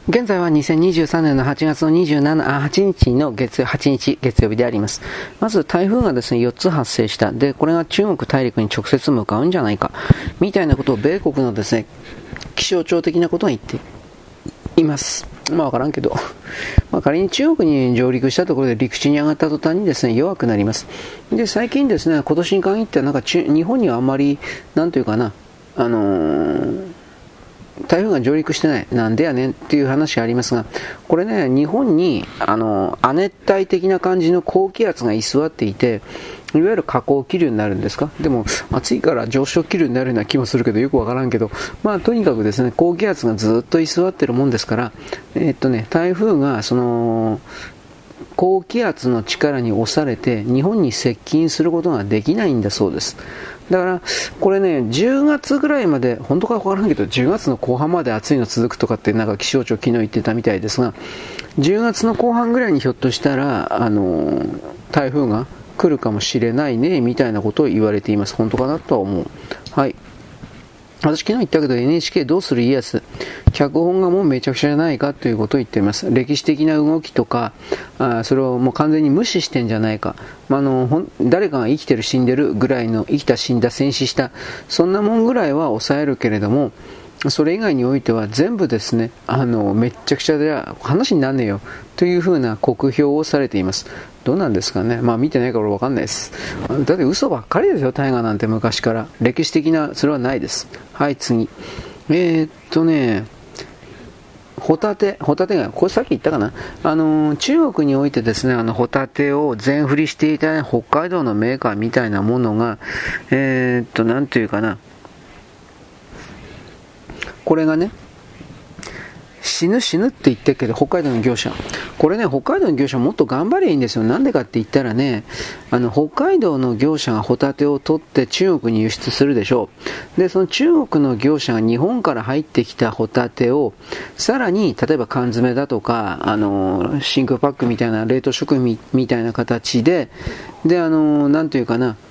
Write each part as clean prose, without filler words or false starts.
現在は2023年の8月の8日の8日月曜日であります。まず台風がですね、4つ発生した。で、これが中国大陸に直接向かうんじゃないか。みたいなことを米国のですね、気象庁的なことが言っています。わからんけど。仮に中国に上陸したところで陸地に上がった途端にですね、弱くなります。で、最近ですね、今年に限っては日本にはあんまり、なんというかな、台風が上陸してない。なんでやねんっていう話がありますが、これね、日本に、亜熱帯的な感じの高気圧が居座っていて、いわゆる下降気流になるんですか。でも、暑いから上昇気流になるような気もするけど、よくわからんけど、とにかくですね、高気圧がずっと居座ってるもんですから、台風が、高気圧の力に押されて、日本に接近することができないんだそうです。だから、これね、10月ぐらいまで、本当かわからんけど、10月の後半まで暑いの続くとかってなんか気象庁昨日言ってたみたいですが、10月の後半ぐらいにひょっとしたら、台風が来るかもしれないね、みたいなことを言われています。本当かなとは思う。はい。私昨日言ったけど NHK どうする家康、脚本がもうめちゃくちゃじゃないかということを言っています。歴史的な動きとか、それをもう完全に無視してんじゃないか。誰かが生きてる死んでるぐらいの、生きた死んだ戦死した、そんなもんぐらいは抑えるけれども、それ以外においては全部ですね、めっちゃくちゃで話になんねえよというふうな酷評をされています。どうなんですかね。見てないからわかんないです。だって嘘ばっかりですよ、大河なんて昔から。歴史的な、それはないです。はい、次。ホタテが、これさっき言ったかな。中国においてですね、ホタテを全振りしていた北海道のメーカーみたいなものが、なんていうかな。これがね、死ぬって言ってるけど、北海道の業者。これね、北海道の業者もっと頑張りゃいいんですよ。なんでかって言ったらね、北海道の業者がホタテを取って中国に輸出するでしょう。で、その中国の業者が日本から入ってきたホタテを、さらに、例えば缶詰だとか、真空パックみたいな、冷凍食品みたいな形で、なんていうかな、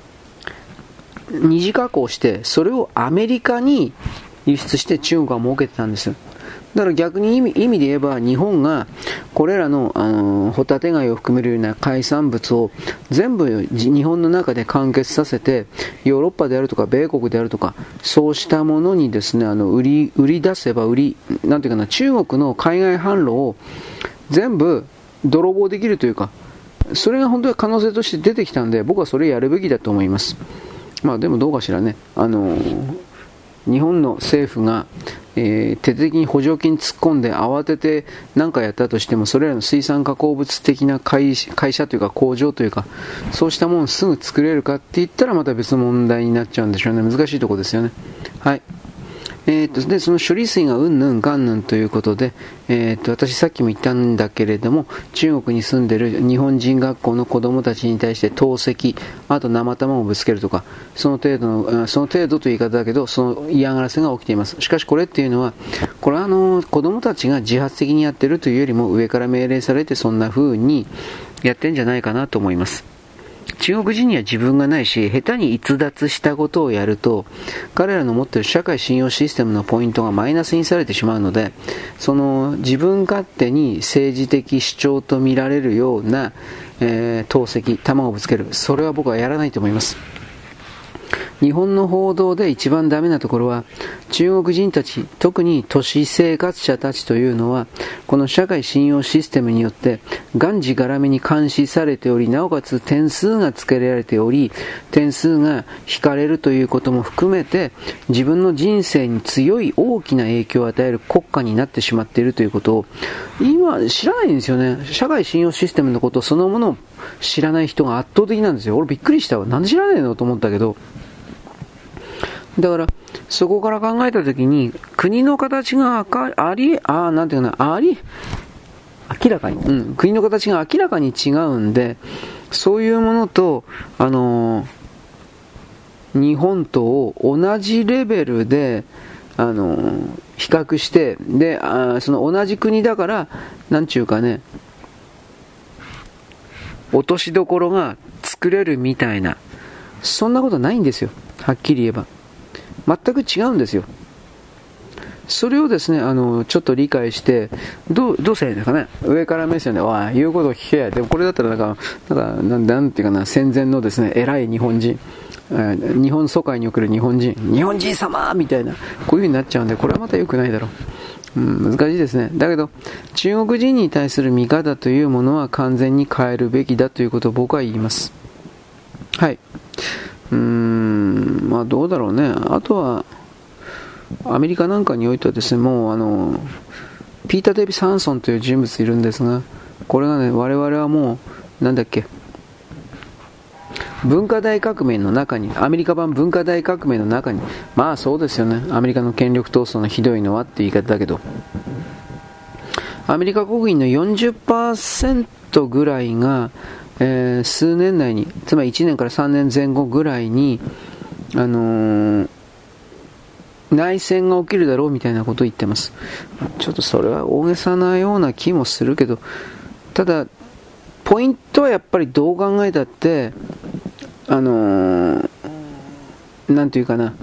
二次加工して、それをアメリカに輸出して中国は儲けてたんですよ。だから逆に意味で言えば日本がこれらの、ホタテ貝を含めるような海産物を全部日本の中で完結させてヨーロッパであるとか米国であるとかそうしたものにですね売り出せばなんていうかな、中国の海外販路を全部泥棒できるというか、それが本当に可能性として出てきたんで、僕はそれやるべきだと思います。でもどうかしらね。日本の政府が、徹底的に補助金突っ込んで慌てて何かやったとしても、それらの水産加工物的な会社というか工場というかそうしたものをすぐ作れるかって言ったらまた別の問題になっちゃうんでしょうね。難しいところですよね。はい。で、その処理水がうんぬんかんぬんということで、私さっきも言ったんだけれども、中国に住んでいる日本人学校の子供たちに対して投石、あと生卵をぶつけるとか、その程度という言い方だけど、その嫌がらせが起きています。しかしこれっていうのは、これは子供たちが自発的にやっているというよりも上から命令されてそんな風にやってんじゃないかなと思います。中国人には自分がないし、下手に逸脱したことをやると、彼らの持っている社会信用システムのポイントがマイナスにされてしまうので、自分勝手に政治的主張と見られるような、投石、弾をぶつける。それは僕はやらないと思います。日本の報道で一番ダメなところは、中国人たち、特に都市生活者たちというのは、この社会信用システムによってがんじがらめに監視されており、なおかつ点数がつけられており、点数が引かれるということも含めて、自分の人生に強い大きな影響を与える国家になってしまっているということを今知らないんですよね。社会信用システムのことそのものを知らない人が圧倒的なんですよ。俺びっくりしたわ。なんで知らないのと思ったけど、だからそこから考えたときに国の形が明らかに、国の形が明らかに違うんで、そういうものと日本とを同じレベルで比較して、でその同じ国だからなんちゅうかね、落としどころが作れるみたいな、そんなことないんですよ。はっきり言えば全く違うんですよ。 それをですね、ちょっと理解して、どうしたらいいんですかね。上から目線で、おい、言うことを聞け。でもこれだったらなんていうかな、戦前のですね、偉い日本人、日本疎開における日本人様みたいな、こういう風になっちゃうんで、これはまた良くないだろう。難しいですね。だけど、中国人に対する見方というものは完全に変えるべきだということを僕は言います。はい。まあどうだろうね。あとは、アメリカなんかにおいてはですね、もうピーター・デビス・ハンソンという人物いるんですが、これがね、我々はもう、文化大革命の中に、アメリカ版文化大革命の中に、まあそうですよね、アメリカの権力闘争のひどいのはっていう言い方だけど、アメリカ国民の 40% ぐらいが、数年内に、つまり1年から3年前後ぐらいに、内戦が起きるだろうみたいなことを言ってます。ちょっとそれは大げさなような気もするけど、ただポイントはやっぱりどう考えたってなんていうかな、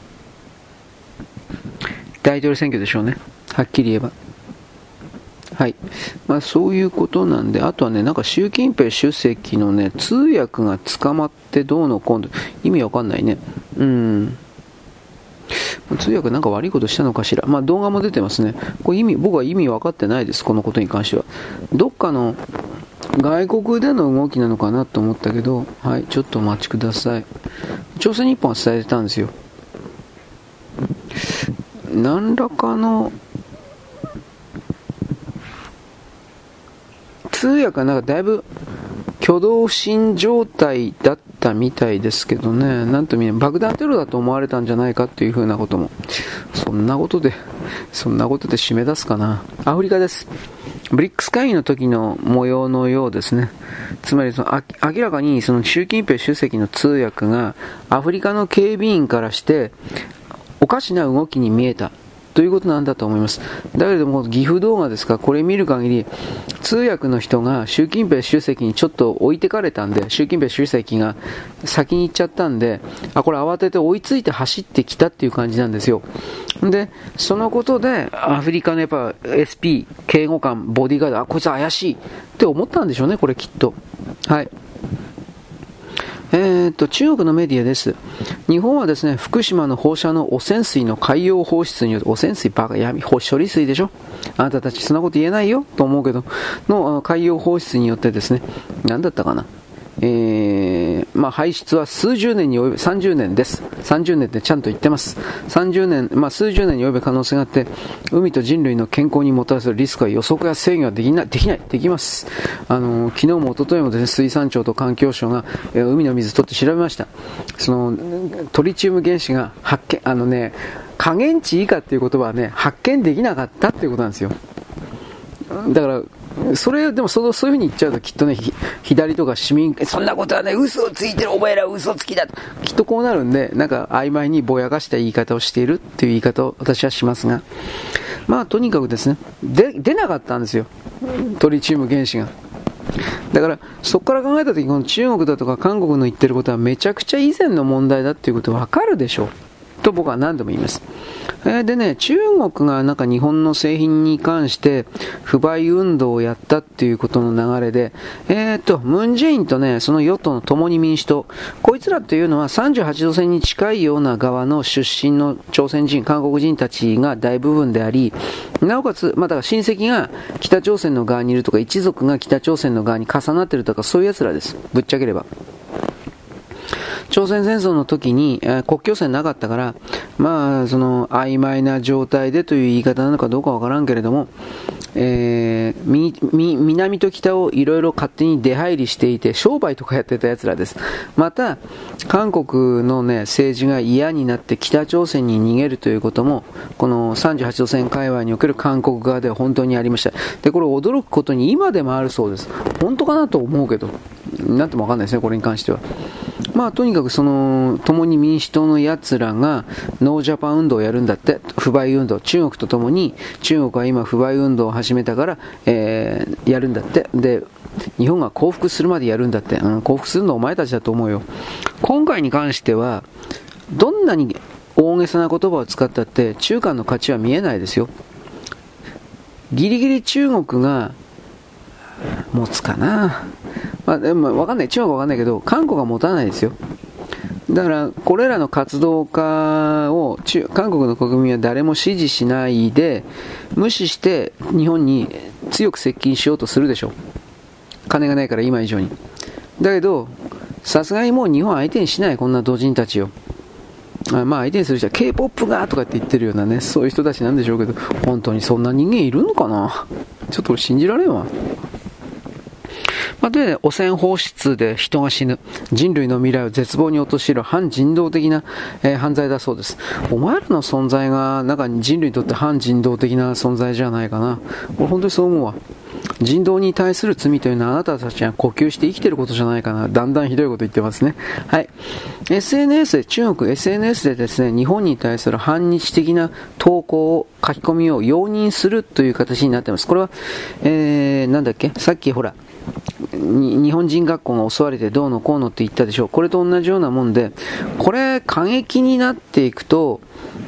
大統領選挙でしょうね、はっきり言えば。はい、まあそういうことなんで、あとはね、なんか習近平主席のね、通訳が捕まってどうのこうの、意味わかんないね。通訳なんか悪いことしたのかしら。まあ動画も出てますね。これ僕は意味分かってないです、このことに関しては。どっかの外国での動きなのかなと思ったけど、はい、ちょっとお待ちください。朝鮮日報は伝えてたんですよ。何らかの通訳はなんかだいぶ挙動不審状態だったみたいですけどね、なんと見え爆弾テロだと思われたんじゃないかというふうなことも、そんなことで締め出すかな。アフリカです。ブリックス会議の時の模様のようですね。つまり明らかにその習近平主席の通訳がアフリカの警備員からしておかしな動きに見えたということなんだと思います。だけども岐阜動画ですか、これ見る限り通訳の人が習近平主席にちょっと置いてかれたんで、習近平主席が先に行っちゃったんで、これ慌てて追いついて走ってきたっていう感じなんですよ。でそのことでアフリカのやっぱ SP 警護官ボディーガード、こいつ怪しいって思ったんでしょうね、これきっと。はい。中国のメディアです。日本はですね、福島の放射能汚染水の海洋放出によって、汚染水バカ闇、処理水でしょ、あなたたちそんなこと言えないよと思うけどの海洋放出によってですね、何だったかな、排出は数十年に及ぶ、30年です。30年ってちゃんと言ってます。30年、数十年に及ぶ可能性があって、海と人類の健康にもたらするリスクは予測や制御はできます。昨日も一昨日もですね、水産庁と環境省が、海の水取って調べました。そのトリチウム原子が発見、下限値以下っていう言葉はね、発見できなかったっていうことなんですよ。だからでもそういう風に言っちゃうときっとね、左とか市民、そんなことはね、嘘をついてる、お前ら嘘つきだと、きっとこうなるんで、なんか曖昧にぼやかした言い方をしているっていう言い方を私はしますが、とにかくですね、出なかったんですよ、トリチウム原子が。だからそこから考えたとき、この中国だとか韓国の言ってることはめちゃくちゃ以前の問題だっていうことわかるでしょうと僕は何度も言います。でね、中国がなんか日本の製品に関して不買運動をやったっていうことの流れで、ムン・ジェインとね、その与党の共に民主党、こいつらっていうのは38度線に近いような側の出身の朝鮮人、韓国人たちが大部分であり、なおかつ、だから親戚が北朝鮮の側にいるとか、一族が北朝鮮の側に重なっているとか、そういう奴らです。ぶっちゃければ。朝鮮戦争の時に、国境線なかったから、その曖昧な状態でという言い方なのかどうかわからんけれども、南と北をいろいろ勝手に出入りしていて商売とかやってた奴らです。また韓国のね、政治が嫌になって北朝鮮に逃げるということもこの38度線界隈における韓国側では本当にありました。でこれ驚くことに今でもあるそうです。本当かなと思うけどなんともわかんないですね、これに関しては。とにかくその共に民主党のやつらがノージャパン運動をやるんだって、不買運動、中国とともに中国は今不買運動を始めたから、やるんだって。で日本が降伏するまでやるんだって、降伏するのはお前たちだと思うよ。今回に関してはどんなに大げさな言葉を使ったって中間の価値は見えないですよ。ギリギリ中国が持つかな。でも分かんない、中国は分かんないけど韓国は持たないですよ。だからこれらの活動家を韓国の国民は誰も支持しないで無視して日本に強く接近しようとするでしょう。金がないから今以上に。だけどさすがにもう日本相手にしない、こんな同人たちを。相手にする人は K-POP がとかって言ってるようなね、そういう人たちなんでしょうけど、本当にそんな人間いるのかな。ちょっと信じられんわ。というわけで汚染放出で人が死ぬ、人類の未来を絶望に陥る反人道的な、犯罪だそうです。お前らの存在がなんか人類にとって反人道的な存在じゃないかな。俺本当にそう思うわ。人道に対する罪というのはあなたたちが呼吸して生きていることじゃないかな。だんだんひどいこと言ってますね。はい。SNS で、中国 SNS でですね、日本に対する反日的な投稿を、書き込みを容認するという形になっています。これは、なんだっけ、さっきほら、日本人学校が襲われてどうのこうのって言ったでしょう。これと同じようなもんで、これ過激になっていくと、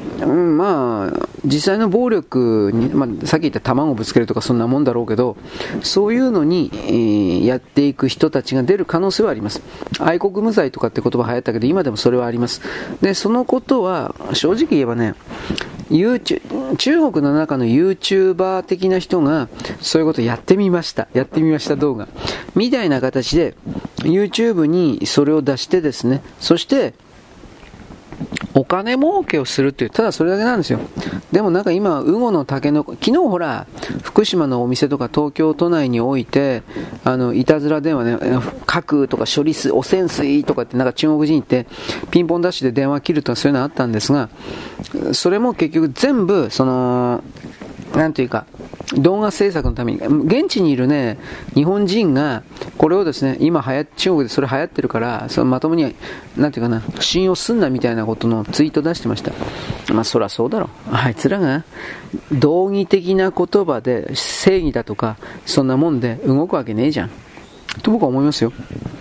実際の暴力に、さっき言った卵をぶつけるとかそんなもんだろうけど、そういうのに、やっていく人たちが出る可能性はあります。愛国無罪とかって言葉流行ったけど、今でもそれはあります。で、そのことは正直言えばね、中国の中の YouTuber 的な人がそういうことやってみました動画みたいな形で YouTube にそれを出してですね、そしてお金儲けをするという、ただそれだけなんですよ。でもなんか今、ウゴの竹の子、昨日ほら、福島のお店とか東京都内において、いたずら電話ね、核とか処理水、汚染水とかってなんか中国人って、ピンポンダッシュで電話切るとかそういうのあったんですが、それも結局全部、なんていうか、動画制作のために、現地にいるね、日本人が、これをですね、今中国でそれ流行ってるから、そのまともに、なんていうかな、信用すんなみたいなことのツイート出してました。そらそうだろ。あいつらが、道義的な言葉で正義だとか、そんなもんで動くわけねえじゃん。と僕は思いますよ。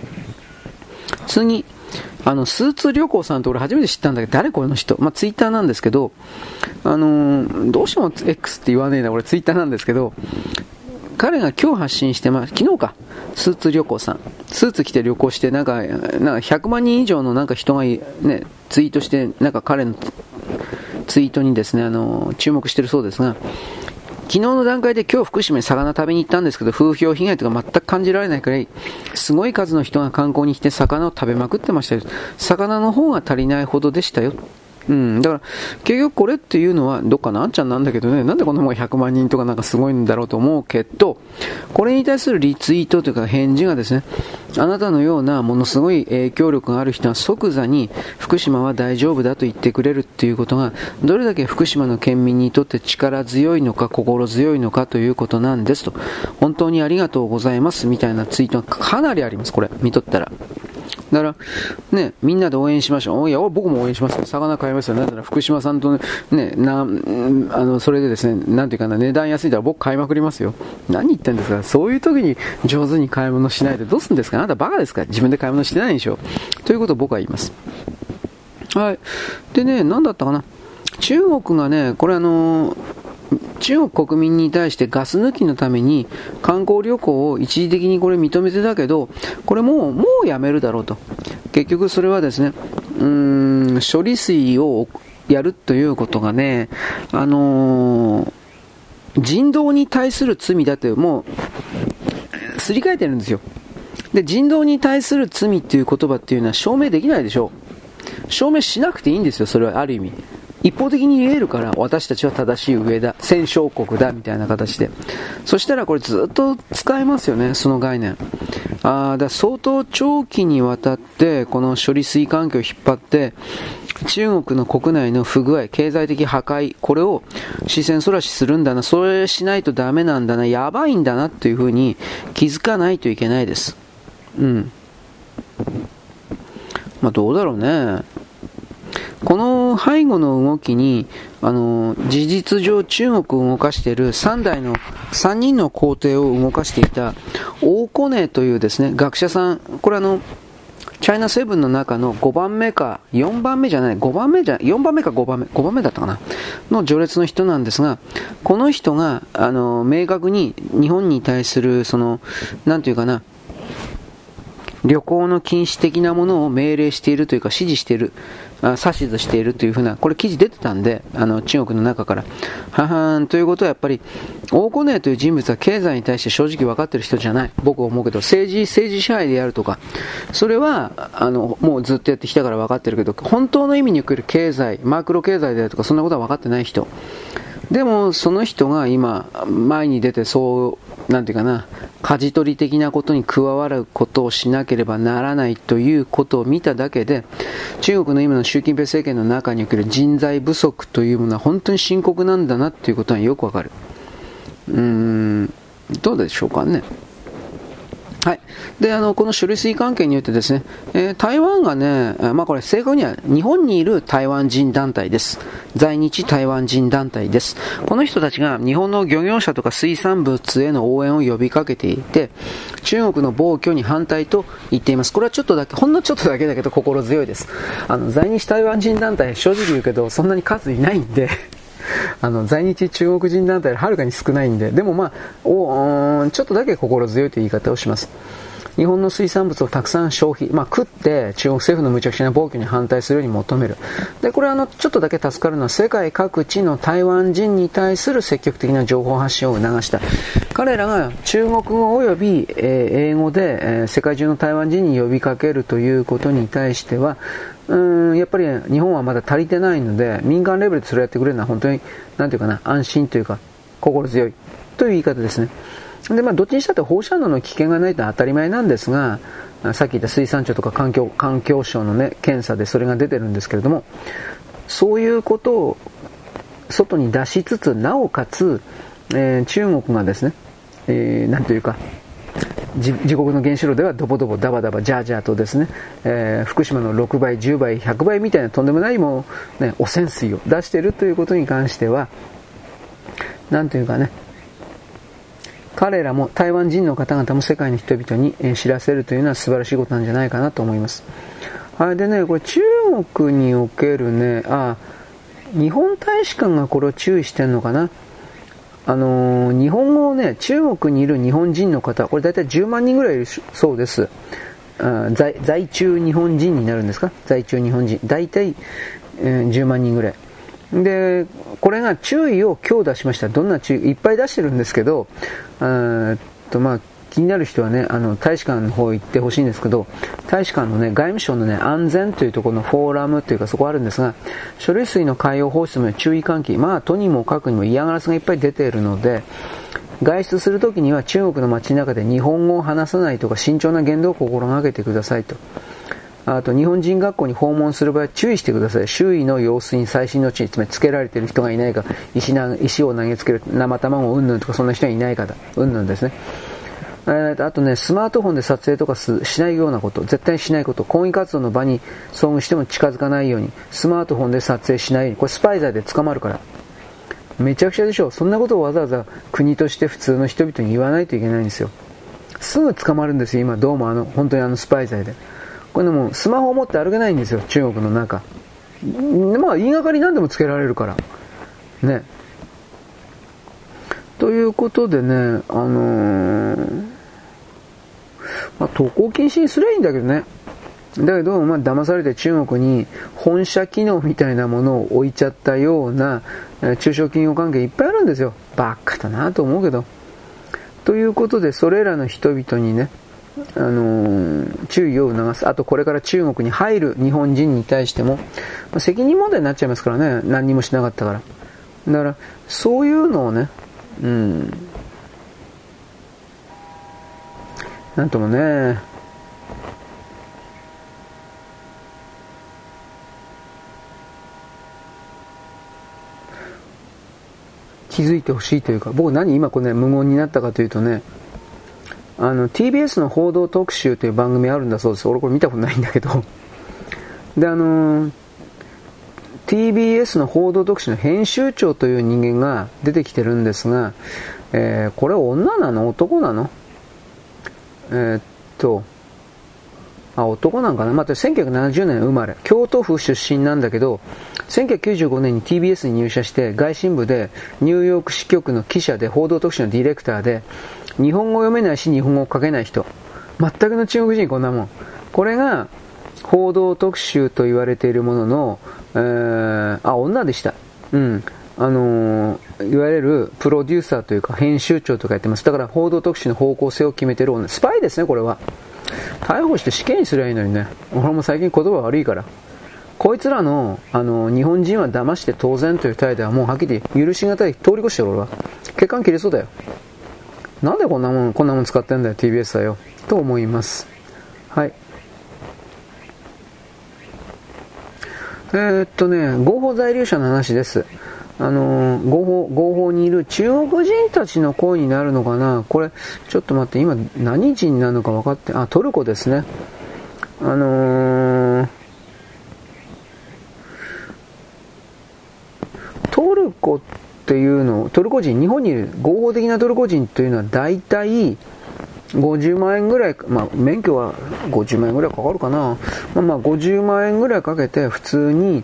次、スーツ旅行さんと俺初めて知ったんだけど、誰この人、ツイッターなんですけど、どうしても X って言わねえな、俺ツイッターなんですけど、彼が今日発信して昨日か、スーツ旅行さん、スーツ着て旅行して、なんか100万人以上のなんか人がね、ツイートして、なんか彼のツイートにですね、注目してるそうですが、昨日の段階で今日福島に魚食べに行ったんですけど、風評被害とか全く感じられないくらい、すごい数の人が観光に来て魚を食べまくってましたよ。魚の方が足りないほどでしたよ。だから結局これっていうのはどっかのあんちゃんなんだけどね、なんでこの方が100万人とかなんかすごいんだろうと思うけど、これに対するリツイートというか返事がですね、あなたのようなものすごい影響力がある人は即座に福島は大丈夫だと言ってくれるっていうことがどれだけ福島の県民にとって力強いのか心強いのかということなんですと。本当にありがとうございますみたいなツイートがかなりあります。これ見とったらだからね、みんなで応援しましょう。いや僕も応援しますよ。魚買いますよ。だから福島さんとね、それでですね、なんていうかな、値段安いから僕買いまくりますよ。何言ってんですか。そういう時に上手に買い物しないでどうするんですか。あなたバカですか。自分で買い物してないでしょ。ということを僕は言います。はい。でね、何だったかな。中国がね、これ中国国民に対してガス抜きのために観光旅行を一時的にこれ認めてたけど、これもうやめるだろうと。結局それはですね、処理水をやるということがね、人道に対する罪だってもうすり替えてるんですよ。で、人道に対する罪っていう言葉っていうのは証明できないでしょう。証明しなくていいんですよ。それはある意味一方的に言えるから、私たちは正しい上だ、戦勝国だみたいな形で、そしたらこれずっと使えますよね、その概念。だ相当長期にわたってこの処理水環境を引っ張って中国の国内の不具合、経済的破壊、これを視線そらしするんだな、それしないとダメなんだな、やばいんだなというふうに気づかないといけないです。どうだろうね。この背後の動きに事実上中国を動かしている3人の皇帝を動かしていた王コネというですね学者さん、これ中チャイナセブンの中の5番目か、4番目じゃない、4番目か5番目だったかな、の序列の人なんですが、この人が、明確に日本に対する、なんていうかな、旅行の禁止的なものを命令しているというか指示している、指図しているというふうな、これ記事出てたんで、中国の中から。ははんということはやっぱり、王滬寧という人物は経済に対して正直分かっている人じゃない。僕は思うけど、政治支配でやるとか、それは、もうずっとやってきたから分かってるけど、本当の意味における経済、マクロ経済であるとか、そんなことは分かってない人。でも、その人が今、前に出てなんていうかな、舵取り的なことに加わることをしなければならないということを見ただけで、中国の今の習近平政権の中における人材不足というものは本当に深刻なんだなということはよくわかる。どうでしょうかね。はい。で、この処理水関係によってですね、台湾がね、これ正確には日本にいる台湾人団体です。在日台湾人団体です。この人たちが日本の漁業者とか水産物への応援を呼びかけていて、中国の暴挙に反対と言っています。これはちょっとだけ、ほんのちょっとだけだけど心強いです。在日台湾人団体、正直言うけど、そんなに数いないんで、在日中国人団体よりはるかに少ないんで、でもちょっとだけ心強いという言い方をします。日本の水産物をたくさん消費、食って中国政府の無茶苦茶な暴挙に反対するように求める。で、これはちょっとだけ助かるのは世界各地の台湾人に対する積極的な情報発信を促した。彼らが中国語及び、英語で、世界中の台湾人に呼びかけるということに対しては、やっぱり日本はまだ足りてないので、民間レベルでそれをやってくれるのは本当に、なんていうかな、安心というか、心強いという言い方ですね。で、どっちにしたって放射能の危険がないと当たり前なんですが、さっき言った水産庁とか環境省のね、検査でそれが出てるんですけれども、そういうことを外に出しつつ、なおかつ、中国がですね、なんというか、自国の原子炉ではドボドボダバダバジャージャーとですね、福島の6倍10倍100倍みたいなとんでもないもう、ね、汚染水を出しているということに関しては、なんというかね、彼らも台湾人の方々も世界の人々に知らせるというのは素晴らしいことなんじゃないかなと思います。はい。でね、これ中国におけるね、日本大使館がこれを注意してるのかな。日本語をね、中国にいる日本人の方、これ大体10万人ぐらいいるそうです。在中日本人になるんですか？在中日本人。大体、10万人ぐらい。で、これが注意を強打しました。どんな注意いっぱい出してるんですけど、気になる人はね、大使館の方行ってほしいんですけど、大使館のね、外務省のね、安全というところのフォーラムというかそこあるんですが、処理水の海洋放出の注意喚起、とにもかくにも嫌がらせがいっぱい出ているので、外出するときには中国の街の中で日本語を話さないとか慎重な言動を心がけてくださいと。あと日本人学校に訪問する場合は注意してください。周囲の様子に細心の注意、つまりつけられている人がいないか、石を投げつける、生卵をうんぬんとかそんな人がいないかだ、うんぬんですね。あとね、スマートフォンで撮影とかしないようなこと、絶対しないこと、抗議活動の場に遭遇しても近づかないように、スマートフォンで撮影しないように、これスパイ罪で捕まるから。めちゃくちゃでしょ。そんなことをわざわざ国として普通の人々に言わないといけないんですよ。すぐ捕まるんですよ、今どうも本当にスパイ罪で。これでもスマホを持って歩けないんですよ、中国の中。言いがかりなんでもつけられるから。ね。ということでね、渡航禁止にすればいいんだけどね。だけど、騙されて中国に本社機能みたいなものを置いちゃったような中小企業関係いっぱいあるんですよ。バカだなと思うけど。ということで、それらの人々にね、注意を促す。あと、これから中国に入る日本人に対しても、責任問題になっちゃいますからね。何にもしなかったから。だから、そういうのをね、なんともね、気づいてほしいというか、僕何今これ、無言になったかというとね、TBS の報道特集という番組あるんだそうです。俺これ見たことないんだけど。で、TBS の報道特集の編集長という人間が出てきてるんですが、これ女なの男なの男なんかな、また1970年生まれ、京都府出身なんだけど、1995年に TBS に入社して、外信部でニューヨーク支局の記者で報道特集のディレクターで、日本語読めないし日本語書けない人。全くの中国人こんなもん。これが、報道特集と言われているものの、女でした。うん。いわゆるプロデューサーというか編集長とかやってます。だから報道特集の方向性を決めてる女。スパイですね、これは。逮捕して死刑にすりゃいいのにね。俺も最近言葉悪いから。こいつらの、日本人は騙して当然という態度はもうはっきり許しがたい。通り越してる俺は。血管切れそうだよ。なんでこんなもん使ってんだよ、TBS はよ。と思います。はい。合法在留者の話です。合法にいる中国人たちの声になるのかな。これ、ちょっと待って、今何人なのか分かって、トルコですね。トルコっていうの、トルコ人、日本にいる合法的なトルコ人というのは大体、50万円ぐらい、免許は50万円ぐらいかかるかな。50万円ぐらいかけて普通に、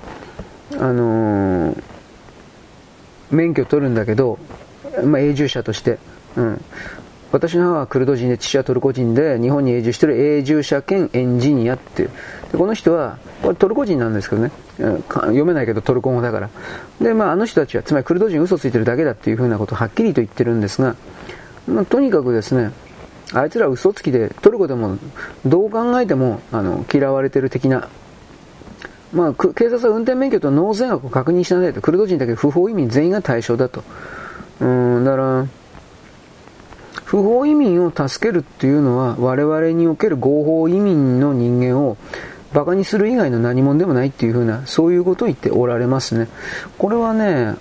免許取るんだけど、永住者として。うん。私の母はクルド人で、父はトルコ人で、日本に永住している永住者兼エンジニアっていう。で、この人は、これトルコ人なんですけどね。読めないけどトルコ語だから。で、あの人たちは、つまりクルド人嘘ついてるだけだっていうふうなことをはっきりと言ってるんですが、とにかくですね、あいつら嘘つきで、トルコでもどう考えても嫌われてる的な、警察は運転免許と納税額を確認しなさいと。クルド人だけど不法移民全員が対象だと。だから不法移民を助けるっていうのは我々における合法移民の人間をバカにする以外の何者でもないっていうふうな、そういうことを言っておられますね。これはね、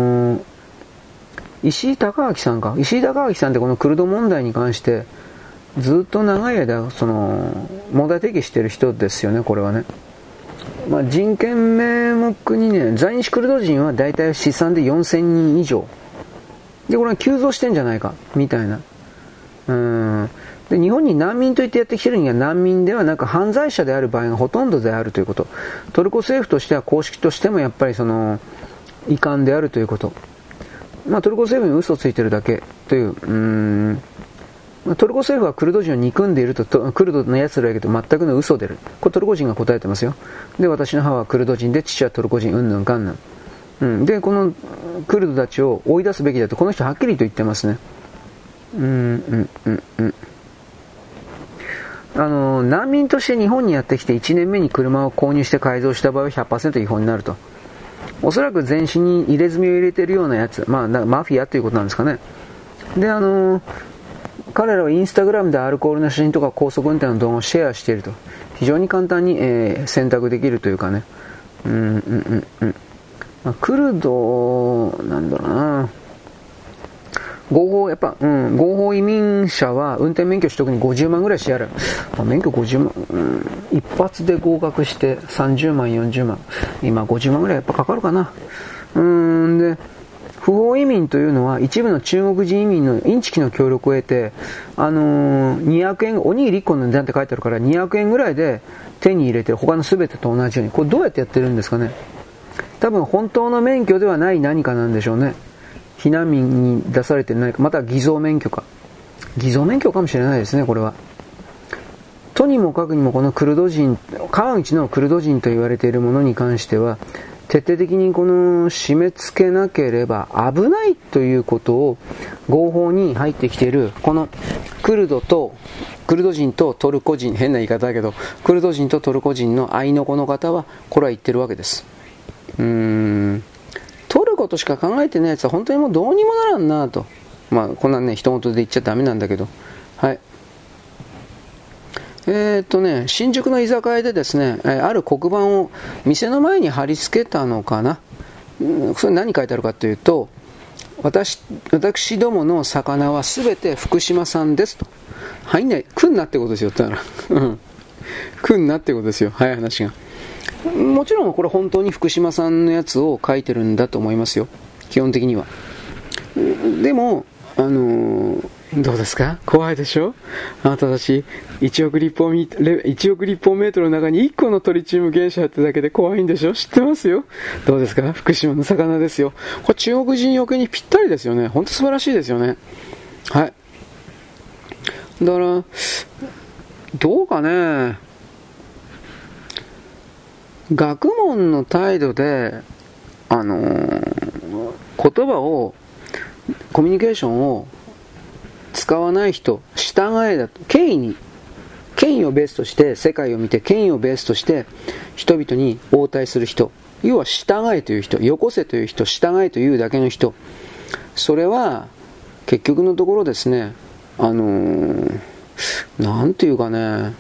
石井孝明さんか。石井孝明さんってこのクルド問題に関してずっと長い間問題提起してる人ですよね、これはね。人権名目にね、在日クルド人は大体試算で4000人以上で、これは急増してんじゃないかみたいな。で、日本に難民といってやってきてるには難民ではなく犯罪者である場合がほとんどであるということ。トルコ政府としては公式としてもやっぱり遺憾であるということ。トルコ政府に嘘をついてるだけという、トルコ政府はクルド人を憎んでいると、クルドの奴らだけど全くの嘘である。これトルコ人が答えてますよ。で、私の母はクルド人で、父はトルコ人、うんぬんかんぬん。で、このクルドたちを追い出すべきだと、この人はっきりと言ってますね。難民として日本にやってきて1年目に車を購入して改造した場合は 100% 違法になると。おそらく全身に入れ墨を入れてるようなやつ、マフィアということなんですかね。で、彼らはインスタグラムでアルコールの写真とか高速運転の動画をシェアしていると。非常に簡単に、選択できるというかね。クルド、なんだろうな。合法移民者は運転免許取得に50万ぐらい支払う。免許50万、一発で合格して30万、40万。今50万ぐらいやっぱかかるかな。で、不法移民というのは一部の中国人移民のインチキの協力を得て、200円、おにぎり1個の値段って書いてあるから200円ぐらいで手に入れてる。他の全てと同じように。これどうやってやってるんですかね。多分本当の免許ではない何かなんでしょうね。避難民に出されてないか、または偽造免許か。偽造免許かもしれないですね、これは。とにもかくにもこのクルド人、川口のクルド人と言われているものに関しては、徹底的に締め付けなければ危ないということを合法に入ってきている、このクルド人とトルコ人、変な言い方だけど、クルド人とトルコ人の愛の子の方は、これは言ってるわけです。トルコとしか考えてないやつは本当にもうどうにもならんなと。こんなね、人事で言っちゃダメなんだけど。はい。新宿の居酒屋でですね、ある黒板を店の前に貼り付けたのかな。それ何書いてあるかというと、私どもの魚はすべて福島産ですと。入んない、来んなってことですよ。だから。来んなってことですよ。早い話が。もちろんこれ本当に福島産のやつを書いてるんだと思いますよ。基本的には。でも、 どうですか？怖いでしょ？あなたたち1億立方メートルの中に1個のトリチウム原子あっただけで怖いんでしょ？知ってますよ。どうですか？福島の魚ですよ。これ中国人余計にぴったりですよね。本当素晴らしいですよね。はい。だから、どうかね、学問の態度で、言葉を、コミュニケーションを使わない人、従えだと、権威をベースとして世界を見て、権威をベースとして人々に応対する人、要は従えという人、よこせという人、従えというだけの人、それは結局のところですね、なんていうかね、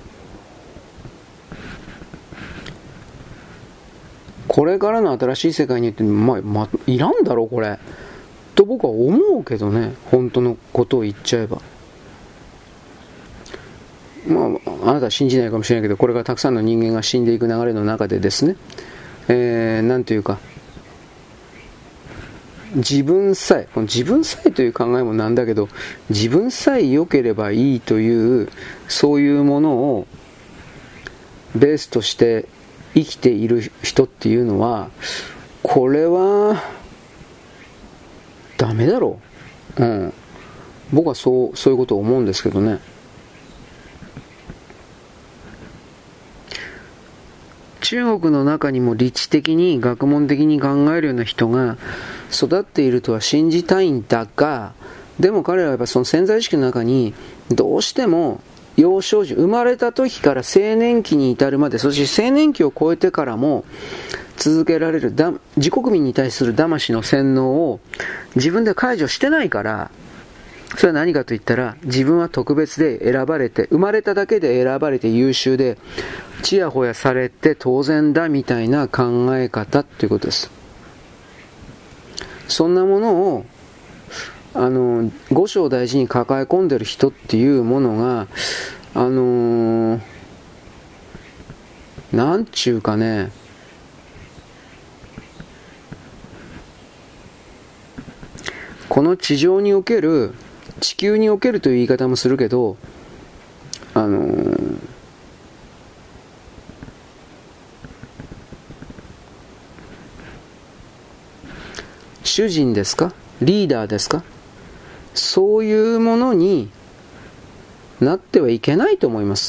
これからの新しい世界にって、いらんだろこれと僕は思うけどね、本当のことを言っちゃえば。あなたは信じないかもしれないけど、これからたくさんの人間が死んでいく流れの中でですね、なんていうか、自分さえという考えもなんだけど、自分さえ良ければいいという、そういうものをベースとして生きている人っていうのは、これはダメだろう。僕はそういうことを思うんですけどね。中国の中にも理知的に学問的に考えるような人が育っているとは信じたいんだが、でも彼らはやっぱその潜在意識の中にどうしても幼少時、生まれた時から青年期に至るまで、そして青年期を超えてからも続けられる自国民に対する魂の洗脳を自分で解除してないから、それは何かと言ったら、自分は特別で選ばれて、生まれただけで選ばれて優秀でちやほやされて当然だみたいな考え方ということです。そんなものを五章大事に抱え込んでる人っていうものがなんちゅうかね、この地上における、地球におけるという言い方もするけど、主人ですか？リーダーですか？そういうものになってはいけないと思います。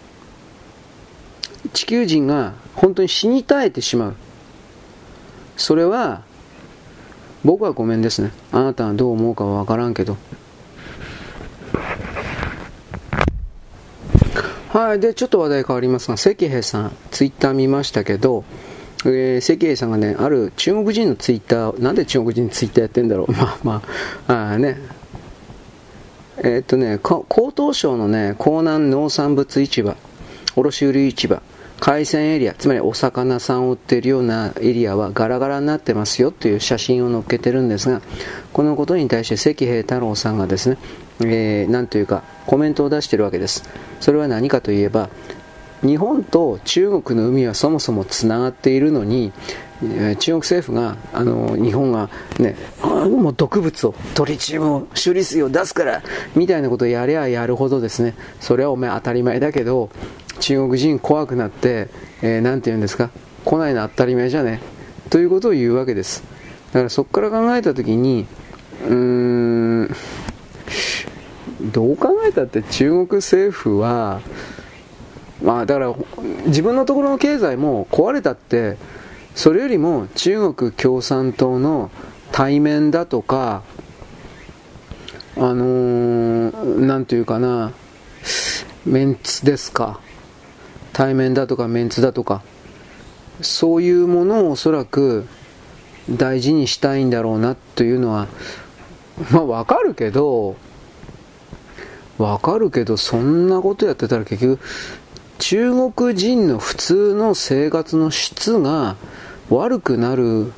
地球人が本当に死に絶えてしまう。それは僕はごめんですね。あなたはどう思うかは分からんけど。はい。で、ちょっと話題変わりますが、石平さん、ツイッター見ましたけど、石平さんがね、ある中国人のツイッター、なんで中国人ツイッターやってんだろう。江東省のね、江南農産物市場、卸売市場、海鮮エリア、つまりお魚さんを売っているようなエリアはガラガラになってますよという写真を載っけてるんですが、このことに対して石平太郎さんがですね、なんというかコメントを出しているわけです。それは何かといえば、日本と中国の海はそもそもつながっているのに、中国政府が日本がね、もう毒物をトリチウムを処理水を出すからみたいなことをやりゃやるほどですね、それはお前当たり前だけど中国人怖くなって、なんて言うんですか、来ないの当たり前じゃねということを言うわけです。だからそこから考えたときに、どう考えたって中国政府はだから自分のところの経済も壊れたって、それよりも中国共産党の対面だとか、なんていうかな、メンツですか、対面だとかメンツだとか、そういうものをおそらく大事にしたいんだろうなというのはわかるけど、そんなことやってたら結局中国人の普通の生活の質が悪くなるって、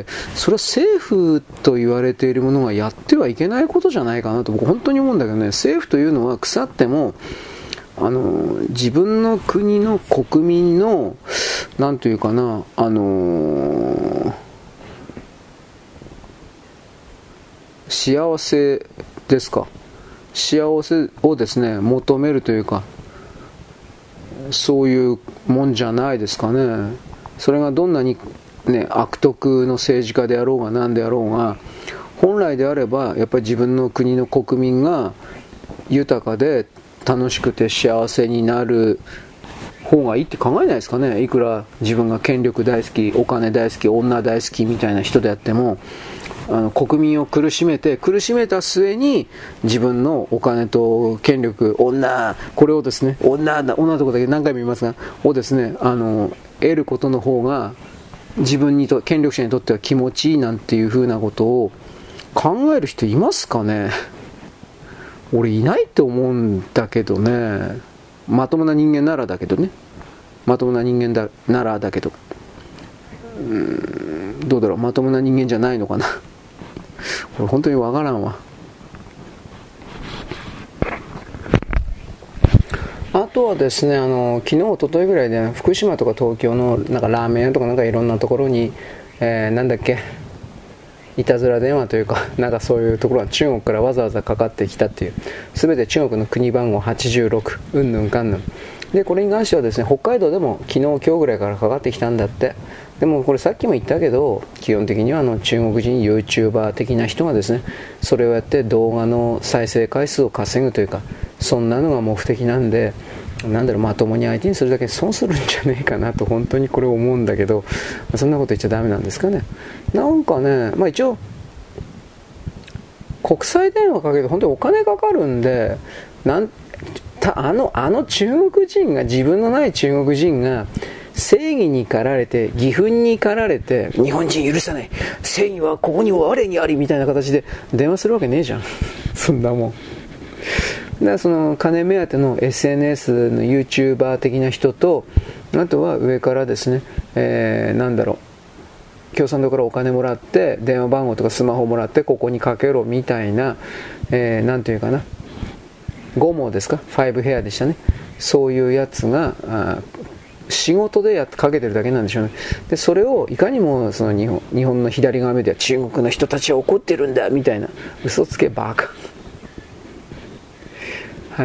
それは政府と言われているものがやってはいけないことじゃないかなと僕本当に思うんだけどね。政府というのは腐っても自分の国の国民のなんというかな、幸せですか。幸せをですね求めるというか、そういうもんじゃないですかね。それがどんなに、ね、悪徳の政治家であろうが何であろうが、本来であればやっぱり自分の国の国民が豊かで楽しくて幸せになる方がいいって考えないですかね。いくら自分が権力大好き、お金大好き、女大好きみたいな人であっても、国民を苦しめた末に自分のお金と権力、これをですね、女のところだけ何回も言いますが、をですね、得ることの方が自分にと権力者にとっては気持ちいいなんていう風なことを考える人いますかね。俺いないって思うんだけどね。まともな人間ならだけどね。まともな人間ならだけど、どうだろう、まともな人間じゃないのかな。これ本当にわからんわ。あとはですね、昨日一昨日ぐらいで福島とか東京のなんかラーメン屋とかなんかいろんなところに、なんだっけ、いたずら電話というか、なんかそういうところは中国からわざわざかかってきたっていう、全て中国の国番号86うんぬんかんぬんで、これに関してはですね、北海道でも昨日今日ぐらいからかかってきたんだって。でもこれさっきも言ったけど、基本的には中国人 YouTuber 的な人がですね、それをやって動画の再生回数を稼ぐというか、そんなのが目的なんで、なんだろう、まともに相手にするだけ損するんじゃねえかなと本当にこれ思うんだけど、そんなこと言っちゃダメなんですかね。なんかね、一応国際電話かけると本当にお金かかるんで、あの中国人が、自分のない中国人が正義に駆られて、義憤に駆られて、日本人許さない、正義はここに我にありみたいな形で電話するわけねえじゃん。そんなもん。だからその金目当ての SNS の YouTuber 的な人と、あとは上からですね、なんだろう、共産党からお金もらって電話番号とかスマホもらってここにかけろみたいな、なんていうかな、5毛ですか、5ヘアでしたね。そういうやつが仕事でかけてるだけなんでしょうね。でそれをいかにもその日本の左側メディア、中国の人たちは怒ってるんだみたいな、嘘つけバカ。はい。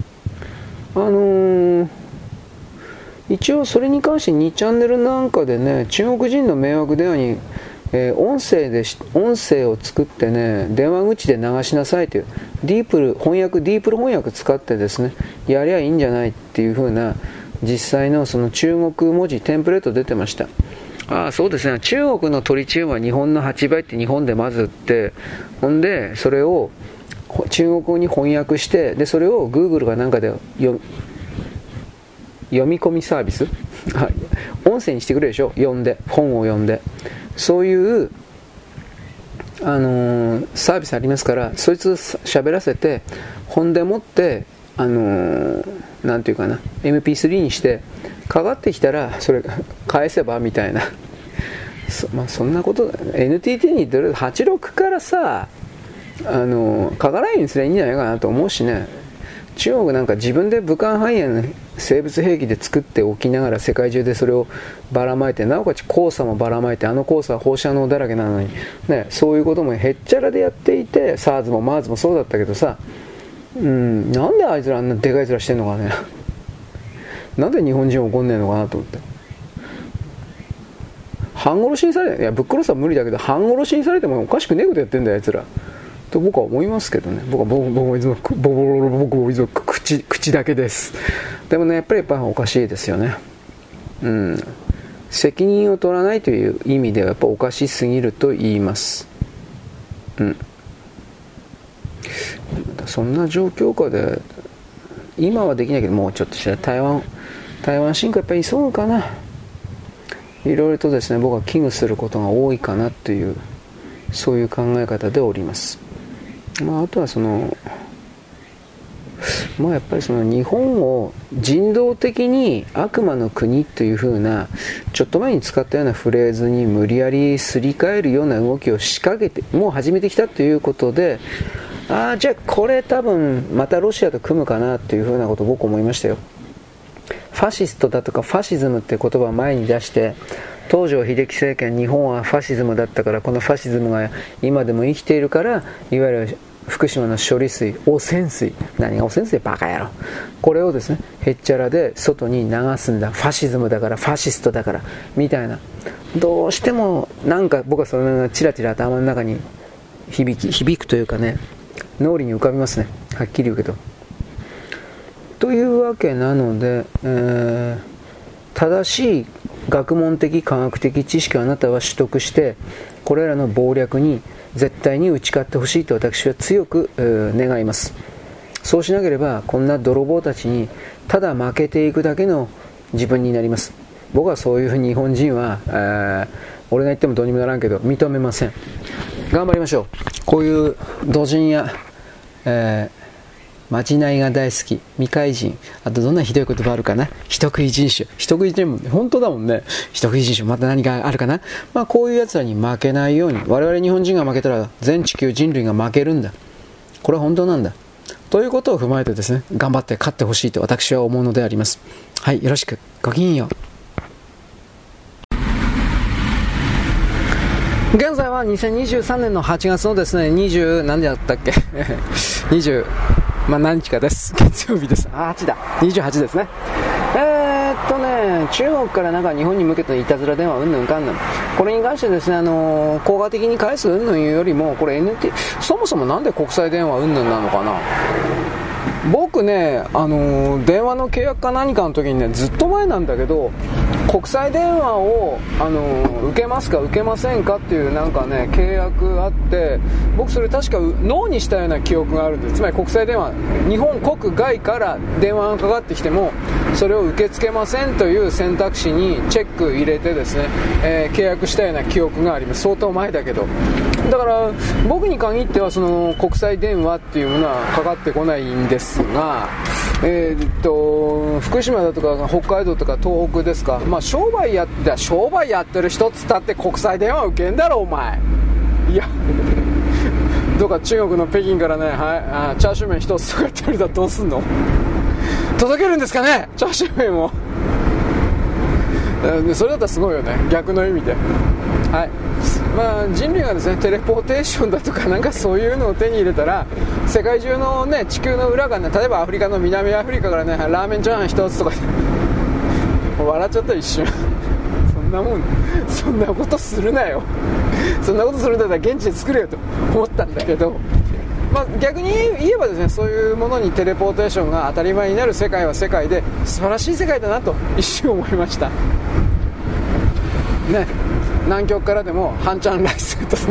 一応それに関して2チャンネルなんかでね、中国人の迷惑電話に、音声を作ってね、電話口で流しなさいというディープル翻訳使ってですね、やりゃいいんじゃないっていう風な実際のその中国文字テンプレート出てました。そうですね、中国のトリチウムは日本の8倍って日本でまず売って、ほんでそれを中国語に翻訳して、でそれを Google かなんかで読み込みサービス音声にしてくれるでしょ、本を読んで、そういう、サービスありますから、そいつ喋らせて、本でもってなんていうかな、 MP3 にしてかかってきたらそれ返せばみたいなそんなことだ、ね、NTT に出る86からさ、かからないようにすればいいんじゃないかなと思うしね。中国なんか自分で武漢肺炎生物兵器で作っておきながら世界中でそれをばらまいて、なおかつ黄砂もばらまいて、黄砂は放射能だらけなのに、ね、そういうこともへっちゃらでやっていて、SARS も MERS もそうだったけどさ、なんであいつらあんなでかい面してんのかね。なんで日本人怒んねえのかなと思って。半殺しにされて、いやぶっ殺すは無理だけど、半殺しにされてもおかしくねえことやってんだよあいつらと僕は思いますけどね。僕はいつも口だけです。でもね、やっぱりおかしいですよね。責任を取らないという意味ではやっぱおかしすぎると言います。そんな状況下で今はできないけど、もうちょっとしたら台湾侵攻やっぱり急ぐかな。いろいろとですね、僕は危惧することが多いかなという、そういう考え方でおります。あとはやっぱり日本を人道的に悪魔の国という風なちょっと前に使ったようなフレーズに無理やりすり替えるような動きを仕掛けてもう始めてきたということで、じゃあこれ多分またロシアと組むかなという風なことを僕思いましたよ。ファシストだとかファシズムって言葉を前に出して、東條英機政権、日本はファシズムだったから、このファシズムが今でも生きているから、いわゆる福島の処理水、汚染水、何が汚染水バカ野郎、これをですねへっちゃらで外に流すんだ、ファシズムだから、ファシストだからみたいな、どうしてもなんか僕はそのがチラチラ頭の中に響くというかね、脳裏に浮かびますね、はっきり言うけど。というわけなので、正しい学問的科学的知識をあなたは取得して、これらの謀略に絶対に打ち勝ってほしいと私は強く、願います。そうしなければこんな泥棒たちにただ負けていくだけの自分になります。僕はそういうふうに日本人は、俺が言ってもどうにもならんけど認めません。頑張りましょう。こういう土人や、まじないが大好き、未開人、あとどんなひどい言葉あるかな、人食い人種、人食い人種も本当だもんね、人食い人種、また何かあるかな、まあこういうやつらに負けないように、我々日本人が負けたら全地球人類が負けるんだ、これは本当なんだということを踏まえてですね、頑張って勝ってほしいと私は思うのであります。はい、よろしく、ごきげんよう。現在は2023年の8月のですね、20何時だったっけ20何日かです。月曜日です。8だ。28ですね。中国からなんか日本に向けてのいたずら電話うんぬんかんぬん。これに関してですね、効果的に返すうんぬんよりも、これ NT、そもそもなんで国際電話うんぬんなのかな。僕ね、電話の契約か何かの時にね、ずっと前なんだけど、国際電話を受けますか受けませんかっていうなんかね契約あって、僕それ確かノーにしたような記憶があるんです。つまり国際電話、日本国外から電話がかかってきてもそれを受け付けませんという選択肢にチェック入れてですね、契約したような記憶があります。相当前だけど、だから僕に限ってはその国際電話っていうものはかかってこないんですが、福島だとか北海道とか東北ですか、まあ商売やってる人つったって国際電話受けんだろお前。いやどうか中国の北京からね、はい、チャーシュー麺一つとかって言われたらどうすんの、届けるんですかねチャーシュー麺をそれだったらすごいよね、逆の意味で。はい、まあ、人類がですねテレポーテーションだとかなんかそういうのを手に入れたら、世界中のね地球の裏がね、例えばアフリカの南アフリカからねラーメンチャーハン一つとか笑っちゃった一瞬そんなことするなよそんなことするんだったら現地で作れよと思ったんだけど、まあ、逆に言えばですね、そういうものにテレポーテーションが当たり前になる世界は世界で素晴らしい世界だなと一瞬思いましたね。南極からでも半チャンライスと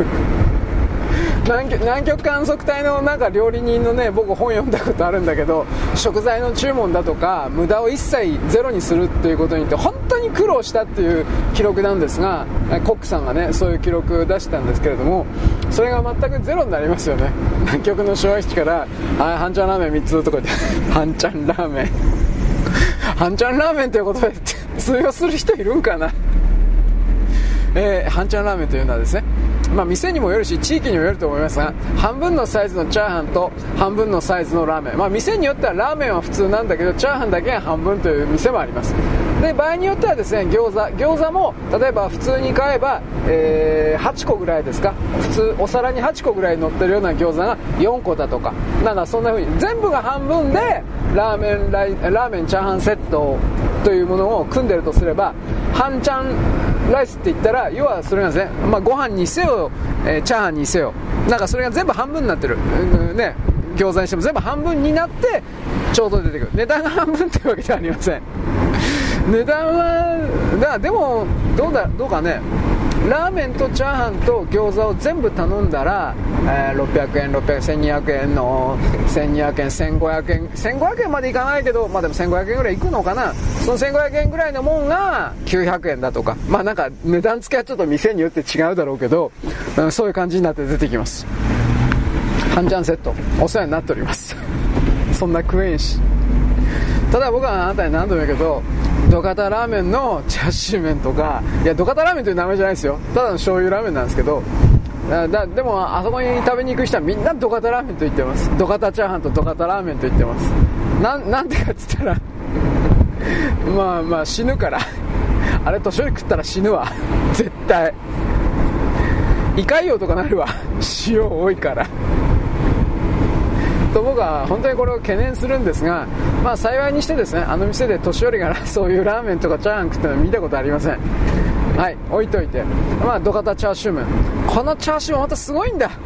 南極観測隊のなんか料理人のね、僕本読んだことあるんだけど、食材の注文だとか無駄を一切ゼロにするっていうことによって本当に苦労したっていう記録なんですが、コックさんがねそういう記録を出したんですけれども、それが全くゼロになりますよね。南極の昭和基地から半チャンラーメン3つとかで半チャンラーメン半チャンラーメンという言葉で通用する人いるんかな。半チャンラーメンというのはですね、まあ、店にもよるし地域にもよると思いますが、半分のサイズのチャーハンと半分のサイズのラーメン、まあ、店によってはラーメンは普通なんだけどチャーハンだけが半分という店もあります。で場合によってはですね、餃子も例えば普通に買えば、8個ぐらいですか、普通お皿に8個ぐらい乗ってるような餃子が4個だとか、なんかそんな風に全部が半分でラーメンチャーハンセットというものを組んでるとすれば、半チャンライスって言ったら要はそれなんですね、まあ、ご飯にせよ、チャーハンにせよ、なんかそれが全部半分になってる、ね、餃子にしても全部半分になってちょうど出てくる。値段が半分というわけではありません。値段はでもどうかね、ラーメンとチャーハンと餃子を全部頼んだら、600円、1200円の1200円、1500円までいかないけど、まあでも1500円ぐらいいくのかな。その1500円ぐらいのもんが900円だとか、まあなんか値段付けはちょっと店によって違うだろうけど、そういう感じになって出てきます。半チャンセットお世話になっておりますそんな食えんし。ただ僕はあなたに何度も言うけど、ドカタラーメンのチャーシュー麺とか、いやドカタラーメンという名前じゃないですよ、ただの醤油ラーメンなんですけど、でもあそこに食べに行く人はみんなドカタラーメンと言ってます。ドカタチャーハンとドカタラーメンと言ってます。なんでかっつったらまあ死ぬからあれ年寄り食ったら死ぬわ絶対。胃潰瘍とかなるわ塩多いからと僕は本当にこれを懸念するんですが、まあ幸いにしてですね、あの店で年寄りがそういうラーメンとかチャーハン食っての見たことありません。はい、置いといて、まあ土方チャーシュー麺、このチャーシューもまたすごいんだ。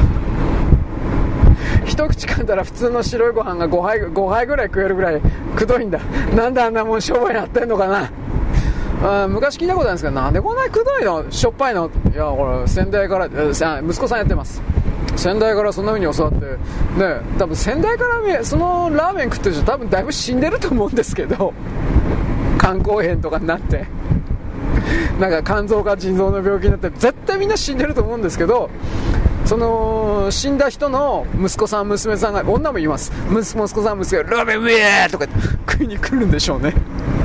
一口噛んだら普通の白いご飯が5杯ぐらい食えるぐらいくどいんだ。なんであんなもん商売やってんのかな。昔聞いたことあるんですけど、なんでこんなにくどいの、しょっぱいの。いや、これ先代から息子さんやってます。先代からそんな風に教わってね、多分先代からそのラーメン食ってる人多分だいぶ死んでると思うんですけど、肝硬変とかになってなんか肝臓か腎臓の病気になって絶対みんな死んでると思うんですけど、その死んだ人の息子さん娘さんが、女もいます、息子さん娘がラーメンウェーとか食いに来るんでしょうね。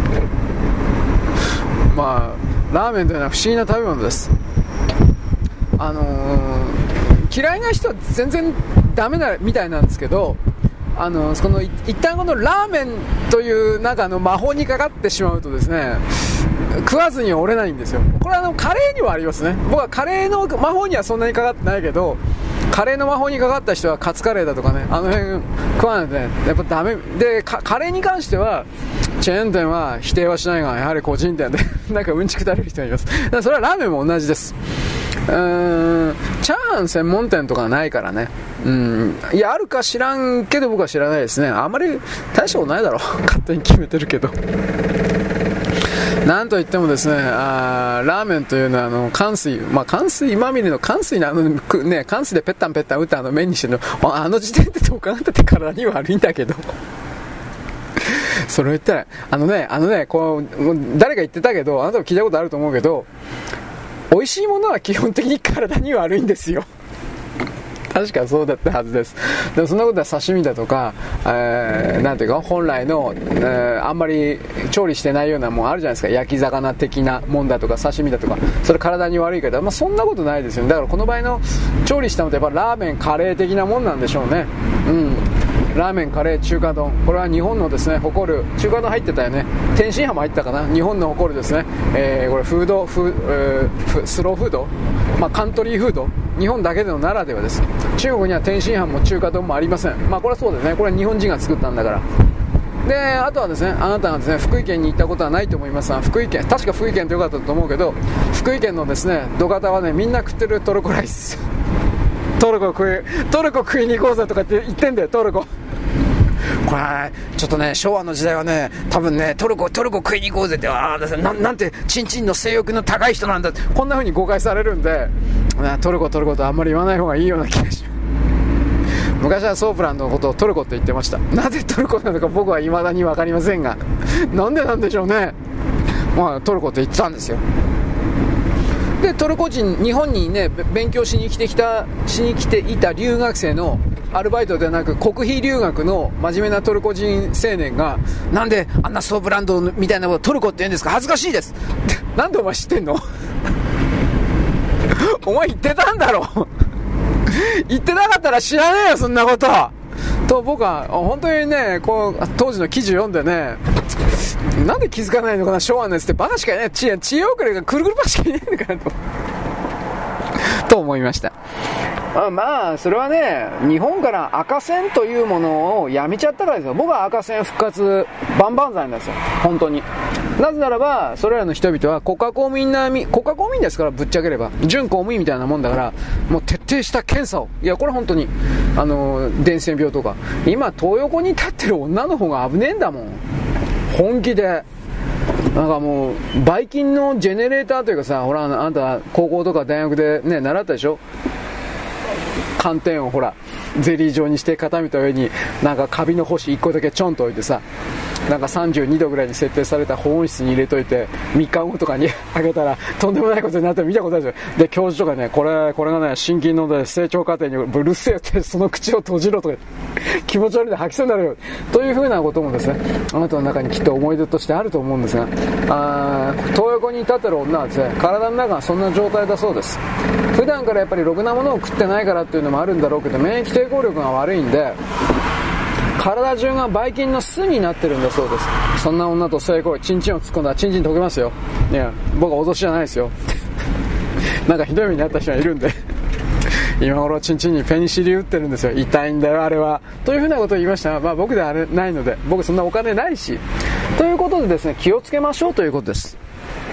まあラーメンというのは不思議な食べ物です。嫌いな人は全然ダメだみたいなんですけど、その一旦このラーメンというなんか魔法にかかってしまうとですね、食わずには折れないんですよ。これはカレーにはありますね。僕はカレーの魔法にはそんなにかかってないけど、カレーの魔法にかかった人はカツカレーだとかね、あの辺食わないとねやっぱダメで、カレーに関してはチェーン店は否定はしないが、やはり個人店でなんかうんちくたれる人がいます。だからそれはラーメンも同じです。チャーハン専門店とかないからね。いやあるか知らんけど僕は知らないですね。あんまり大したことないだろう勝手に決めてるけど。なんといってもですね、ラーメンというのは乾水、乾水まみれの乾水のね、乾水でペッタンペッタン打った麺にしてるの、あの時点でどう考えたって体に悪いんだけどそれを言ったらこう誰か言ってたけど、あなたも聞いたことあると思うけど、美味しいものは基本的に体に悪いんですよ確かそうだったはずです。でもそんなことは刺身だとか、なんていうか本来の、あんまり調理してないようなもんあるじゃないですか。焼き魚的なもんだとか刺身だとか、それ体に悪いけど、そんなことないですよね。だからこの場合の調理したのってやっぱラーメンカレー的なもんなんでしょうね。ラーメンカレー中華丼、これは日本のですね誇る、中華丼入ってたよね、天津飯も入ったかな、日本の誇るですね、これスローフード、カントリーフード、日本だけでのならではです。中国には天津飯も中華丼もありません。これはそうですね、これは日本人が作ったんだから。であとはですね、あなたがですね福井県に行ったことはないと思いますが、福井県、確か福井県ってよかったと思うけど、福井県のですね土方はね、みんな食ってるトルコライストルコ食いに行こうぜとかって言ってんだよ、トルコ。これちょっとね、昭和の時代はね、多分ね、トルコ食いに行こうぜって、なんてチンチンの性欲の高い人なんだって、こんな風に誤解されるんで、トルコとあんまり言わない方がいいような気がします。昔はソープランドのことをトルコって言ってました。なぜトルコなのか僕は未だに分かりませんが、なんでなんでしょうね。トルコって言ってたんですよ。でトルコ人、日本にね勉強しに来ていた留学生のアルバイトではなく国費留学の真面目なトルコ人青年が、なんであんなソープランドみたいなことトルコって言うんですか、恥ずかしいですなんでお前知ってんのお前言ってたんだろ言ってなかったら知らねえよそんなことと、僕は本当にね当時の記事読んでね、なんで気づかないのかな、昭和のやつってバカしかいない、知恵遅れがくるくるばしかいないのかなと思いました。それはね、日本から赤線というものをやめちゃったからですよ。僕は赤線復活万々歳なんですよ、本当に。なぜならば、それらの人々は国家公務員ですから、ぶっちゃければ準公務員みたいなもんだから、もう徹底した検査を、いやこれ本当に伝染病とか、今東横に立ってる女の方が危ねえんだもん、本気で。なんかもうばい菌のジェネレーターというかさ、ほらあなた高校とか大学でね習ったでしょ、寒天をほらゼリー状にして固めた上になんかカビの星1個だけちょんと置いてさ、なんか32度ぐらいに設定された保温室に入れといて3日後とかに開けたらとんでもないことになって見たことあるでしょ。で教授とかね、これがね心筋ので成長過程にうるせえってその口を閉じろとか気持ち悪いで吐きそうになるよというふうなこともですね、あなたの中にきっと思い出としてあると思うんですが、東横に立ってる女はですね、体の中がそんな状態だそうです。普段からやっぱりろくなものを食ってないからっていうのもあるんだろうけど、免疫抵抗力が悪いんで体中がばい菌の巣になってるんだそうです。そんな女と性行為、チンチンを突っ込んだらチンチン溶けますよ。いや僕は脅しじゃないですよなんかひどい目にあった人がいるんで今頃チンチンにペニシリン打ってるんですよ、痛いんだよあれは、というふうなことを言いましたが、僕ではないので、僕そんなお金ないし、ということでですね、気をつけましょうということです。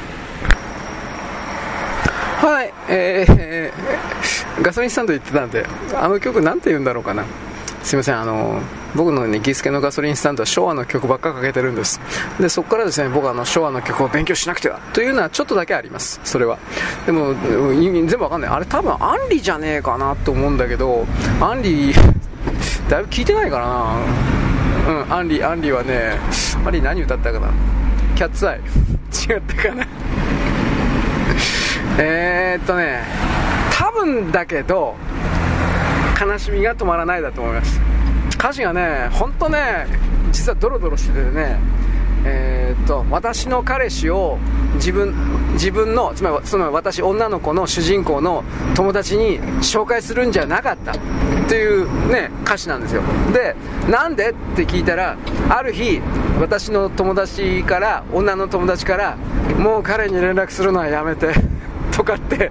はい、ガソリンスタンド行ってたんで、あの曲なんて言うんだろうかな、すいません、僕のね、ギスケのガソリンスタンドは昭和の曲ばっかかけてるんです。で、そこからですね、僕は昭和の曲を勉強しなくてはというのはちょっとだけあります。それはでも全部わかんない。あれ多分アンリじゃねえかなと思うんだけど、アンリだいぶ聞いてないからな。アンリはね、アンリ何歌ったかな、キャッツアイ違ったかな多分だけど、悲しみが止まらないだと思います。歌詞がね、ほんとね、実はドロドロしててね、私の彼氏を自分の、つまりその私女の子の主人公の友達に紹介するんじゃなかったっていうね、歌詞なんですよ。で、なんでって聞いたら、ある日私の友達から、女の友達から、もう彼に連絡するのはやめてとかって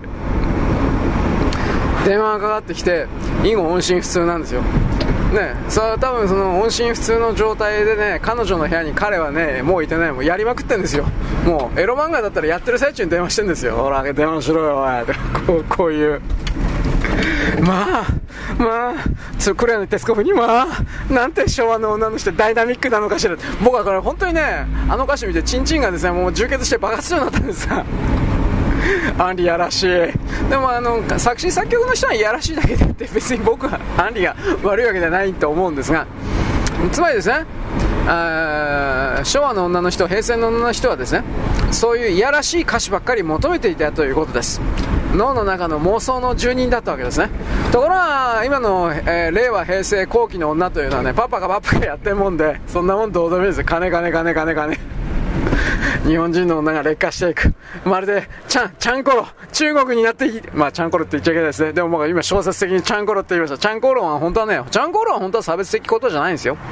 電話がかかってきて、以後音信不通なんですよね。多分その音信不通の状態でね、彼女の部屋に彼はね、もういてない、もうやりまくってんですよ。もうエロ漫画だったらやってる最中に電話してんですよ。ほら電話しろよおいこういうまあクレアのテスコフに、なんて昭和の女の人ダイナミックなのかしら。僕はこれ本当にね、あの歌詞見てチンチンがですね、もう充血して爆発するようになったんですがアンリやらしい。でも作詞作曲の人はいやらしいだけであって、別に僕はアンリが悪いわけじゃないと思うんですが、つまりですね、昭和の女の人、平成の女の人はですね、そういういやらしい歌詞ばっかり求めていたということです。脳の中の妄想の住人だったわけですね。ところが今の、令和平成後期の女というのはね、パパがやってるもんで、そんなもんどうでもいいですよ。金日本人の女が劣化していく、まるでチャンコロ、中国になってチャンコロって言っちゃいけないですね。でも僕は今小説的にチャンコロって言いました。チャンコロは本当は差別的ことじゃないんですよ。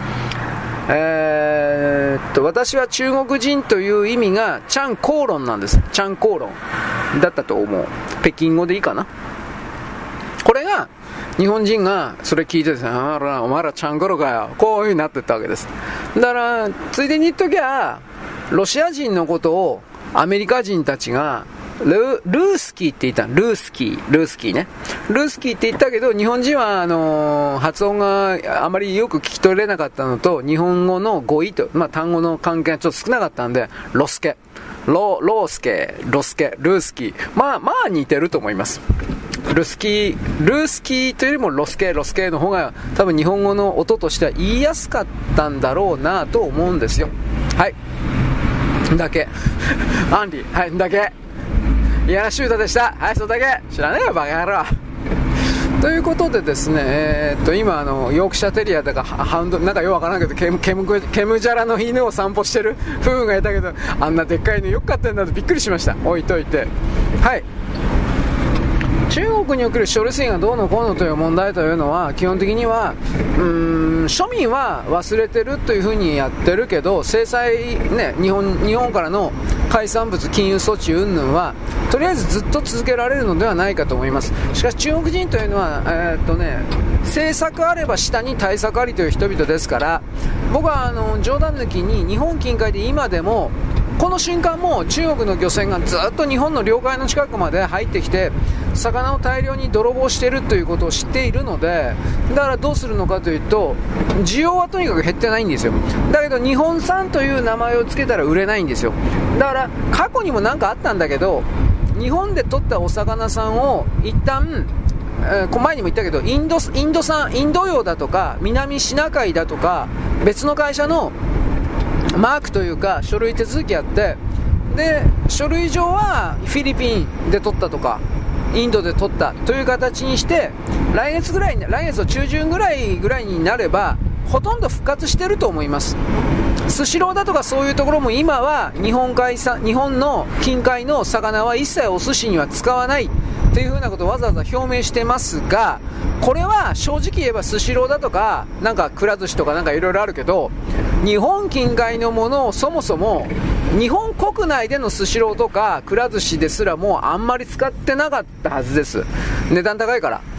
私は中国人という意味がチャンコーロンなんです。チャンコーロンだったと思う。北京語でいいかな。これが日本人がそれ聞いてですね、お前らチャンコロかよ、こういう風になっていったわけです。だからついでに言っときゃ、ロシア人のことをアメリカ人たちがルースキーって言った。ルースキーね。ルースキーって言ったけど、日本人は発音があまりよく聞き取れなかったのと、日本語の語彙と、単語の関係がちょっと少なかったんで、ロースケ、ルースキー。似てると思います。ルースキーというよりもロスケの方が多分日本語の音としては言いやすかったんだろうなと思うんですよ。はい。だけ。アンリ、はい、だけ。いやらしい歌でした。はい、それだけ。知らねえよ、バカ野郎。ということでですね、今ヨークシャテリアだかハウンド、なんかよくわからんけど、ケムジャラの犬を散歩してる夫婦がいたけど、あんなでっかい犬よく飼ってんだとびっくりしました。置いといて。はい。中国における処理水がどうのこうのという問題というのは、基本的には庶民は忘れてるというふうにやってるけど、制裁ね、日本からの海産物禁輸措置云々はとりあえずずっと続けられるのではないかと思います。しかし中国人というのは政策あれば下に対策ありという人々ですから、僕は冗談抜きに日本近海で今でもこの瞬間も中国の漁船がずっと日本の領海の近くまで入ってきて魚を大量に泥棒しているということを知っているので、だからどうするのかというと、需要はとにかく減ってないんですよ。だけど日本産という名前を付けたら売れないんですよ。だから過去にも何かあったんだけど、日本で取ったお魚さんを一旦前にも言ったけどインド洋だとか南シナ海だとか別の会社のマークというか書類手続きやって、で書類上はフィリピンで取ったとかインドで取ったという形にして、来月の中旬ぐらいになればほとんど復活してると思います。スシローだとかそういうところも今は日本の近海の魚は一切お寿司には使わないというふうなことをわざわざ表明してますが、これは正直言えばスシローだとかなんかくら寿司とかなんかいろいろあるけど、日本近海のものをそもそも日本国内でのスシローとかくら寿司ですらもうあんまり使ってなかったはずです。値段高いから。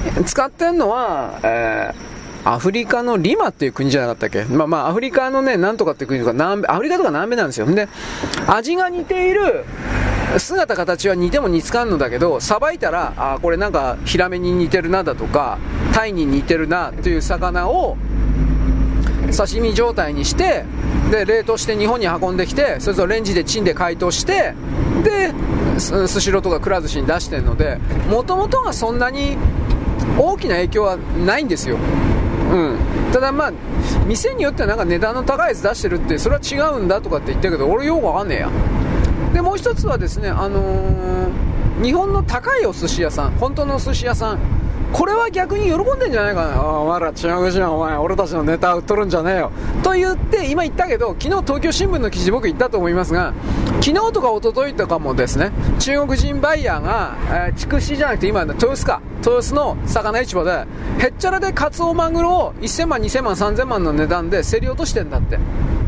使ってんのは、アフリカのリマっていう国じゃなかったっけ。アフリカのね、なんとかっていう国とか、アフリカとか南米なんですよ。で、味が似ている、姿形は似ても似つかんのだけど、さばいたら、これなんかヒラメに似てるなだとか、タイに似てるなっていう魚を刺身状態にして、で冷凍して日本に運んできて、それぞれレンジでチンで解凍して、でスシローとかくら寿司に出してるので、もともとがそんなに大きな影響はないんですよ。ただ店によってはなんか値段の高いやつ出してるって、それは違うんだとかって言ったけど、俺よくわかんねえや。でもう一つはですね、日本の高いお寿司屋さん、本当のお寿司屋さん、これは逆に喜んでんじゃないかな。お前ら中国人はお前俺たちのネタ売っとるんじゃねえよと言って、今言ったけど、昨日東京新聞の記事僕言ったと思いますが、昨日とか一昨日とかもですね、中国人バイヤーが、筑紫じゃなくて今豊洲の魚市場でへっちゃらでカツオマグロを1000万2000万3000万の値段で競り落としてんだって。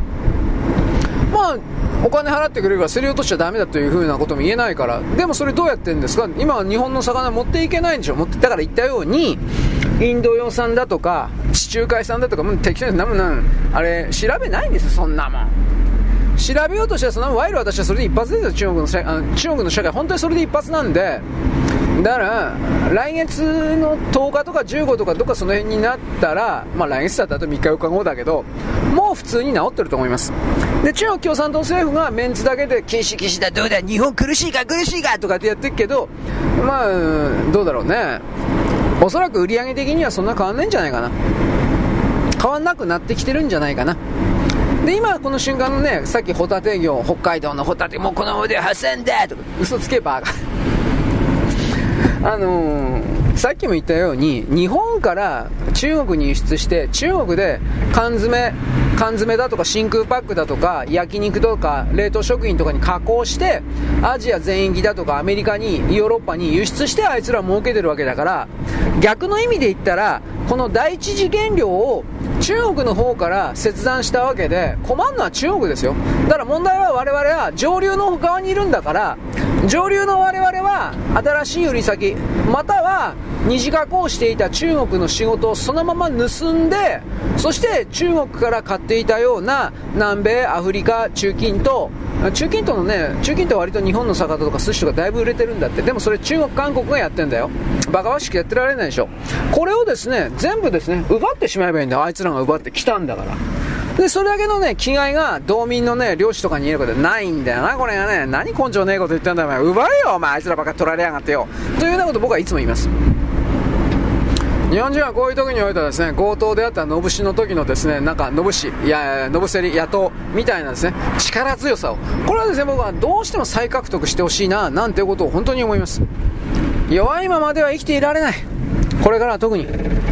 お金払ってくれるから競り落としちゃダメだという風なことも言えないから。でもそれどうやってんですか。今は日本の魚持っていけないんでしょ。だから言ったように、インド洋産だとか地中海産だとか適当にあれ調べないんですよ。そんなもん調べようとしたら、そんな賄賂私はそれで一発ですよ。中国の社会本当にそれで一発なんで。だから来月の10日とか15とかどっかその辺になったら、来月だったら3日4日後だけど、もう普通に治ってると思います。で、中国共産党政府がメンツだけで禁止だどうだ日本苦しいかとかってやってるけど、どうだろうね。おそらく売上的にはそんな変わんないんじゃないかな。変わんなくなってきてるんじゃないかな。で、今この瞬間のね、さっきホタテ業、北海道のホタテもうこの腕挟んだとか嘘つけばさっきも言ったように、日本から中国に輸出して、中国で缶詰だとか真空パックだとか焼肉とか冷凍食品とかに加工して、アジア全域だとかアメリカにヨーロッパに輸出して、あいつら儲けてるわけだから、逆の意味で言ったらこの第一次原料を中国の方から切断したわけで、困るのは中国ですよ。だから問題は我々は上流の側にいるんだから、上流の我々は新しい売り先、または二次加工していた中国の仕事をそのまま盗んで、そして中国から買っていたような南米、アフリカ、中近東は割と日本の魚とか寿司とかだいぶ売れてるんだって。でもそれ中国韓国がやってんだよ。バカバカしくやってられないでしょ。これをですね、全部ですね、奪ってしまえばいいんだよ。あいつらが奪ってきたんだから。で、それだけのね、気概が道民のね、漁師とかに言えることないんだよな、これがね。何根性ねえこと言ってんだよ、お前。奪えよ、お前。あいつらばっか取られやがってよ。というようなこと僕はいつも言います。日本人はこういう時においてはですね、強盗であった野節の時のですね、なんか野節競り野党みたいなですね、力強さを、これはですね、僕はどうしても再獲得してほしいな、なんていうことを本当に思います。弱いままでは生きていられない。これからは特に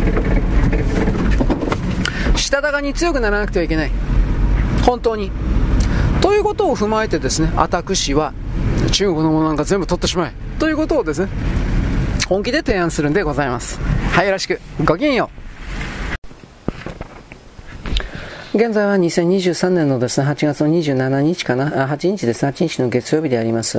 したたかに強くならなくてはいけない、本当に。ということを踏まえてですね、私は中国のものなんか全部取ってしまえということをですね、本気で提案するんでございます。はい、よろしく。ごきげんよう。現在は2023年のですね、8月の27日かな、8日ですね、8日の月曜日であります。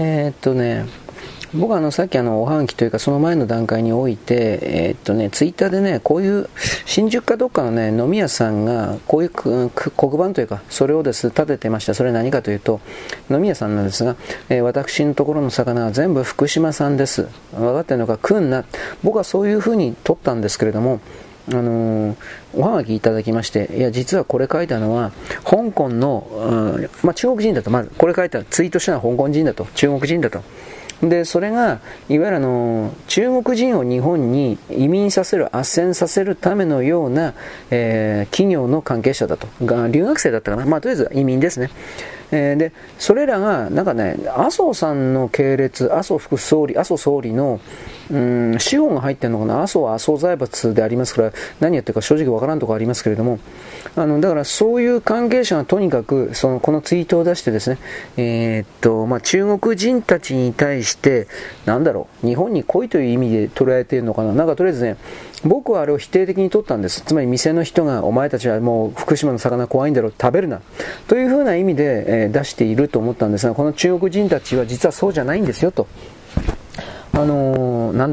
僕はさっきおはがきというかその前の段階において、ツイッターでね、こういう新宿かどっかのね、飲み屋さんがこういう黒板というか、それをですね、立ててました。それは何かというと、飲み屋さんなんですが、私のところの魚は全部福島産です。分かってるのか、食うんな。僕はそういうふうに取ったんですけれども、おはがきいただきまして、いや実はこれ書いたのは香港の、中国人だと、まずこれ書いたツイートしたのは香港人だと、中国人だと。でそれがいわゆる中国人を日本に移民させる、斡旋させるためのような、企業の関係者だと、留学生だったかな、とりあえず移民ですね。でそれらがなんかね、麻生さんの系列、麻生総理の資本が入ってるのかな。麻生は麻生財閥でありますから、何やってるか正直わからんところありますけれども、だからそういう関係者がとにかくこのツイートを出してですね、中国人たちに対して日本に来いという意味で捉えているのかな。なんかとりあえずね、僕はあれを否定的に取ったんです。つまり店の人が、お前たちはもう福島の魚怖いんだろう、食べるなというふうな意味で、出していると思ったんですが、この中国人たちは実はそうじゃないんですよと。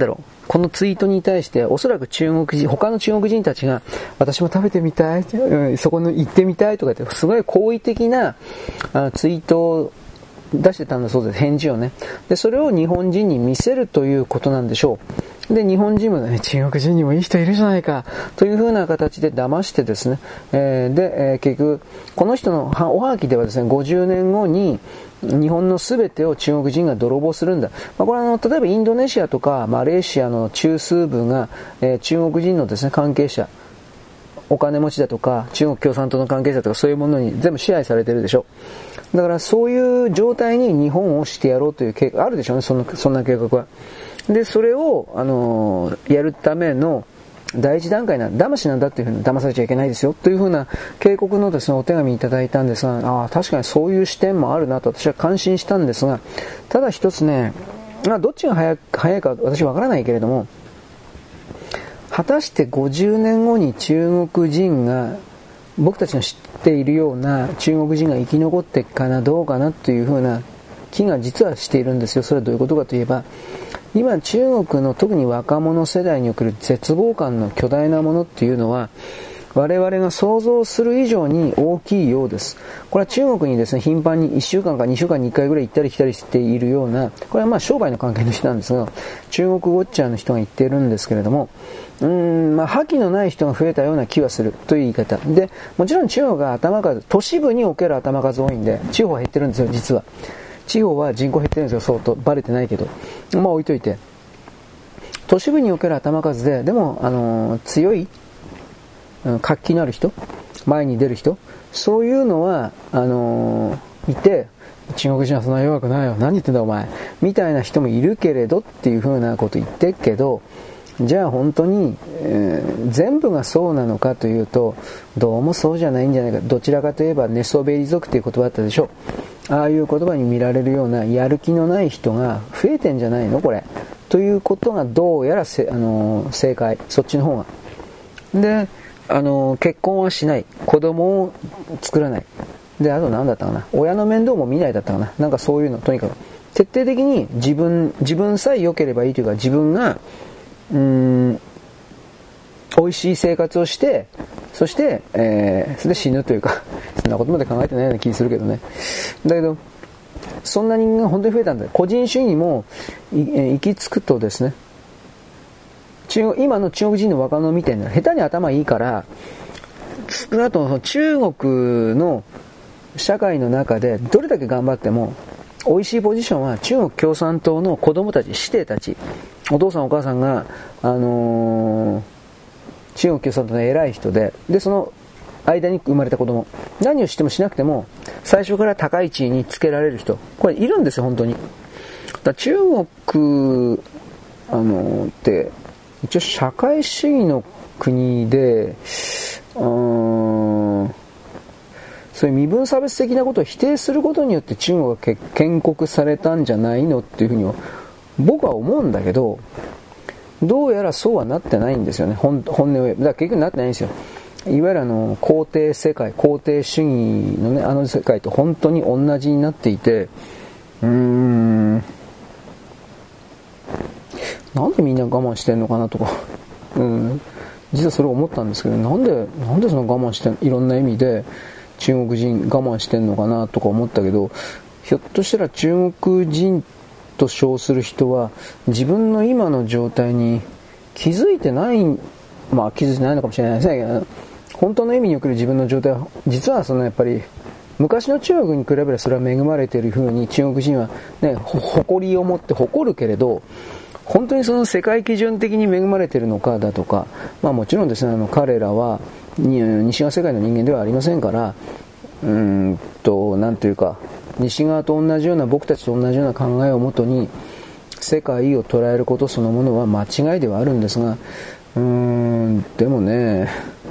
このツイートに対しておそらく他の中国人たちが私も食べてみたい、そこに行ってみたいとかってすごい好意的なツイートを出してたんだそうです。返事をね。でそれを日本人に見せるということなんでしょう。で日本人もね、中国人にもいい人いるじゃないかという風な形で騙してですね、結局この人のおはがきではですね、50年後に日本の全てを中国人が泥棒するんだ。これは例えばインドネシアとかマレーシアの中枢部が、中国人のですね関係者、お金持ちだとか中国共産党の関係者とかそういうものに全部支配されてるでしょ。だからそういう状態に日本をしてやろうという計画あるでしょうね。そんな計画は。でそれをやるための第一段階な騙しなんだっていうふうに、騙されちゃいけないですよというふうな警告のですねお手紙いただいたんですが、確かにそういう視点もあるなと私は感心したんですが、ただ一つね、どっちが早いか私はわからないけれども、果たして50年後に中国人が僕たちの知っているような中国人が生き残っていくかなどうかなというふうな気が実はしているんですよ。それはどういうことかといえば、今中国の特に若者世代における絶望感の巨大なものっていうのは我々が想像する以上に大きいようです。これは中国にですね頻繁に1週間か2週間に1回ぐらい行ったり来たりしているような、これは商売の関係の人なんですが、中国ウォッチャーの人が言っているんですけれども、覇気のない人が増えたような気はするという言い方で、もちろん中国が頭数、都市部における頭数多いんで地方は減ってるんですよ。実は地方は人口減ってるんですよ。相当バレてないけど、置いといて、都市部における頭数でも強い活気のある人、前に出る人、そういうのはいて、中国人はそんな弱くないよ、何言ってんだお前みたいな人もいるけれどっていう風なこと言ってるけど、じゃあ本当に、全部がそうなのかというとどうもそうじゃないんじゃないか。どちらかといえば寝そべり族という言葉あったでしょ。ああいう言葉に見られるようなやる気のない人が増えてんじゃないのこれということがどうやら正解、そっちの方がで、結婚はしない、子供を作らないで、あと何だったかな、親の面倒も見ないだったかな、なんかそういうの、とにかく徹底的に自分さえ良ければいいというか、自分が美味しい生活をして、そして、それで死ぬというかそんなことまで考えてないような気するけどね。だけどそんな人間が本当に増えたんだ。個人主義にも行き着くとですね、今の中国人の若者みたいな下手に頭いいから、少なくとも中国の社会の中でどれだけ頑張っても美味しいポジションは中国共産党の子供たち、子弟たち、お父さんお母さんが、中国共産党の偉い人で、その間に生まれた子供、何をしてもしなくても最初から高い地位につけられる人、これいるんですよ本当に。中国って一応社会主義の国で、そういう身分差別的なことを否定することによって中国が建国されたんじゃないのっていうふうに僕は思うんだけど、どうやらそうはなってないんですよね。本音を言えば。だから結局なってないんですよ。いわゆる皇帝世界、皇帝主義のね、世界と本当に同じになっていて、なんでみんな我慢してんのかなとか、実はそれを思ったんですけど、なんでその我慢していろんな意味で中国人我慢してんのかなとか思ったけど、ひょっとしたら中国人と称する人は自分の今の状態に気づいてない、気づいてないのかもしれないですね。本当の意味における自分の状態は実はやっぱり昔の中国に比べればそれは恵まれている風に中国人はね、誇りを持って誇るけれど、本当にその世界基準的に恵まれているのかだとか、もちろんですね、彼らは西側世界の人間ではありませんから、なんというか西側と同じような、僕たちと同じような考えをもとに世界を捉えることそのものは間違いではあるんですが、でもね、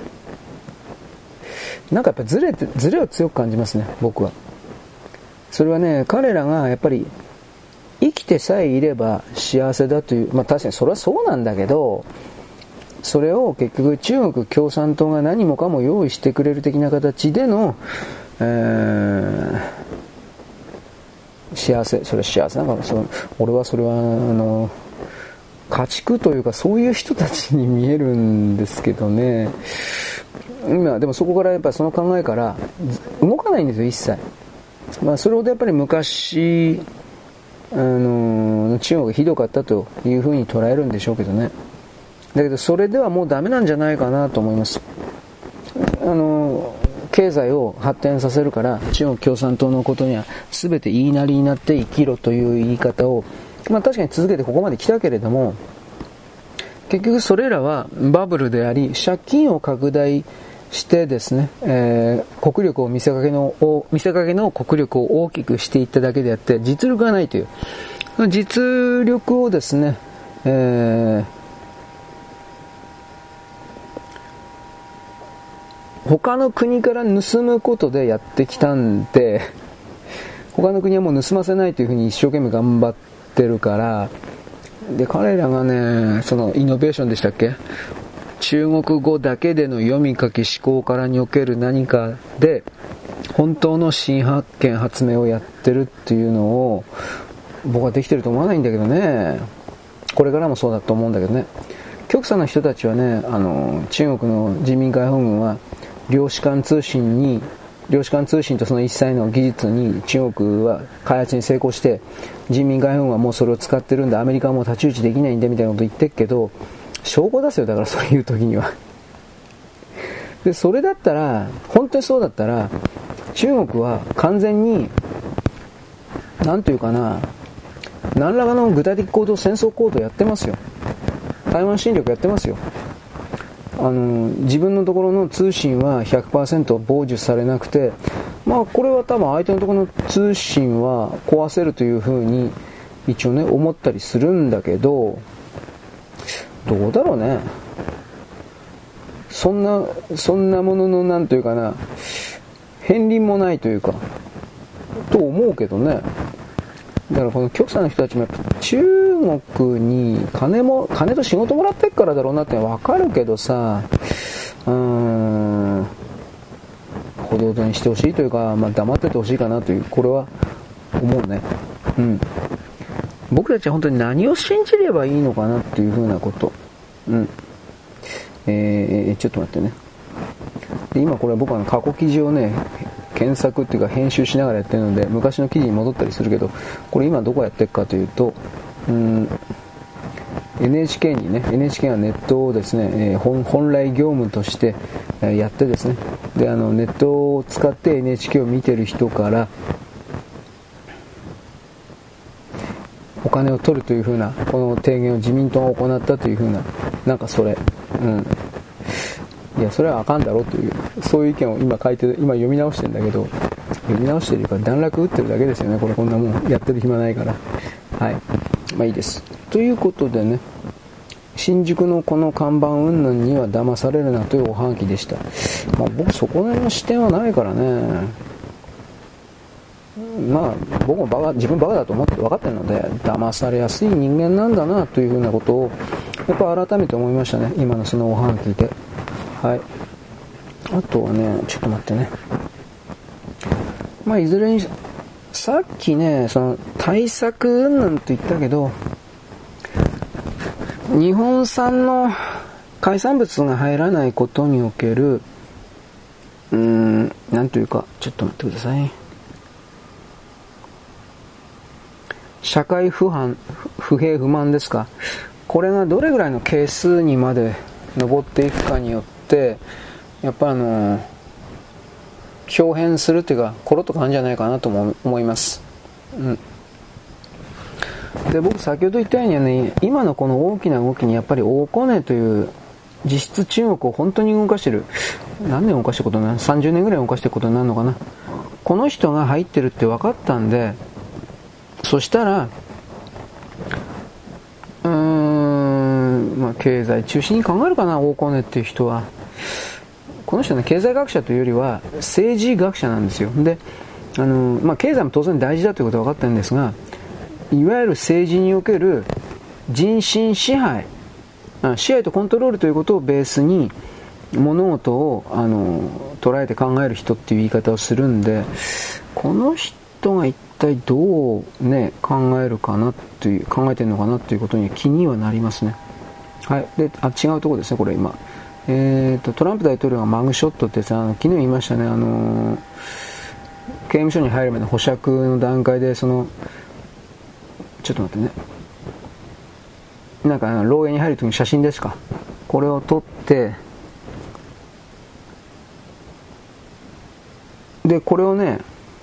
なんかやっぱズレを強く感じますね、僕は。それはね、彼らがやっぱり生きてさえいれば幸せだという、確かにそれはそうなんだけど、それを結局中国共産党が何もかも用意してくれる的な形での、幸せ、それは幸せなんか、俺はそれは家畜というかそういう人たちに見えるんですけどね。今でもそこからやっぱりその考えから動かないんですよ、一切。それほどやっぱり昔中国がひどかったというふうに捉えるんでしょうけどね。だけどそれではもうダメなんじゃないかなと思います。経済を発展させるから中国共産党のことには全て言いなりになって生きろという言い方を、確かに続けてここまで来たけれども、結局それらはバブルであり、借金を拡大してですね、国力を見せかけの国力を大きくしていっただけであって実力がないという、実力をですね、他の国から盗むことでやってきたんで、他の国はもう盗ませないというふうに一生懸命頑張ってるから、で彼らがね、そのイノベーションでしたっけ、中国語だけでの読み書き思考からにおける何かで本当の新発見発明をやってるっていうのを僕はできてると思わないんだけどね。これからもそうだと思うんだけどね。極左の人たちはね、中国の人民解放軍は量子間通信とその一切の技術に中国は開発に成功して、人民解放軍はもうそれを使ってるんだ、アメリカはもう太刀打ちできないんだみたいなこと言ってるけど、証拠出すよ、だからそういう時には。でそれだったら、本当にそうだったら、中国は完全になんというかな、何らかの具体的行動、戦争行動やってますよ。台湾侵略やってますよ。自分のところの通信は 100% 傍受されなくて、これは多分相手のところの通信は壊せるというふうに一応ね思ったりするんだけど、どうだろうね。そんなもののなんというかな、片鱗もないというかと思うけどね。だからこの極左の人たちもやっぱ中国に金と仕事もらってっからだろうなって分かるけどさ、ほどほどにしてほしいというか、黙っててほしいかなという、これは思うね。僕たちは本当に何を信じればいいのかなっていうふうなこと。ちょっと待ってね。で今これは僕は過去記事をね検索っていうか編集しながらやってるので昔の記事に戻ったりするけど、これ今どこやってるかというと、NHK にね、NHK がネットをですね、本来業務としてやってですね、でネットを使って NHK を見てる人からお金を取るというふうなこの提言を自民党が行ったというふうな、なんかそれ、いやそれはあかんだろうという、そういう意見を今読み直してるんだけど、読み直してるから段落打ってるだけですよね。これこんなもんやってる暇ないから。はい、いいです。ということでね、新宿のこの看板云々には騙されるなというおはがきでした。僕そこら辺の視点はないからね。僕も自分バカだと思って分かってるので、騙されやすい人間なんだなというふうなことをやっぱ改めて思いましたね、今のそのおはがきで。はい。あとはね、ちょっと待ってね。いずれにさっきね、その対策云々と言ったけど、日本産の海産物が入らないことにおけるなんというか、ちょっと待ってください。社会不平不満ですか。これがどれぐらいの係数にまで上っていくかによってやっぱ表変するというかコロッと変わるんじゃないかなと思います。で僕先ほど言ったようにね、今のこの大きな動きにやっぱり大コネという実質中国を本当に動かしてる、何年動かしてることになる、30年ぐらい動かしてることになるのかな。この人が入ってるって分かったんで、そしたら経済中心に考えるかな、大コネっていう人は。この人ね、経済学者というよりは政治学者なんですよ。で経済も当然大事だということは分かってるんですが、いわゆる政治における人心支配とコントロールということをベースに物事を捉えて考える人っていう言い方をするんで、この人が言って体どうね考えてるのかなということに気にはなりますね。はい。で、違うところですね、これ今。トランプ大統領がマグショットってさ、昨日言いましたね、刑務所に入る前の保釈の段階で、ちょっと待ってね。なんか、牢屋に入るときの写真ですか。これを撮って、で、これをね、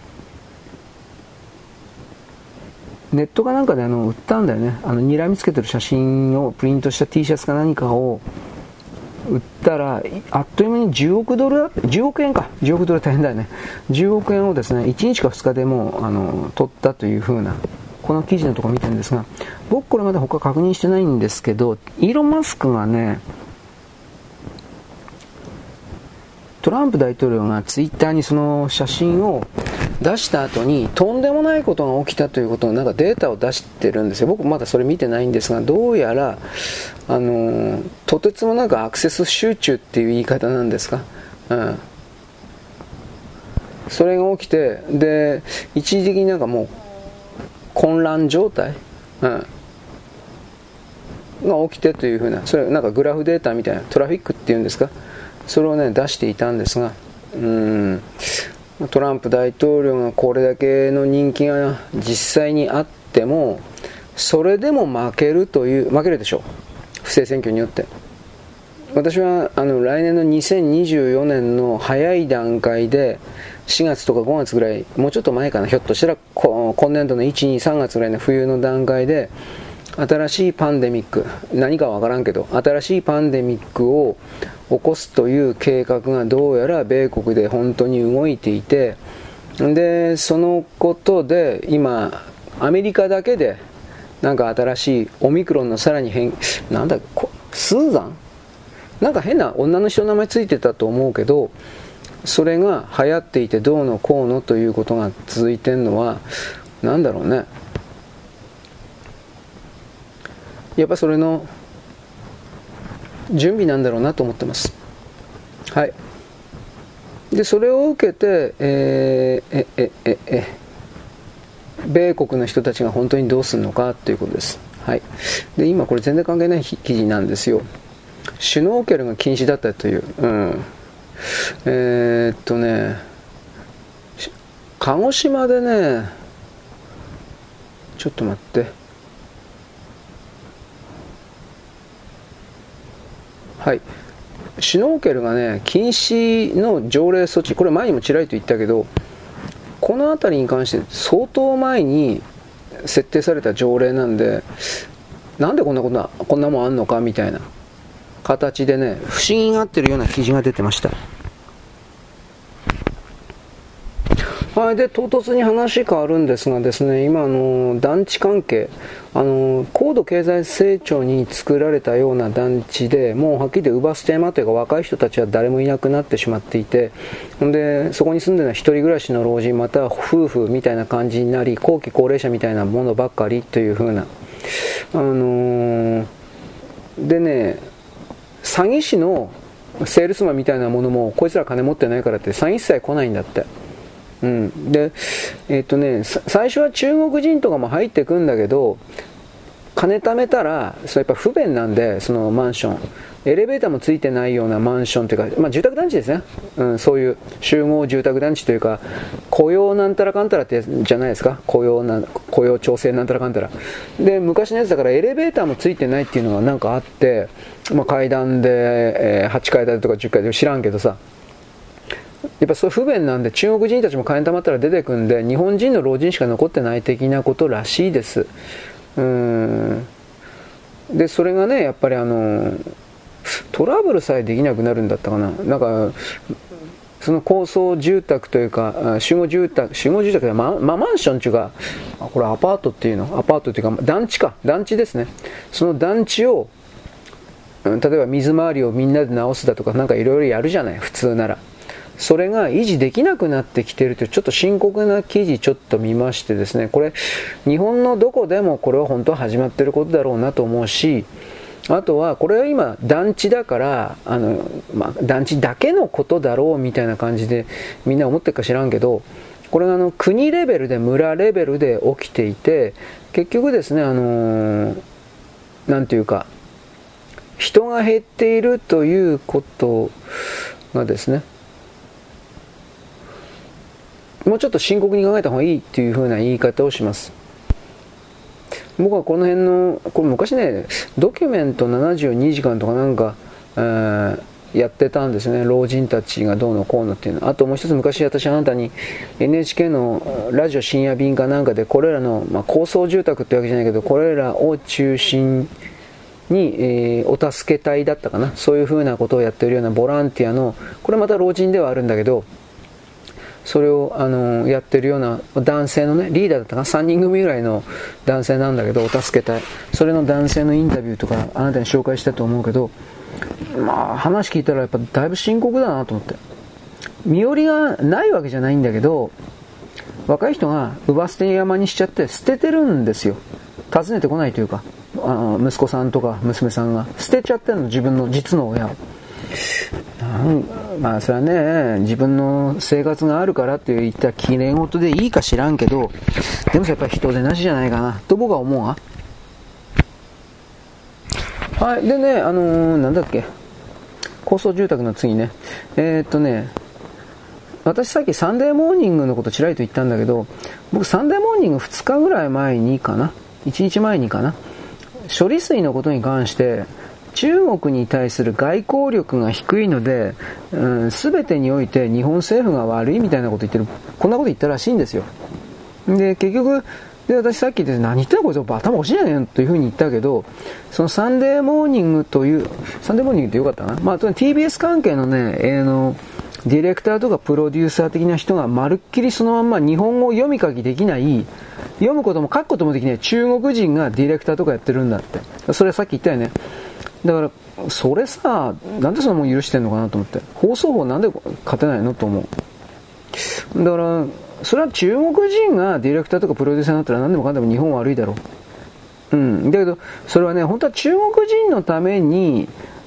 ネットかなんかで売ったんだよね。睨みつけてる写真をプリントした T シャツか何かを売ったら、あっという間に10億ドルだって、10億円か。10億ドル大変だよね。10億円をですね、1日か2日でもう、取ったという風な、この記事のところ見てるんですが、僕これまで他確認してないんですけど、イーロン・マスクがね、トランプ大統領がツイッターにその写真を出した後にとんでもないことが起きたということのなんかデータを出してるんですよ。僕まだそれ見てないんですが、どうやらとてつもなくアクセス集中っていう言い方なんですか、それが起きて、で一時的になんかもう混乱状態、が起きてというふうな、それなんかグラフデータみたいな、トラフィックっていうんですか、それをね出していたんですが、トランプ大統領がこれだけの人気が実際にあっても、それでも負けるでしょう、不正選挙によって。私は来年の2024年の早い段階で4月とか5月ぐらい、もうちょっと前かな、ひょっとしたら今年度の1、2、3月ぐらいの冬の段階で新しいパンデミック、何かわからんけど新しいパンデミックを起こすという計画がどうやら米国で本当に動いていて、でそのことで今アメリカだけでなんか新しいオミクロンのさらになんだスーザン、なんか変な女の人の名前ついてたと思うけど、それが流行っていてどうのこうのということが続いてるのはなんだろうね。やっぱそれの準備なんだろうなと思ってます。はい。でそれを受けて、米国の人たちが本当にどうするのかということです。はい。で今これ全然関係ない記事なんですよ。シュノーケルが禁止だったという。鹿児島でね、ちょっと待って。はい。シュノーケルがね、禁止の条例措置、これ前にもちらりと言ったけど、この辺りに関して相当前に設定された条例なんで、なんでこんなもんあんのかみたいな形でね、不思議がってるような記事が出てました。はい。で唐突に話変わるんですがですね、今団地関係、高度経済成長に作られたような団地で、もうはっきり言ってウバステーマというか若い人たちは誰もいなくなってしまっていて、でそこに住んでるのは一人暮らしの老人または夫婦みたいな感じになり、後期高齢者みたいなものばっかりという風な、でね、詐欺師のセールスマンみたいなものもこいつら金持ってないからって詐欺師さえ来ないんだって。で最初は中国人とかも入ってくんだけど、金貯めたらそれやっぱ不便なんで、そのマンションエレベーターもついてないようなマンションというか、住宅団地ですね、そういう集合住宅団地というか、雇用なんたらかんたらってやつじゃないですか、雇用調整なんたらかんたらで、昔のやつだからエレベーターもついてないっていうのがなんかあって、階段で、8階建てとか10階建て知らんけどさ、やっぱそう不便なんで、中国人たちも金貯まったら出てくんで、日本人の老人しか残ってない的なことらしいです。でそれがね、やっぱりトラブルさえできなくなるんだったかな、なんかその高層住宅というか集合住宅でマンションっていうか、これアパートっていうか団地ですね。その団地を例えば水回りをみんなで直すだとか、なんかいろいろやるじゃない、普通なら。それが維持できなくなってきているというちょっと深刻な記事ちょっと見ましてですね、これ日本のどこでもこれは本当は始まっていることだろうなと思うし、あとはこれは今団地だから団地だけのことだろうみたいな感じでみんな思ってるか知らんけど、 これが国レベルで村レベルで起きていて、結局ですね、なんていうか、人が減っているということがですね、もうちょっと深刻に考えた方がいいっていう風な言い方をします。僕はこの辺の、これ昔ね、ドキュメント72時間とかなんか、やってたんですね。老人たちがどうのこうのっていうの。あともう一つ、昔私あなたに NHK のラジオ深夜便かなんかでこれらの、高層住宅ってわけじゃないけど、これらを中心に、お助け隊だったかな、そういう風なことをやっているようなボランティアの、これまた老人ではあるんだけど、それをやってるような男性のね、リーダーだったかな、3人組ぐらいの男性なんだけど、お助け隊、それの男性のインタビューとかあなたに紹介したと思うけど、話聞いたらやっぱだいぶ深刻だなと思って。身寄りがないわけじゃないんだけど、若い人が乳母捨て山にしちゃって捨ててるんですよ。訪ねてこないというか、息子さんとか娘さんが捨てちゃってるの、自分の実の親を。それはね、自分の生活があるからって言ったらきれい事でいいか知らんけど、でもやっぱり人手なしじゃないかなと僕は思うわ。はい。でね、なんだっけ、高層住宅の次ね、私さっきサンデーモーニングのことちらりと言ったんだけど、僕サンデーモーニング2日ぐらい前にかな、1日前にかな、処理水のことに関して中国に対する外交力が低いので、全てにおいて日本政府が悪いみたいなこと言ってる、こんなこと言ったらしいんですよ。で結局で、私さっき言って何言ってんのこいつ頭おかしいじゃねえよというふうに言ったけど、そのサンデーモーニングという、サンデーモーニングってよかったな、TBS 関係のね、ディレクターとかプロデューサー的な人がまるっきりそのまんま日本語を読み書きできない、読むことも書くこともできない中国人がディレクターとかやってるんだって。それはさっき言ったよね。だからそれさ、なんでそのもん許してんのかなと思って、放送法なんで勝てないのと思う。だからそれは中国人がディレクターとかプロデューサーになったら何でもかんでも日本悪いだろう。だけどそれはね、本当は中国人のために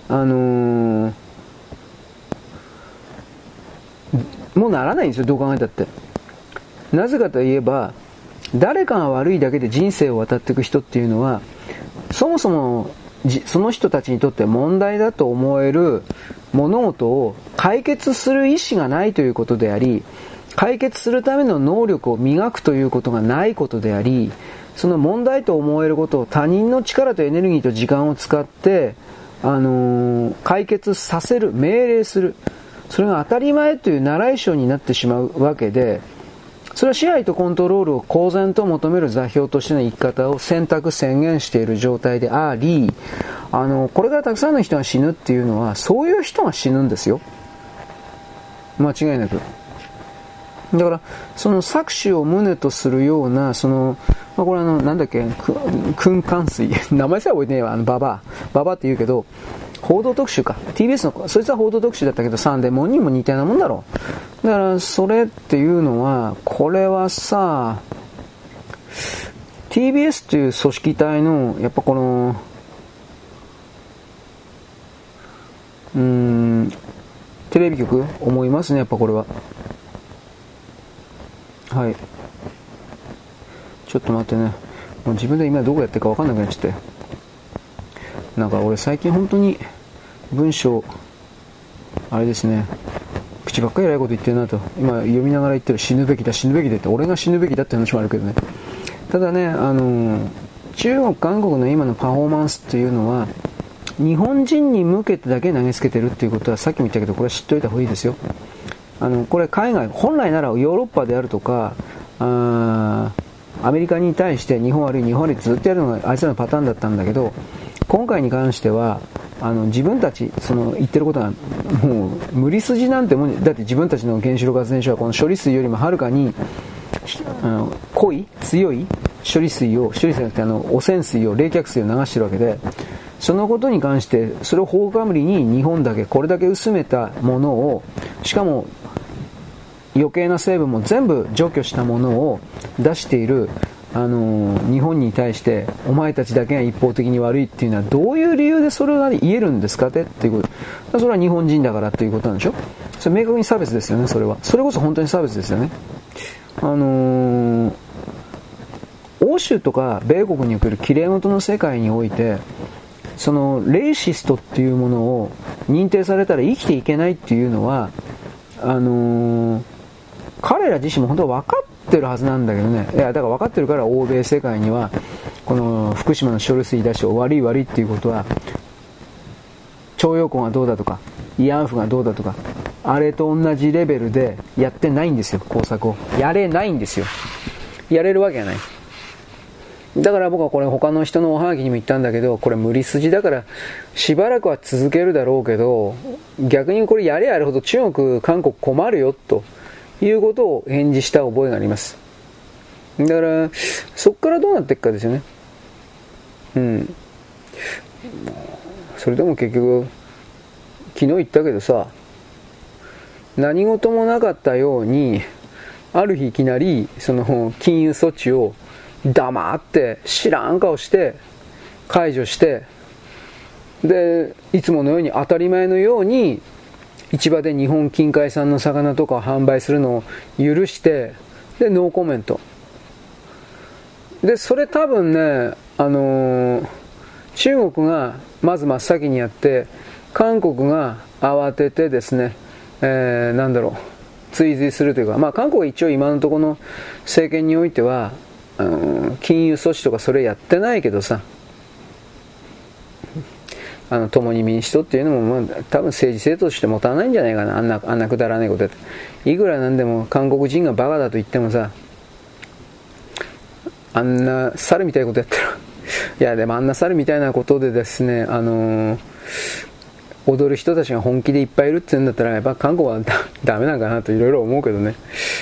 もうならないんですよ、どう考えたって。なぜかといえば、誰かが悪いだけで人生を渡っていく人っていうのは、そもそもその人たちにとって問題だと思える物事を解決する意思がないということであり、解決するための能力を磨くということがないことであり、その問題と思えることを他人の力とエネルギーと時間を使って解決させる、命令する、それが当たり前という習い性になってしまうわけで、それは支配とコントロールを公然と求める座標としての生き方を選択宣言している状態であり、これからたくさんの人が死ぬっていうのはそういう人が死ぬんですよ、間違いなく。だからその搾取を旨とするようなこれなんだっけ、訓官水名前さえ覚えてねえわ、ババアって言うけど、報道特集か TBS の、そいつは報道特集だったけど、サンデーモーニングも似たようなもんだろう。だからそれっていうのは、これはさ TBS っていう組織体のやっぱこのテレビ局思いますね、やっぱこれは。はい、ちょっと待ってね、もう自分で今どこやってるか分かんなくなっちゃって、なんか俺最近本当に文章あれですね、口ばっかり偉いこと言ってるなと今読みながら言ってる。死ぬべきだ死ぬべきだって、俺が死ぬべきだって話もあるけどね。ただね、中国韓国の今のパフォーマンスっていうのは日本人に向けてだけ投げつけてるっていうことはさっきも言ったけど、これは知っておいた方がいいですよ。これ海外、本来ならヨーロッパであるとかアメリカに対して日本悪い日本悪いってずっとやるのがあいつらのパターンだったんだけど、今回に関しては自分たち言ってることはもう無理筋なんてもんだって、自分たちの原子力発電所はこの処理水よりもはるかに濃い強い処理水じゃなくて汚染水を冷却水を流してるわけで、そのことに関してそれを放火無理に日本だけこれだけ薄めたものを、しかも余計な成分も全部除去したものを出している日本に対して、お前たちだけが一方的に悪いっていうのはどういう理由でそれが言えるんですかっていうこと。それは日本人だからということなんでしょ。それ明確に差別ですよね。それこそ本当に差別ですよね。 欧州とか米国におけるきれい事の世界において、そのレイシストっていうものを認定されたら生きていけないっていうのは、彼ら自身も本当は分かってるはずなんだけどね。いやだから分かってるから、欧米世界にはこの福島の処理水出しを悪いっていうことは、徴用工がどうだとか慰安婦がどうだとか、あれと同じレベルでやってないんですよ。工作をやれないんですよ。やれるわけがない。だから僕はこれ他の人のおはがきにも言ったんだけど、これ無理筋だからしばらくは続けるだろうけど、逆にこれやれやるほど中国韓国困るよということを返事した覚えがあります。だからそこからどうなっていくかですよね。それでも結局昨日言ったけどさ、何事もなかったようにある日いきなりその禁輸措置を黙って知らん顔して解除して、でいつものように当たり前のように市場で日本近海産の魚とかを販売するのを許して、でノーコメントで、それ多分ね、中国がまず真っ先にやって、韓国が慌ててですね、追随するというか、韓国は一応今のところの政権においては金融措置とかそれやってないけどさ、共に民主党っていうのも、多分政治政党として持たないんじゃないかな。あんなくだらないことやって、いくらなんでも韓国人がバカだと言ってもさ、あんな猿みたいなことやったらいやでもあんな猿みたいなことでですね、踊る人たちが本気でいっぱいいるって言うんだったら、やっぱ韓国はダメなんかなといろいろ思うけどね。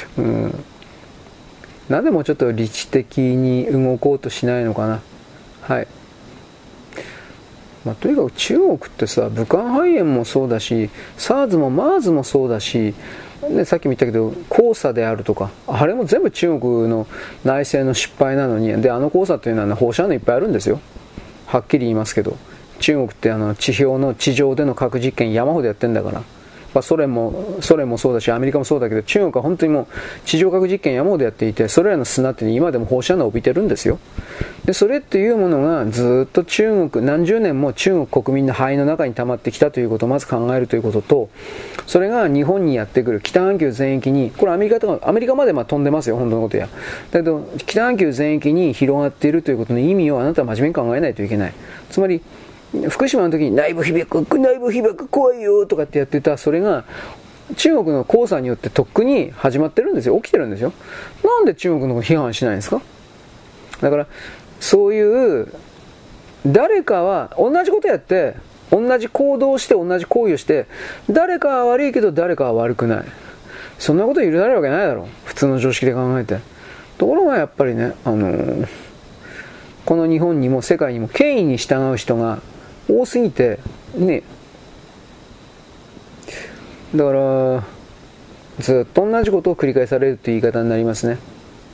なんでもうちょっと理知的に動こうとしないのかな。はい。とにかく中国ってさ、武漢肺炎もそうだし、SARS も MERS もそうだし、ね、さっきも言ったけど黄砂であるとか、あれも全部中国の内政の失敗なのに、で黄砂というのは、放射能いっぱいあるんですよ。はっきり言いますけど、中国って地上での核実験山ほどやってんだから。ソ連もそうだし、アメリカもそうだけど、中国は本当にもう地上核実験山ほどやっていて、それらの砂って今でも放射能を帯びてるんですよ。でそれっていうものがずっと何十年も中国国民の肺の中に溜まってきたということをまず考えるということと、それが日本にやってくる北半球全域に、これアメリカまで飛んでますよ、本当のことや。だけど北半球全域に広がっているということの意味をあなたは真面目に考えないといけない。つまり福島の時に内部被曝怖いよとかってやってた、それが中国の黄砂によってとっくに始まってるんですよ。起きてるんですよ。なんで中国の批判しないんですか。だからそういう誰かは同じことやって同じ行動をして同じ行為をして、誰かは悪いけど誰かは悪くない、そんなこと許されるわけないだろう、普通の常識で考えて。ところがやっぱりね、この日本にも世界にも権威に従う人が多すぎてね。だからずっと同じことを繰り返されるという言い方になりますね。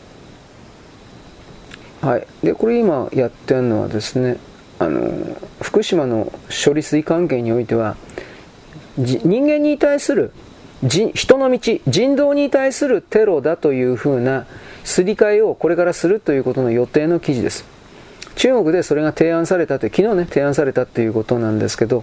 はい。でこれ今やってるのはですね、福島の処理水関係においては、人間に対する人の道、人道に対するテロだというふうなすり替えをこれからするということの予定の記事です。中国でそれが提案されたという、昨日ね提案されたということなんですけど、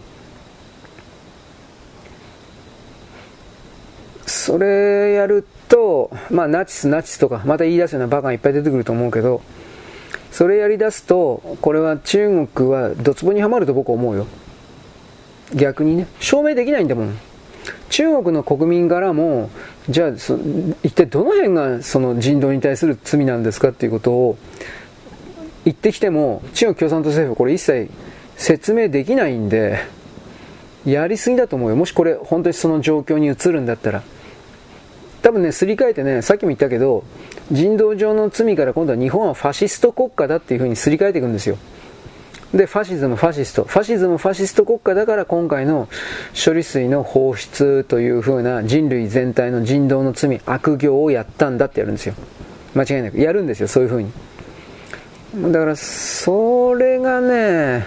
それやると、ナチスとかまた言い出すようなバカがいっぱい出てくると思うけど、それやり出すとこれは中国はドツボにはまると僕は思うよ。逆にね、証明できないんだもん。中国の国民からも、じゃあ一体どの辺がその人道に対する罪なんですかっていうことを言ってきても、中国共産党政府はこれ一切説明できないんで、やりすぎだと思うよ。もしこれ本当にその状況に移るんだったら、多分ね、すり替えてね、さっきも言ったけど、人道上の罪から今度は日本はファシスト国家だっていう風にすり替えていくんですよ。でファシズムファシスト国家だから、今回の処理水の放出という風な人類全体の人道の罪、悪行をやったんだってやるんですよ。間違いなくやるんですよ、そういう風に。だからそれがね、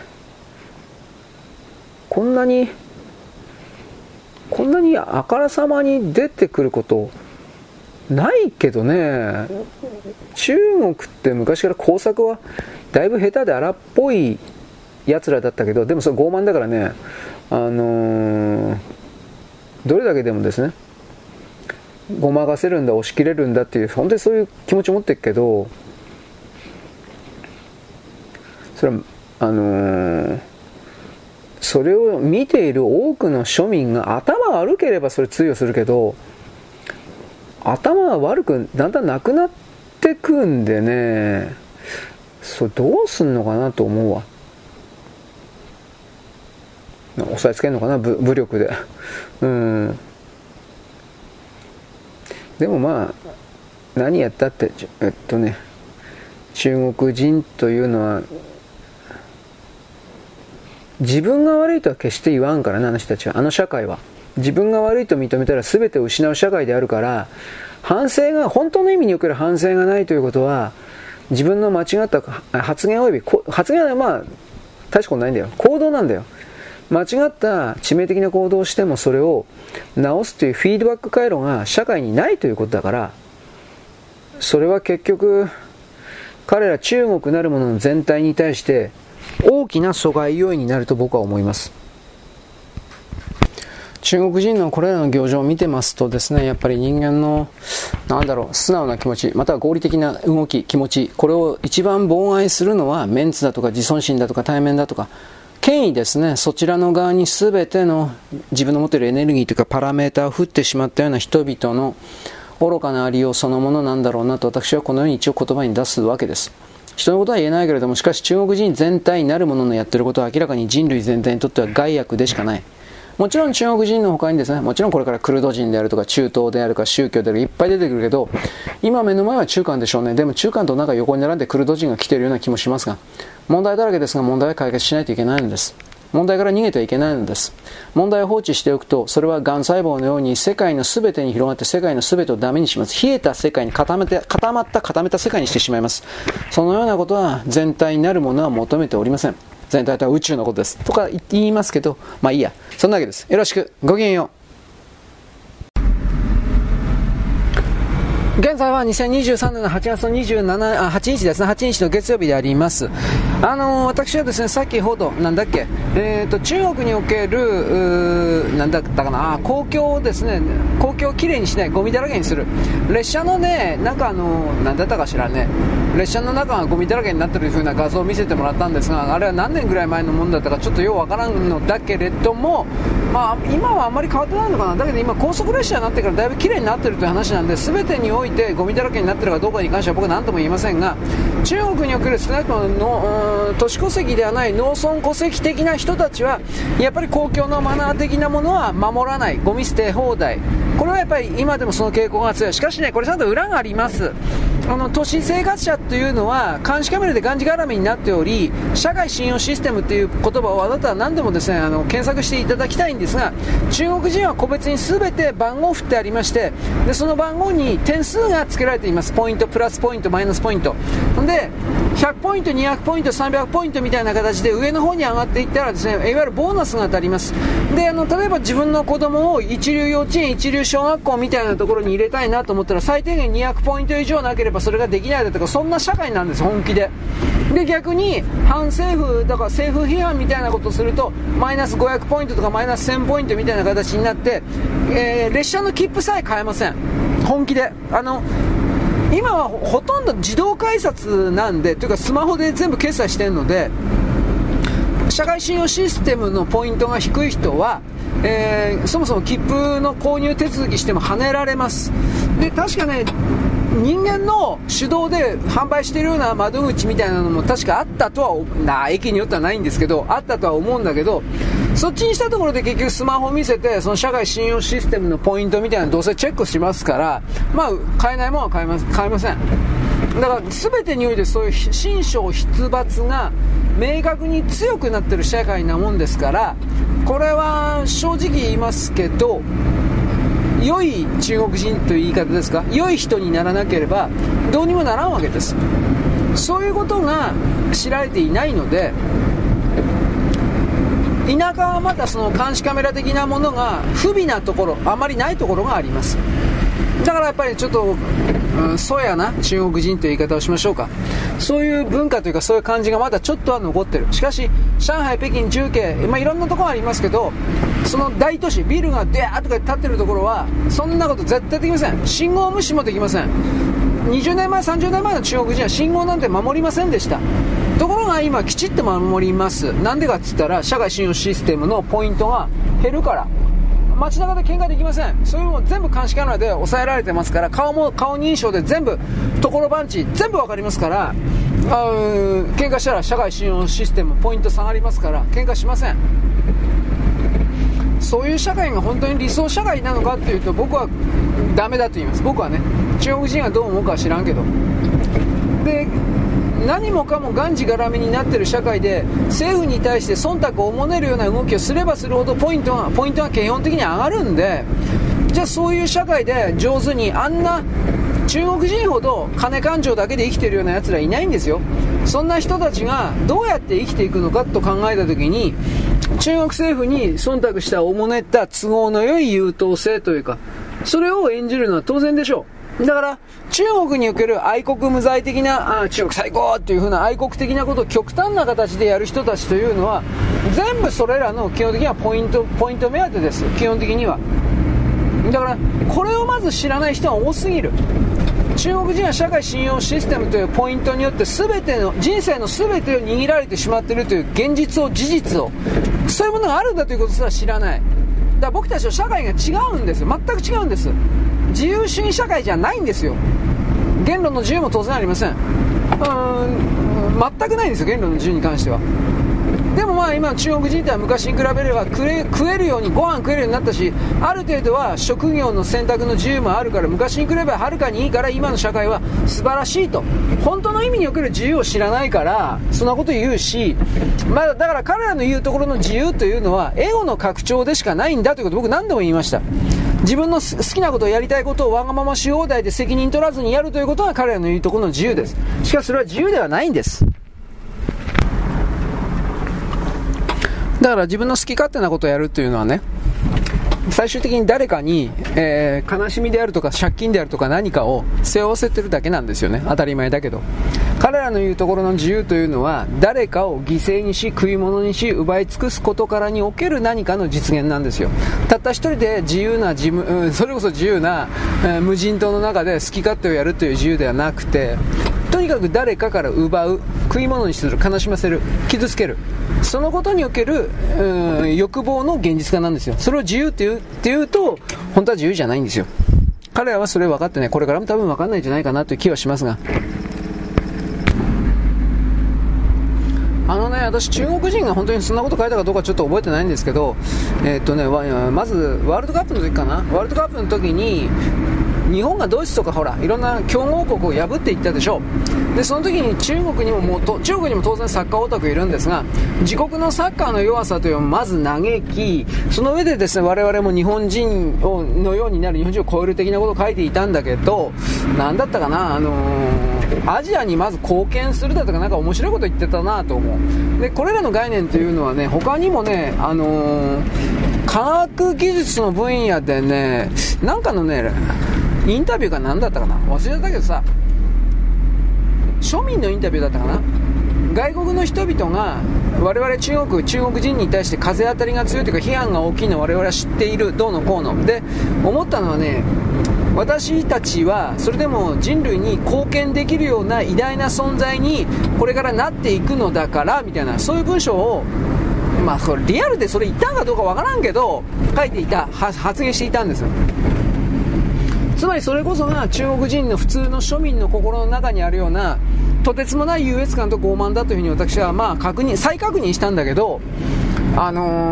こんなにあからさまに出てくることないけどね。中国って昔から工作はだいぶ下手で荒っぽいやつらだったけど、でもそれ傲慢だからね、どれだけでもですね、ごまかせるんだ、押し切れるんだっていう、本当にそういう気持ち持ってるけど、それはそれを見ている多くの庶民が頭が悪ければそれ通用するけど、頭が悪くだんだんなくなってくんでね、それどうすんのかなと思うわ。押さえつけるのかな、武力で。でもまあ何やったって中国人というのは自分が悪いとは決して言わんからね、あの人たちは。あの社会は自分が悪いと認めたら全てを失う社会であるから、反省が本当の意味における反省がないということは、自分の間違った発言および発言はまあ大したことないんだよ、行動なんだよ。間違った致命的な行動をしてもそれを直すというフィードバック回路が社会にないということだから、それは結局彼ら中国なるものの全体に対して大きな阻害要因になると僕は思います。中国人のこれらの行情を見てますとですね、やっぱり人間の素直な気持ち、または合理的な動き、気持ち、これを一番妨害するのはメンツだとか自尊心だとか対面だとか権威ですね。そちらの側に全ての自分の持っているエネルギーというかパラメータを振ってしまったような人々の愚かなありようそのものなんだろうなと、私はこのように一応言葉に出すわけです。人のことは言えないけれども、しかし中国人全体なるもののやっていることは明らかに人類全体にとっては害悪でしかない。もちろん中国人の他にですね、もちろんこれからクルド人であるとか中東であるか宗教であるいっぱい出てくるけど、今目の前は中間でしょうね。でも中間となんか横に並んでクルド人が来ているような気もしますが、問題だらけですが、問題は解決しないといけないのです。問題から逃げてはいけないのです。問題を放置しておくと、それは癌細胞のように世界の全てに広がって世界の全てをダメにします。冷えた世界に固めた世界にしてしまいます。そのようなことは全体になるものは求めておりません。全体とは宇宙のことですとか言いますけど、まあいいや、そんなわけです。よろしく、ごきげんよう。現在は2023年の8月の8日ですね、8日の月曜日であります。私はですね、先ほど、中国における、公共をですね、公共をきれいにしない、ゴミだらけにする。列車のね、列車の中がゴミだらけになっている風な画像を見せてもらったんですが、あれは何年ぐらい前のものだったかちょっとようわからんのだけれども、まあ今はあんまり変わってないのかな。だけど今高速列車になってからだいぶきれいになっているという話なんで、全てにおいてゴミだらけになっているかどうかに関しては僕は何とも言いませんが、中国における少なくとも都市戸籍ではない農村戸籍的な人たちはやっぱり公共のマナー的なものは守らない、ゴミ捨て放題、これはやっぱり今でもその傾向が強い。しかしね、これちゃんと裏があります。都市生活者というのは監視カメラでがんじがらめになっており、社会信用システムという言葉をあなたは何でもですね、検索していただきたいんですが、中国人は個別に全て番号を振ってありまして、でその番号に点数が付けられています。ポイント、プラスポイント、マイナスポイントで、100ポイント、200ポイント、300ポイントみたいな形で上の方に上がっていったらですね、いわゆるボーナスが当たります。で、例えば自分の子供を一流幼稚園、一流小学校みたいなところに入れたいなと思ったら、最低限200ポイント以上なければそれができないだとか、そんな社会なんです、本気で。で、逆に反政府だから政府批判みたいなことをするとマイナス500ポイントとかマイナス1000ポイントみたいな形になって、列車の切符さえ買えません、本気で。今はほとんど自動改札なんで、というかスマホで全部決済してるので、社会信用システムのポイントが低い人は、そもそも切符の購入手続きしても跳ねられます。で、確かね、人間の手動で販売しているような窓口みたいなのも確かあったとは、駅によってはないんですけど、あったとは思うんだけど、そっちにしたところで結局スマホを見せて、その社会信用システムのポイントみたいなのどうせチェックしますから、まあ買えないものは買えません。だから全てにおいてそういう信賞必罰が明確に強くなってる社会なもんですから、これは正直言いますけど、良い中国人という言い方ですか、良い人にならなければどうにもならんわけです。そういうことが知られていないので、 田舎はまたその監視カメラ的なものが不備なところ、あまりないところがあります。だからやっぱりちょっと、そうやな中国人という言い方をしましょうか。そういう文化というかそういう感じがまだちょっとは残ってる。しかし上海、北京、重慶、いろんなところありますけど、その大都市ビルがデーッとか立ってるところはそんなこと絶対できません。信号無視もできません。20年前30年前の中国人は信号なんて守りませんでした。ところが今きちっと守ります。なんでかっつったら社会信用システムのポイントが減るから。街中で喧嘩できません。そういうのも全部監視カメラで抑えられてますから、顔認証で全部所番地全部わかりますから、喧嘩したら社会信用システムポイント下がりますから喧嘩しません。そういう社会が本当に理想社会なのかっていうと、僕はダメだと言います。僕はね、中国人がどう思うかは知らんけど。で、何もかもがんじがらめになっている社会で政府に対して忖度をおねるような動きをすればするほどポイントが基本的に上がるんで、じゃあそういう社会で上手にあんな中国人ほど金勘定だけで生きているようなやつらいないんですよ。そんな人たちがどうやって生きていくのかと考えたときに、中国政府に忖度したおもねった都合の良い優等生というか、それを演じるのは当然でしょう。だから中国における愛国無罪的な中国最高っていう風な愛国的なことを極端な形でやる人たちというのは全部それらの基本的にはポイント目当てです。基本的にはだからこれをまず知らない人は多すぎる。中国人は社会信用システムというポイントによって全ての人生の全てを握られてしまっているという現実を事実を、そういうものがあるんだということすら知らない。だから僕たちの社会が違うんですよ。全く違うんです。自由主義社会じゃないんですよ。言論の自由も当然ありません。全くないんですよ、言論の自由に関しては。でも今の中国人とは昔に比べれば食えるように、ご飯食えるようになったし、ある程度は職業の選択の自由もあるから、昔に比べばはるかにいいから、今の社会は素晴らしいと。本当の意味における自由を知らないからそんなこと言うし、だから彼らの言うところの自由というのはエゴの拡張でしかないんだということを僕何度も言いました。自分の好きなことをやりたいことをわがままし放題で責任取らずにやるということが彼らの言うところの自由です。しかしそれは自由ではないんです。だから自分の好き勝手なことをやるというのはね、最終的に誰かに、悲しみであるとか借金であるとか何かを背負わせてるだけなんですよね。当たり前だけど、彼らの言うところの自由というのは誰かを犠牲にし食い物にし奪い尽くすことからにおける何かの実現なんですよ。たった一人で自由なそれこそ自由な、無人島の中で好き勝手をやるという自由ではなくて、とにかく誰かから奪う、食い物にする、悲しませる、傷つける、そのことにおける欲望の現実化なんですよ。それを自由って言うと本当は自由じゃないんですよ。彼らはそれを分かってね、これからも多分分かんないんじゃないかなという気はしますが、私中国人が本当にそんなこと書いたかどうかちょっと覚えてないんですけど、まずワールドカップの時かな、ワールドカップの時に日本がドイツとかほらいろんな強豪国を破っていったでしょう。でその時に中国にも当然サッカーオタクいるんですが、自国のサッカーの弱さというのをまず嘆き、その上でですね、我々も日本人のようになる、日本人を超える的なことを書いていたんだけど、なんだったかな、アジアにまず貢献するだとかなんか面白いこと言ってたなと思う。でこれらの概念というのはね、他にもね、科学技術の分野でね、なんかのねインタビューかなんだったかな、忘れちゃったけどさ、庶民のインタビューだったかな、外国の人々が我々中国人に対して風当たりが強いというか批判が大きいのを我々は知っている、どうのこうので思ったのはね、私たちはそれでも人類に貢献できるような偉大な存在にこれからなっていくのだからみたいな、そういう文章をリアルでそれ言ったんかどうかわからんけど書いていた、発言していたんですよ。つまりそれこそが中国人の普通の庶民の心の中にあるようなとてつもない優越感と傲慢だというふうに私は再確認したんだけど、何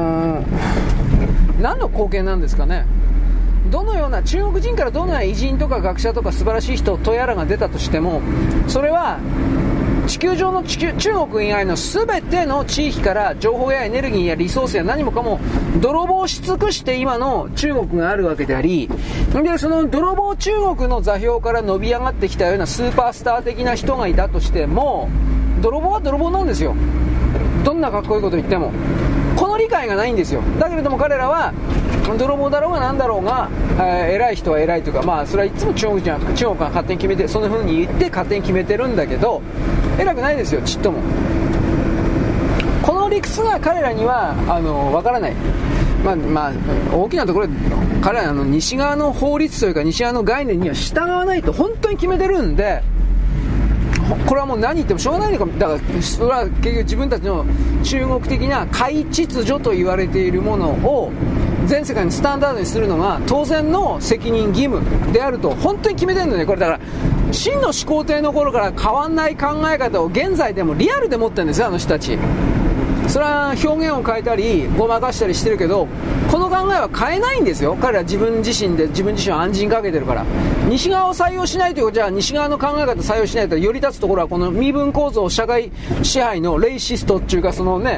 の貢献なんですかね。どのような中国人からどのような偉人とか学者とか素晴らしい人とやらが出たとしても、それは地球上の中国以外の全ての地域から情報やエネルギーやリソースや何もかも泥棒し尽くして今の中国があるわけであり、でその泥棒中国の座標から伸び上がってきたようなスーパースター的な人がいたとしても、泥棒は泥棒なんですよ。どんなかっこいいこと言ってもこの理解がないんですよ。だけれども彼らは泥棒だろうがなんだろうが、偉い人は偉いというか、まあそれはいつも中国が勝手に決めて、そんな風に言って勝手に決めてるんだけど、偉くないですよ、ちっとも。この理屈が彼らにはわからない。まあ大きなところで彼らの西側の法律というか西側の概念には従わないと本当に決めてるんで、これはもう何言ってもしょうがないのか。だからそれは結局自分たちの中国的な界秩序と言われているものを全世界にスタンダードにするのが当然の責任義務であると本当に決めてるのね。これだから秦の始皇帝の頃から変わんない考え方を現在でもリアルで持ってるんですよ、あの人たち。それは表現を変えたりごまかしたりしてるけど、この考えは変えないんですよ。彼ら自分自身を暗示にかけてるから。西側を採用しないという、じゃあ西側の考え方採用しないとより立つところはこの身分構造社会支配のレイシストっていうか、そのね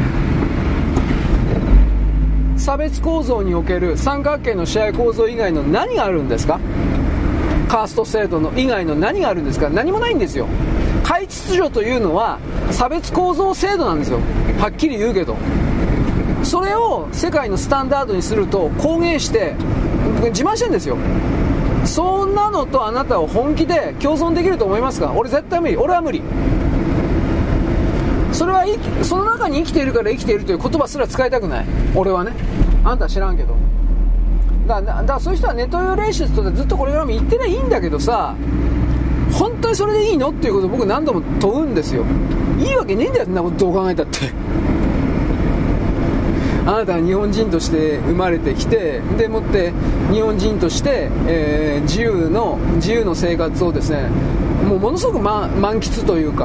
差別構造における三角形の支配構造以外の何があるんですか。カースト制度の以外の何があるんですか。何もないんですよ。界秩序というのは差別構造制度なんですよ、はっきり言うけど。それを世界のスタンダードにすると公言して自慢してるんですよ。そんなのとあなたは本気で共存できると思いますか。俺絶対無理。俺は無理。それはその中に生きているから生きているという言葉すら使いたくない、俺はね。あんたは知らんけど。だからそういう人はネトウヨレーシストでずっとこれからも言ってりゃいいんだけどさ、本当にそれでいいのっていうことを僕何度も問うんですよ。いいわけねえんだよ、そんなことどう考えたってあなたは日本人として生まれてきて、でもって日本人として、自由の生活をですね、ものすごく、満喫というか、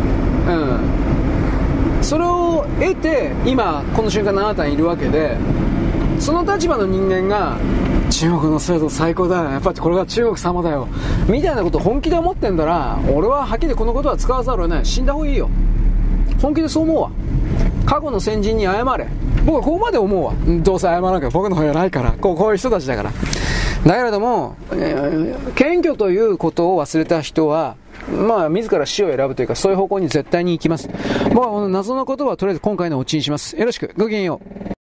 それを得て今この瞬間のあなたにいるわけで、その立場の人間が中国の制度最高だよ、やっぱりこれが中国様だよみたいなことを本気で思ってんだら、俺ははっきりこのことは使わざるを得ない。死んだ方がいいよ。本気でそう思うわ。過去の先人に謝れ。僕はここまで思うわ。どうせ謝らなきゃ僕の方偉いから、こういう人たちだから。だけれども、謙虚ということを忘れた人は自ら死を選ぶというか、そういう方向に絶対に行きます。僕はこの謎の言葉をとりあえず今回のオチにします。よろしく。ごきげんよう。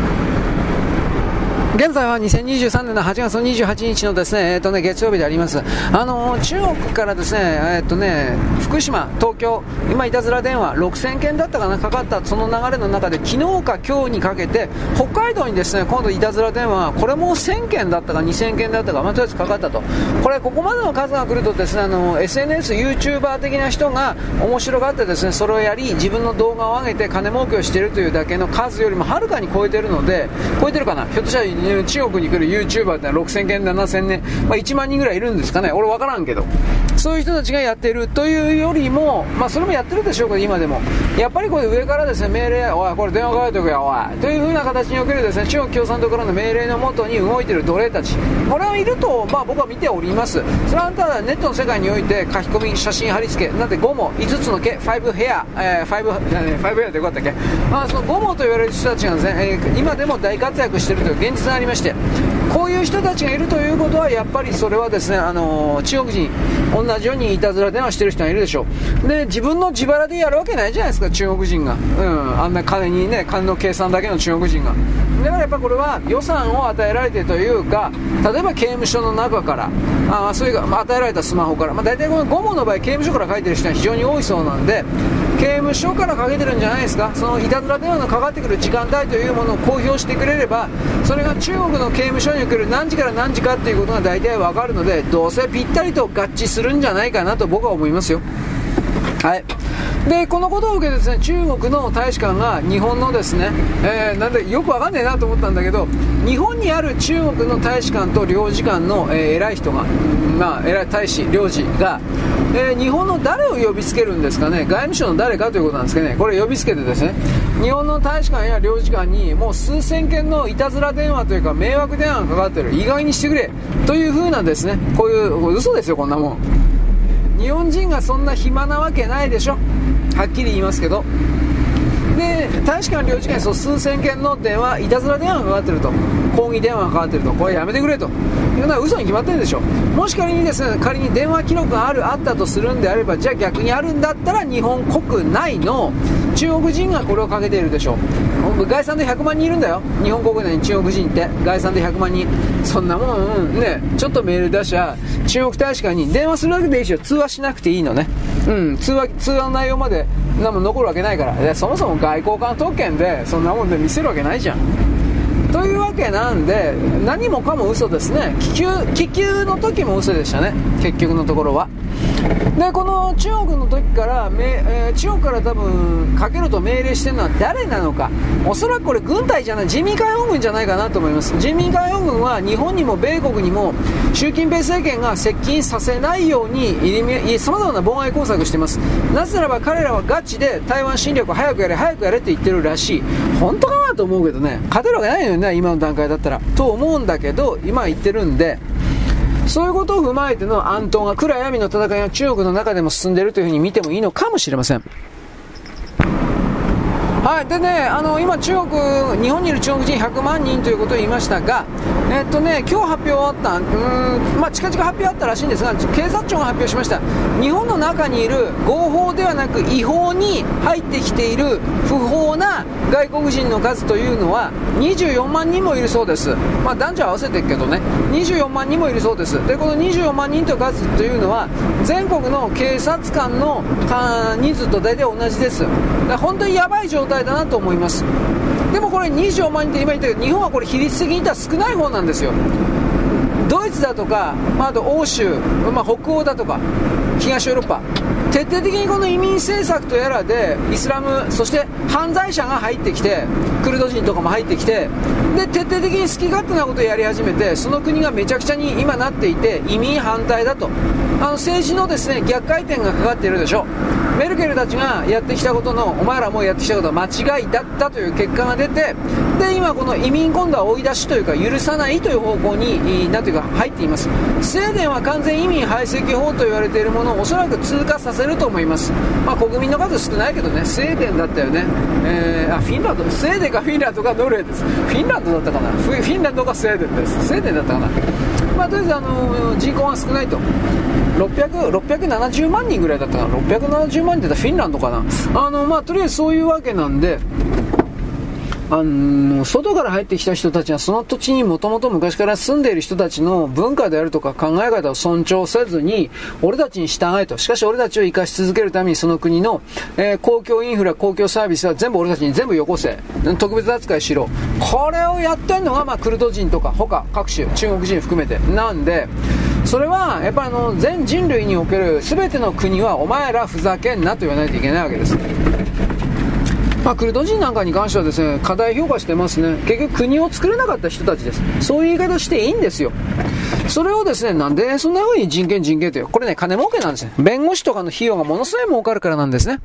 現在は2023年の8月28日のですね、月曜日であります。中国からですね、福島、東京、今いたずら電話6000件だったかな、かかったその流れの中で、昨日か今日にかけて北海道にですね、今度いたずら電話、これも1000件だったか2000件だったか、とりあえずかかったと。ここまでの数が来るとですね、SNS、YouTuber 的な人が面白がってですね、それをやり、自分の動画を上げて金儲けをしているというだけの数よりもはるかに超えているので、超えてるかな、ひょっとしたら中国に来る YouTuber ってのは6000件7000年、1万人ぐらいいるんですかね、俺分からんけど、そういう人たちがやっているというよりも、それもやってるでしょうけど、今でもやっぱりこれ上からですね、命令、おいこれ電話かけておけよおいという風な形におけるですね、中国共産党からの命令のもとに動いている奴隷たち、これはいると、僕は見ております。それはただネットの世界において書き込み、写真貼り付けなんて5も5つの毛5ヘア、5ヘアでよかったっけ、その5もと言われる人たちがですね、今でも大活躍しているという現実がありまして、こういう人たちがいるということはやっぱりそれはですね、中国人同じようにいたずら電話してる人がいるでしょう。で、自分の自腹でやるわけないじゃないですか、中国人が、あんな金の計算だけの中国人が。だからやっぱこれは予算を与えられてというか、例えば刑務所の中からそういう与えられたスマホから、大体このゴモの場合刑務所からかけてる人は非常に多いそうなんで、刑務所からかけてるんじゃないですか。そのいたずら電話のかかってくる時間帯というものを公表してくれれば、それが中国の刑務所における何時から何時かっていうことが大体わかるので、どうせぴったりと合致するんじゃないかなと僕は思いますよ。はい。で、このことを受けてですね、中国の大使館が日本のですね、なんでよくわかんねえなと思ったんだけど、日本にある中国の大使館と領事館の、偉い人が、偉い大使領事が、日本の誰を呼びつけるんですかね、外務省の誰かということなんですけどね、これ呼びつけてですね、日本の大使館や領事館にもう数千件のいたずら電話というか迷惑電話がかかってる、意外にしてくれという風なんですね。これ嘘ですよ、こんなもん。日本人がそんな暇なわけないでしょ、はっきり言いますけど。で、大使館領事館にそう数千件の電話、いたずら電話がかかってると、抗議電話がかかってると、これやめてくれというのは嘘に決まってるでしょ。もし仮にですね、仮に電話記録があったとするんであれば、じゃあ逆にあるんだったら日本国内の中国人がこれをかけているでしょう。 概算で100万人いるんだよ、日本国内に中国人って概算で100万人。そんなもんね、ちょっとメール出しゃ中国大使館に電話するだけでいいしよ、通話しなくていいのね。通話の内容までなもん残るわけないから。でそもそも外交官特権でそんなもんで見せるわけないじゃんというわけなんで、何もかも嘘ですね。気球の時も嘘でしたね、結局のところは。でこの中国の時から、中国から多分かけると命令してるのは誰なのか。おそらくこれ軍隊じゃない、人民解放軍じゃないかなと思います。人民解放軍は日本にも米国にも習近平政権が接近させないようにさまざまな妨害工作をしています。なぜならば彼らはガチで台湾侵略を早くやれ早くやれって言ってるらしい。本当かなと思うけどね、勝てるわけないのよね今の段階だったらと思うんだけど、今言ってるんで、そういうことを踏まえての暗闘が、暗闇の戦いが中国の中でも進んでいるというふうに見てもいいのかもしれません。はい。でね、今日本にいる中国人100万人ということを言いましたが、今日発表あった、近々発表あったらしいんですが、警察庁が発表しました。日本の中にいる合法ではなく違法に入ってきている不法な外国人の数というのは24万人もいるそうです。男女合わせてるけどね、24万人もいるそうです。で、この24万人という数というのは全国の警察官の人数と大体同じです。本当にやばい状態だなと思います。でもこれ24万人って今言ったけど、日本はこれ比率的に言ったら少ない方なんですよ。ドイツだとか、あと欧州、北欧だとか東ヨーロッパ、徹底的にこの移民政策とやらでイスラム、そして犯罪者が入ってきて、クルド人とかも入ってきて、で徹底的に好き勝手なことをやり始めて、その国がめちゃくちゃに今なっていて、移民反対だと、政治のですね逆回転がかかっているでしょ。メルケルたちがやってきたことの、お前らもうやってきたことは間違いだったという結果が出て、で今この移民今度は追い出しというか許さないという方向になんていうか入っています。スウェーデンは完全移民排斥法と言われているものをおそらく通過させると思います。国民の数少ないけどね、スウェーデンだったよね、フィンランド、スウェーデンかフィンランドかノルウェーです。フィンランドだったかな、フィンランドかスウェーデンです。スウェーデンだったかな。とりあえず人口が少ないと、670万人ぐらいだったかな、670万人って言ったらフィンランドかな。とりあえずそういうわけなんで、外から入ってきた人たちはその土地にもともと昔から住んでいる人たちの文化であるとか考え方を尊重せずに、俺たちに従えと。しかし俺たちを生かし続けるためにその国の、公共インフラ、公共サービスは全部俺たちに全部よこせ、特別扱いしろ。これをやってんのが、クルド人とか他各種中国人含めてなんで、それはやっぱり全人類における全ての国はお前らふざけんなと言わないといけないわけです。クルド人なんかに関してはですね、過大評価してますね。結局国を作れなかった人たちです。そういう言い方していいんですよ。それをですね、なんでそんな風に人権って、これね、金儲けなんですね。弁護士とかの費用がものすごい儲かるからなんですね。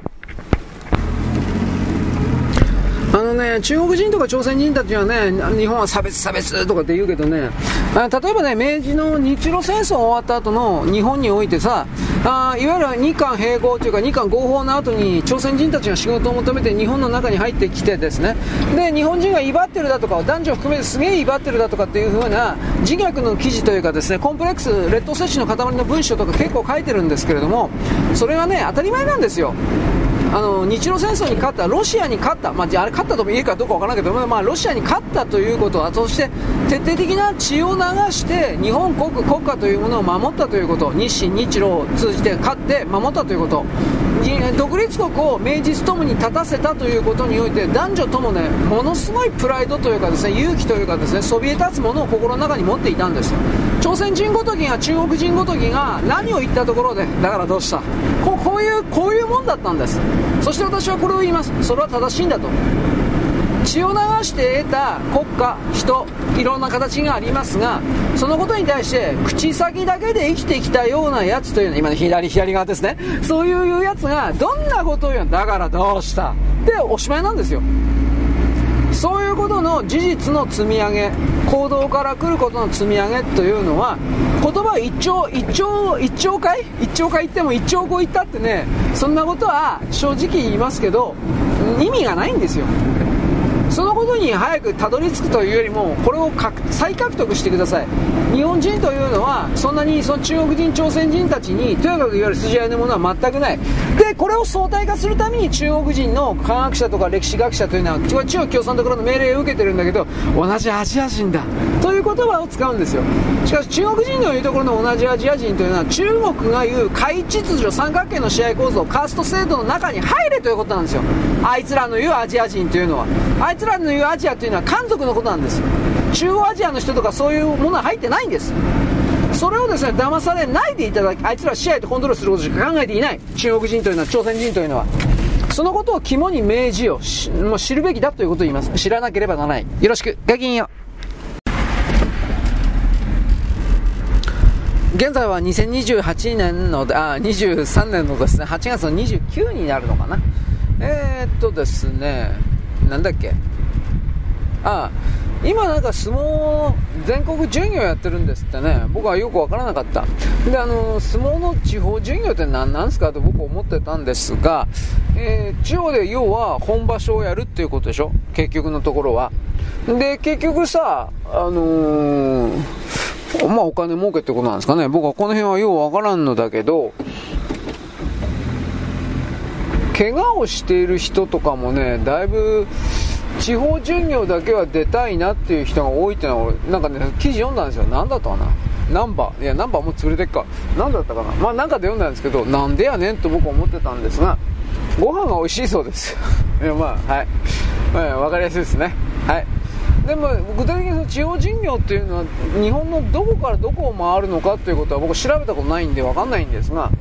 中国人とか朝鮮人たちはね、日本は差別とかって言うけどね、例えばね、明治の日露戦争終わった後の日本においてさ、いわゆる日韓併合というか日韓合法の後に朝鮮人たちが仕事を求めて日本の中に入ってきてですね、で日本人が威張ってるだとか、男女含めてすげえ威張ってるだとかっていう風な自虐の記事というかですね、コンプレックス、劣等接種の塊の文章とか結構書いてるんですけれども、それがね当たり前なんですよ。日露戦争に勝った、ロシアに勝った、あれ勝ったとも言えるかどうかわからないけど、ロシアに勝ったということは、そして徹底的な血を流して日本国家というものを守ったということ、日清日露を通じて勝って守ったということ、独立国を名実ともに立たせたということにおいて、男女ともね、ものすごいプライドというかですね、勇気というかですね、そびえ立つものを心の中に持っていたんです。朝鮮人ごときが中国人ごときが何を言ったところで、だからどうした、こういうもんだったんです。そして私はこれを言います。それは正しいんだと。血を流して得た国家、人、いろんな形がありますが、そのことに対して口先だけで生きてきたようなやつというのは、今の左側ですね、そういうやつがどんなことを言うの、だからどうしたでおしまいなんですよ。そういうことの事実の積み上げ、行動から来ることの積み上げというのは、言葉一兆回言っても1兆個言ったってね、そんなことは正直言いますけど意味がないんですよ。 そのことに早くたどり着くというよりも、これを再獲得してください。日本人というのはそんなにその中国人朝鮮人たちにとにかくいわゆる筋合いのものは全くない。でこれを相対化するために中国人の科学者とか歴史学者というのは中国共産党からの命令を受けてるんだけど、同じアジア人だという言葉を使うんですよ。しかし中国人の言うところの同じアジア人というのは、中国が言う階秩序三角形の支配構造カースト制度の中に入れということなんですよ。あいつらの言うアジア人というのは、あいつらの言うアジアというのは漢族のことなんです。中央アジアの人とかそういうものは入ってないんです。それをですね騙されないでいただき、あいつらは支配とコントロールすることしか考えていない中国人というのは、朝鮮人というのはそのことを肝に銘じよもう知るべきだということを言います。知らなければならない。よろしく。ごきげんよう。現在は2028年の23年のですね8月の29になるのかな。ですね、なんだっけ、今なんか相撲全国巡業やってるんですってね。僕はよくわからなかった。で相撲の地方巡業って何なんすかと僕思ってたんですが、地方で要は本場所をやるっていうことでしょ、結局のところは。で結局さお金儲けってことなんですかね。僕はこの辺はようわからんのだけど、怪我をしている人とかもね、だいぶ地方巡業だけは出たいなっていう人が多いっていうのはなんかね記事読んだんですよ。なんだったかな、ナンバーもう潰れてっか、なんだったかな、なんかで読んだんですけど、なんでやねんと僕は思ってたんですが、ご飯が美味しいそうですいやはい、わかりやすいですね。はい。でも具体的にその地方巡業っていうのは日本のどこからどこを回るのかっていうことは僕調べたことないんで分かんないんですが、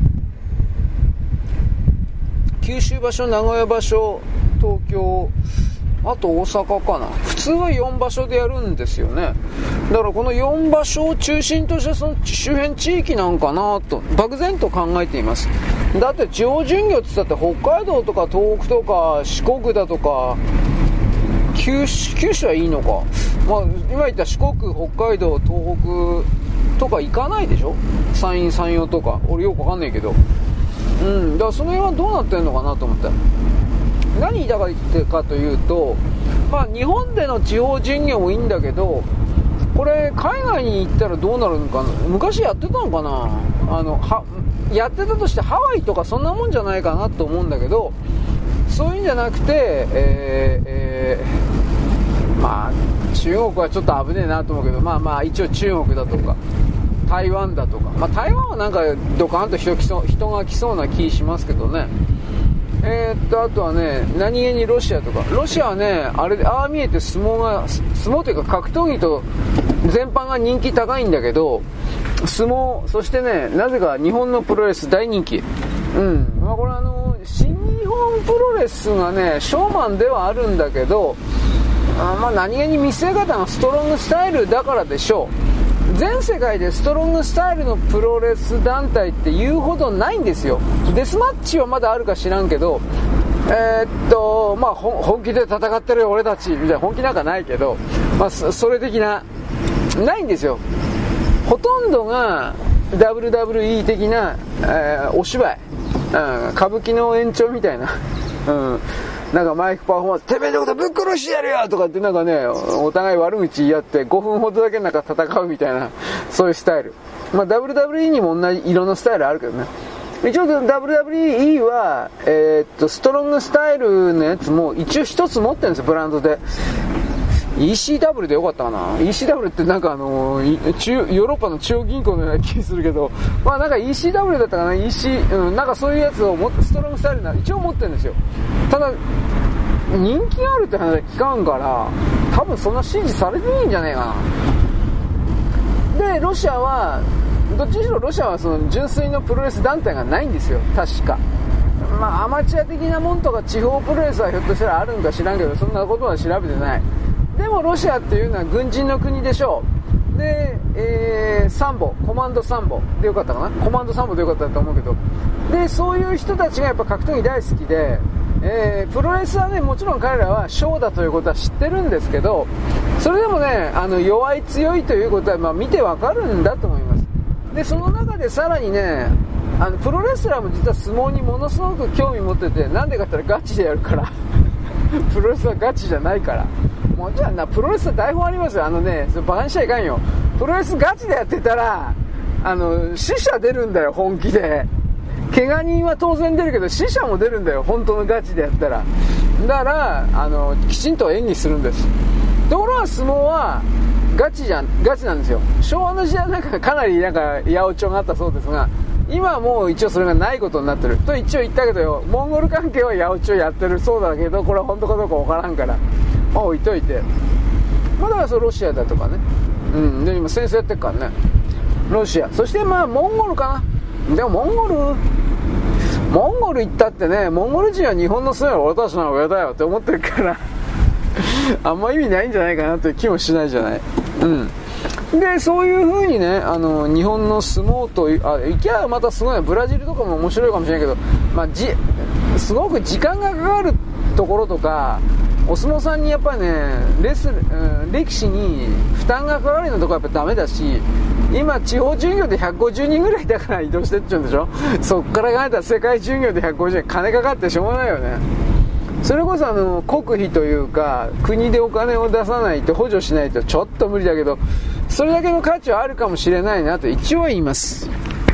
九州場所、名古屋場所、東京、あと大阪かな。普通は4場所でやるんですよね。だからこの4場所を中心としてその周辺地域なんかなと漠然と考えています。だって地方巡業って言ったって北海道とか東北とか四国だとか九州はいいのか、今言った四国、北海道、東北とか行かないでしょ。山陰、山陽とか俺よくわかんないけど、だからその辺はどうなってんのかなと思って。何言いたかってかというと、日本での地方巡業もいいんだけど、これ海外に行ったらどうなるのかな。昔やってたのかな。やってたとしてハワイとかそんなもんじゃないかなと思うんだけど、そういうんじゃなくて、中国はちょっと危ねえなと思うけど、一応中国だとか台湾だとか、台湾はなんかドカンと人が来そうな気しますけどね。あとはね、何気にロシアとか、ロシアはね、ああ見えて相撲というか格闘技と全般が人気高いんだけど、相撲、そしてね、なぜか日本のプロレス大人気。これ新日本プロレスがね、ショーマンではあるんだけど、何気に見せ方がストロングスタイルだからでしょう。全世界でストロングスタイルのプロレス団体って言うほどないんですよ。デスマッチはまだあるか知らんけど、本気で戦ってるよ俺たちみたいな、本気なんかないけど、それ的なないんですよ。ほとんどが WWE 的な、お芝居、歌舞伎の延長みたいな、なんかマイクパフォーマンス、てめえのことぶっ殺してやるよとかってなんかね、お互い悪口言い合って5分ほどだけなんか戦うみたいな、そういうスタイル。WWE にも同じ色のスタイルあるけどね。一応 WWE は、ストロングスタイルのやつも一応一つ持ってるんですよ、ブランドで。ECW でよかったかな。 ECW ってなんかヨーロッパの中央銀行のような気するけど、なんか ECW だったかな、なんかそういうやつをストロングスタイルな一応持ってるんですよ。ただ人気があるって話は聞かんから、多分そんな支持されていいんじゃねえかな。でロシアはどっちにしろロシアはその純粋のプロレス団体がないんですよ、確か。アマチュア的なもんとか地方プロレスはひょっとしたらあるんか知らんけど、そんなことは調べてない。でもロシアっていうのは軍人の国でしょう。で、サンボ、コマンドサンボでよかったかな、コマンドサンボでよかったと思うけど、でそういう人たちがやっぱ格闘技大好きで、プロレスはね、もちろん彼らはショーだということは知ってるんですけど、それでもね、弱い強いということは見てわかるんだと思います。でその中でさらにね、プロレスラーも実は相撲にものすごく興味持ってて、なんでかって言ったらガチでやるからプロレスはガチじゃないから。もちろんな、プロレスは台本ありますよ。バカにしちゃいかんよ。プロレスガチでやってたら死者出るんだよ、本気で。怪我人は当然出るけど死者も出るんだよ、本当のガチでやったら。だからきちんと演技するんです。ところが相撲はガチなんですよ。昭和の時代なんかかなり八百長があったそうですが、今はもう一応それがないことになってると一応言ったけどよ、モンゴル関係は八百長やってるそうだけど、これは本当かどうかわからんから、まあ置いといて、まあだからそれロシアだとかね、で今戦争やってるからね、ロシア、そしてまあモンゴルかな。でもモンゴル行ったってね、モンゴル人は日本の住めば俺たちの上だよって思ってるからあんま意味ないんじゃないかなという気もしないじゃない。でそういう風にね、日本の相撲という行きゃまたすごい、ブラジルとかも面白いかもしれないけど、まあ、すごく時間がかかるところとか、お相撲さんにやっぱりね歴史に負担がかかるようなところはやっぱダメだし、今地方巡業で150人ぐらいだから移動してっちゃうんでしょ。そっから考えたら世界巡業で150人金かかってしょうがないよね。それこそ国費というか国でお金を出さないと、補助しないとちょっと無理だけど、それだけの価値はあるかもしれないなと一応は言います。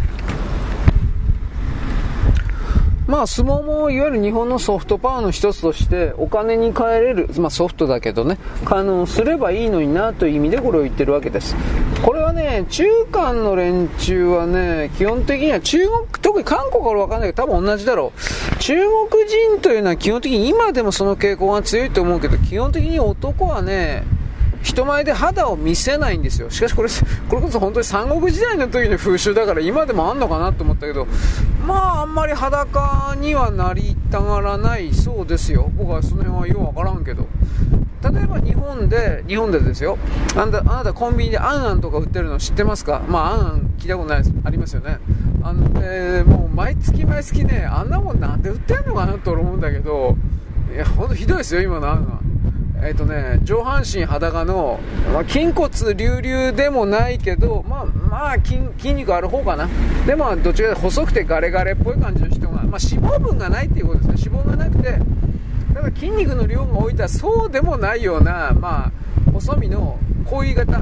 まあ相撲もいわゆる日本のソフトパワーの一つとしてお金に換えれる、まあソフトだけどね、すればいいのになという意味でこれを言ってるわけです。これはね、中韓の連中はね、基本的には中国、特に韓国から分かんないけど多分同じだろう。中国人というのは基本的に今でもその傾向が強いと思うけど、基本的に男はね、人前で肌を見せないんですよ。しかしこれこそ本当に三国時代の時の風習だから今でもあんのかなと思ったけど、まああんまり裸にはなりたがらないそうですよ。僕はその辺はよくわからんけど、例えば日本でですよ、あなたコンビニであんあんとか売ってるの知ってますか。まああんあん聞いたことないです、ありますよね。もう毎月ね、あんなもんなんで売ってんのかなと思うんだけど、いや本当ひどいですよ今のあんあん。上半身裸の、筋骨隆々でもないけど、まあ筋肉ある方かな。でもどっちかで細くてガレガレっぽい感じの人が、まあ、脂肪分がないっていうことですね。脂肪がなくて、ただ筋肉の量が多いとはそうでもないような、まあ細身のこういう型、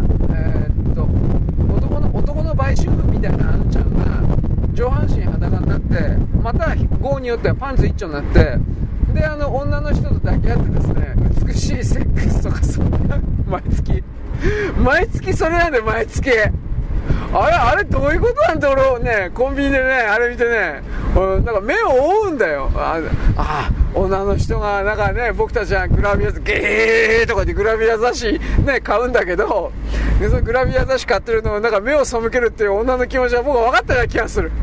男の売春婦みたいなあんちゃんが上半身裸になって、また号によってはパンツ一丁になって、で女の人と抱き合ってですね、美しいセックスとか、そんな毎月それなんで、毎月あれどういうことなんだ。俺ね、コンビニでねあれ見てね、なんか目を覆うんだよ。女の人がなんかね、僕たちはグラビアゲーとかでグラビア雑誌ね買うんだけど、でそのグラビア雑誌買ってるのをなんか目を背けるっていう女の気持ちは僕は分かったような気がする。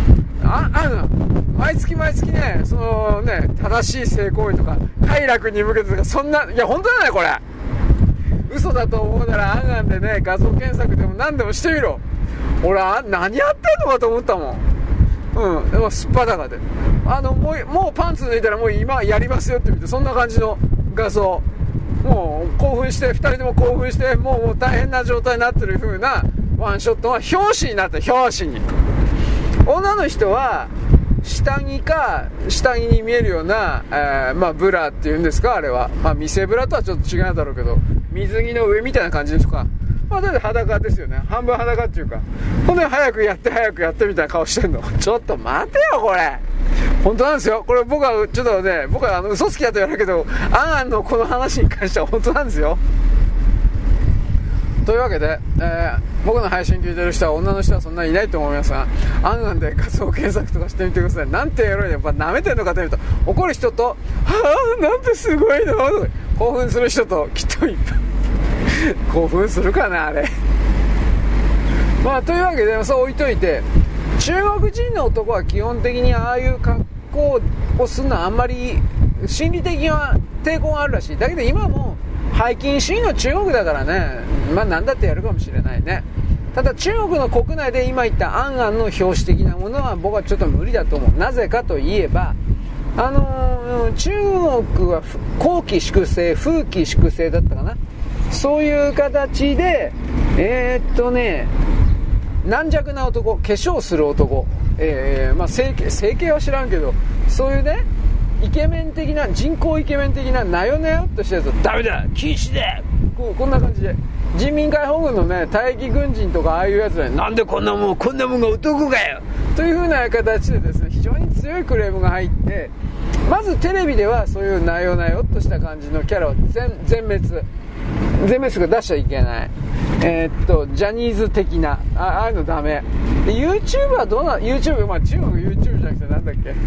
毎月ね、そのね、正しい性行為とか快楽に向けてとか、そんな、いや本当だねこれ。嘘だと思うならあんあんでね、画像検索でも何でもしてみろ。俺何やってんのかと思ったもん。でもすっぱだかで、もうパンツ脱いだらもう今やりますよって見て、そんな感じの画像、もう興奮して、2人とも興奮して、もう大変な状態になってる風なワンショットは表紙になって、表紙に女の人は下着に見えるような、まあブラっていうんですか、あれは、まあ見せブラとはちょっと違うだろうけど、水着の上みたいな感じですか。まあだって裸ですよね、半分裸っていうか。ほんで早くやってみたいな顔してんの。ちょっと待てよこれ、本当なんですよこれ。僕はちょっとね、僕は嘘つきだと言われるけど、あんあんのこの話に関しては本当なんですよ。というわけで、僕の配信聞いてる人は、女の人はそんなにいないと思いますが、あんあんで画像検索とかしてみてください。なんてエロいね、やっぱ舐めてんのかというと、怒る人と、なんてすごいのと興奮する人と、きっといっぱい興奮するかなあれ。まあというわけでそう置いといて、中国人の男は基本的にああいう格好をするのはあんまり心理的には抵抗があるらしい。だけど今も背筋主義の中国だからね、まあ何だってやるかもしれないね。ただ中国の国内で今言ったあんあんの表紙的なものは僕はちょっと無理だと思う。なぜかといえば、中国は後期粛清、風紀粛清だったかな、そういう形で軟弱な男、化粧する男、まあ整形は知らんけど、そういうねイケメン的な、人工イケメン的ななよなよっとしたやつはダメだ禁止で、こんな感じで、人民解放軍のね退役軍人とかああいうやつで、なんでこんなもんが男かよという風な形でですね、非常に強いクレームが入って、まずテレビではそういうなよなよっとした感じのキャラを全滅が出しちゃいけない、ジャニーズ的なああいうのダメで、 YouTube はどうな YouTube、まあ、中国 YouTube じゃなくてなんだっけ、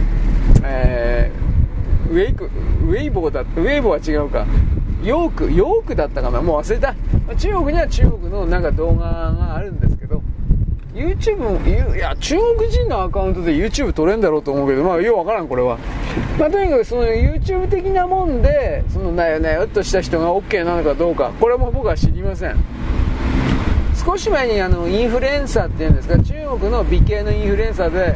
ウェイボーは違うか、ヨークだったかな、もう忘れた。中国には中国のなんか動画があるんですけど、 YouTube もいや中国人のアカウントで YouTube 撮れんだろうと思うけど、まあようわからんこれは。まあとにかくその YouTube 的なもんでそのなよなよっとした人が OK なのかどうか、これも僕は知りません。少し前にインフルエンサーっていうんですか、中国の美形のインフルエンサーで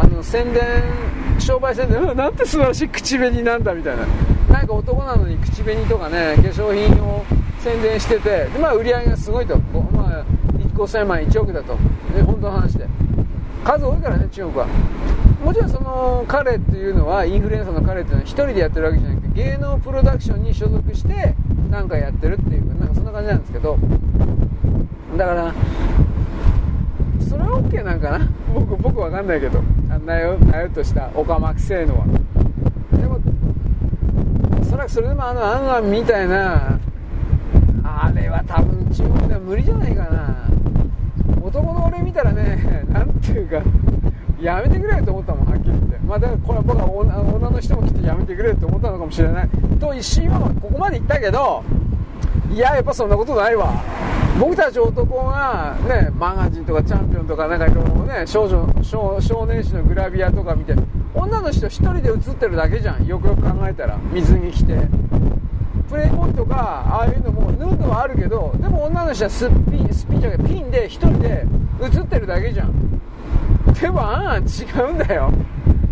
商売宣伝、なんて素晴らしい口紅なんだみたいな、なんか男なのに口紅とかね化粧品を宣伝してて、で、まあ、売り上げがすごいと、まあ、5000万1億だと、本当の話で数多いからね中国は。もちろんその彼っていうのは、インフルエンサーの彼っていうのは一人でやってるわけじゃなくて、芸能プロダクションに所属してなんかやってるっていう、なんかそんな感じなんですけど、だからそれは OK なんかな、僕わかんないけど、なよっとしたオカマくせえのは。でもおそらくそれでもアンアンみたいなあれは多分中国では無理じゃないかな。男の俺見たらね、なんていうかやめてくれと思ったもん、はっきり言って。まあだからこれは僕は女の人もきっとやめてくれと思ったのかもしれないと一瞬はここまで言ったけど、いややっぱそんなことないわ。僕たち男がね、マガジンとかチャンピオンとかなんかいろいろね、少年誌のグラビアとか見て、女の人一人で写ってるだけじゃん、よくよく考えたら。水着着てプレイボーイとかああいうのもヌードはあるけど、でも女の人はスピンじゃなくてピンで一人で写ってるだけじゃん。でも違うんだよ。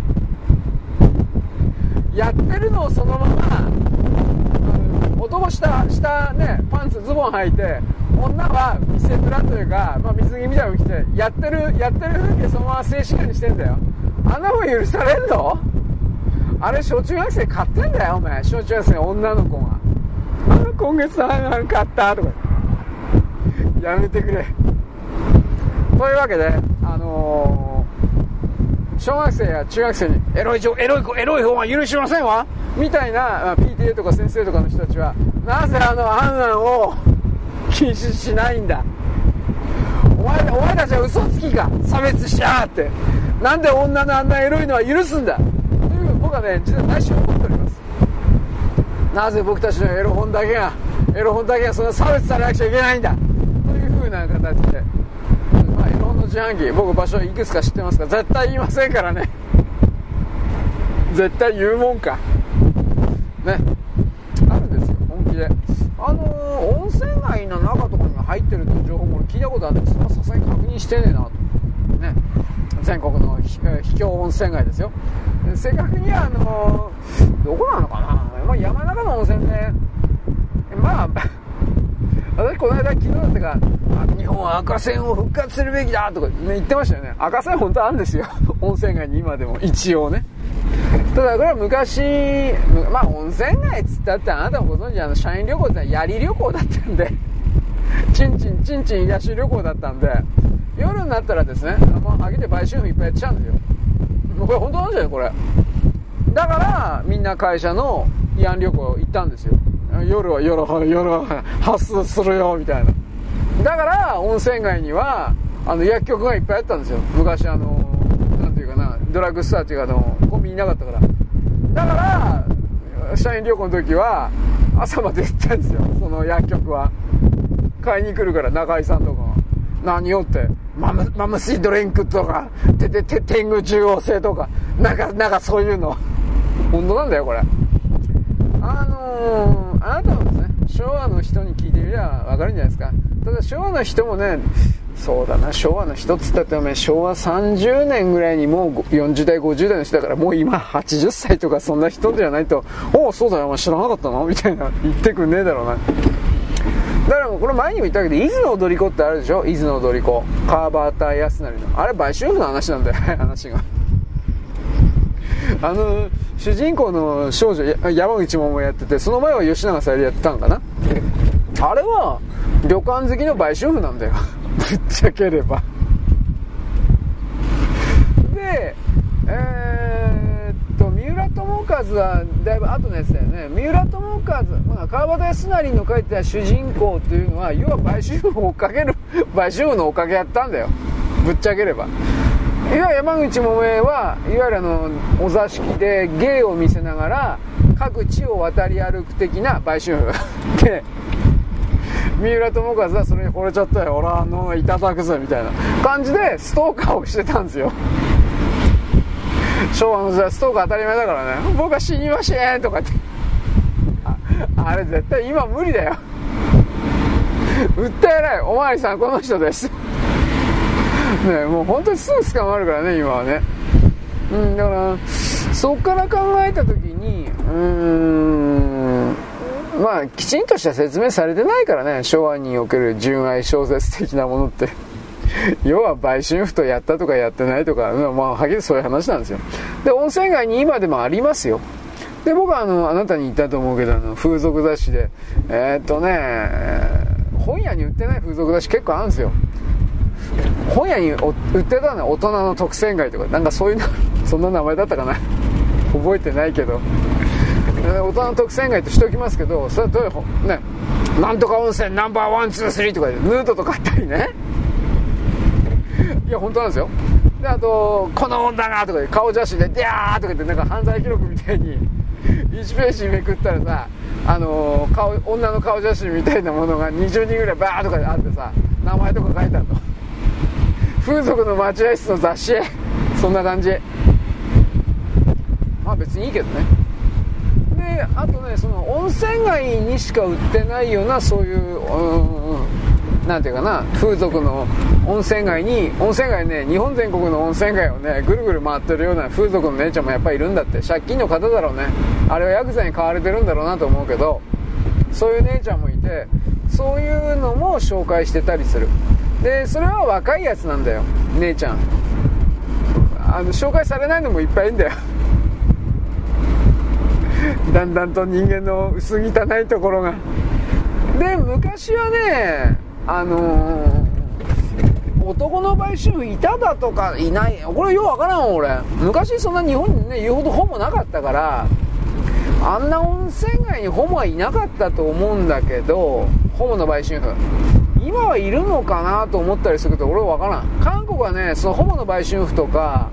やってるのをそのまま男下ね、パンツズボン履いて、女は見せづらというか、まあ、水着みたいなの着てやってる風景そのまま静止画にしてんだよ。あんなもん許されんの？あれ小中学生買ってんだよお前。小中学生女の子が今月何買ったとかやめてくれ。というわけで小学生や中学生にエロい方は許しませんわみたいな PTA とか先生とかの人たちは、なぜアンアンを禁止しないんだ。お前たちは嘘つきか、差別しやがって、なんで女のあんなエロいのは許すんだという、僕はね実は内心思っております。なぜ僕たちのエロ本だけがそんな差別されなくちゃいけないんだという風な形で、まあ、エロ本の自販機、僕場所いくつか知ってますから絶対言いませんからね。絶対言うもんかね、あるんですよ本気で。温泉街の中とかに入ってるという情報も聞いたことあるんですけど、さすがに確認してねえなとね。全国の秘境温泉街ですよ。正確にはどこなのかな、まあ、山中の温泉ね。まあ私この間昨日だったか、日本は赤線を復活するべきだとか、ね、言ってましたよね。赤線本当あるんですよ温泉街に今でも一応ね。ただこれは昔、まあ温泉街っつったってあなたもご存知、社員旅行ってのはやり旅行だったんでちんちん癒し旅行だったんで、夜になったらですね、もうはげて売春婦いっぱいやっちゃうんですよ。これ本当なんですよこれ。だからみんな会社の慰安旅行行ったんですよ。夜は発出するよみたいな。だから温泉街には薬局がいっぱいあったんですよ昔。なんていうかな、ドラッグストアっていうかコンビニなかったから。だから社員旅行の時は朝まで行ったんですよ、その薬局は。買いに来るから、中井さんとかが何をってマムシードリンクとか天狗中央製とかなんかそういうの本当なんだよこれ。あなたもですね、昭和の人に聞いてみれば分かるんじゃないですか。ただ昭和の人もね、そうだな、昭和の人っつったってお前昭和30年ぐらいにもう40代50代の人だから、もう今80歳とかそんな人じゃないと、おおそうだよお前知らなかったのみたいな言ってくんねえだろうな。だからもうこれ前にも言ったけど、伊豆の踊り子ってあるでしょ。伊豆の踊り子、川端康成のあれ売春婦の話なんだよ話が主人公の少女山口百恵やってて、その前は吉永小百合やってたんかな。あれは旅館好きの売春婦なんだよぶっちゃければ。で三浦友和はだいぶ後のやつだよね。三浦友和、川端康成の書いてた主人公っていうのは要は売春婦を追っかける売春婦の追っかけやったんだよ、ぶっちゃければ。いわゆる山口百恵はいわゆるお座敷で芸を見せながら各地を渡り歩く的な売春婦で、三浦友和はそれに惚れちゃったよ、俺はいただくぜみたいな感じでストーカーをしてたんですよ。昭和の時代ストーカー当たり前だからね。僕は死にませんとかって、あれ絶対今無理だよ訴えない、おまわりさんこの人ですね、もう本当にすぐ捕まるからね今はね。だからそっから考えた時にきちんとした説明されてないからね、昭和における純愛小説的なものって要は売春婦とやったとかやってないとか、はっきりそういう話なんですよ。で温泉街に今でもありますよ。で僕はあなたに言ったと思うけど風俗雑誌で本屋に売ってない風俗雑誌結構あるんですよ。本屋に売ってたのは大人の特選街とかなんかそういうのそんな名前だったかな覚えてないけど、大人の特選街としておきますけど、それはどういうね、なんとか温泉ナンバーワンツースリーとかでヌードとかあったりねいや本当なんですよ。であとこの女がとかで顔写真でデャーとか言ってなんか犯罪記録みたいに1ページめくったらさ女の顔写真みたいなものが20人ぐらいバーとかであってさ、名前とか書いてあるの風俗の待合室の雑誌そんな感じ。別にいいけどね。であとね、その温泉街にしか売ってないようなそういうなんていうかな、風俗の温泉街ね、日本全国の温泉街をねぐるぐる回ってるような風俗の姉ちゃんもやっぱりいるんだって。借金の方だろうね、あれはヤクザに買われてるんだろうなと思うけど、そういう姉ちゃんもいて、そういうのも紹介してたりする。でそれは若いやつなんだよ、姉ちゃん。紹介されないのもいっぱいいるんだよだんだんと人間の薄汚いところが。で昔はね男の売春婦いただとかいない、これようわからん。俺昔そんな日本にね言うほどホモなかったから、あんな温泉街にホモはいなかったと思うんだけど、ホモの売春婦今はいるのかなと思ったりするけど俺は分からん。韓国はねそのホモの売春婦とか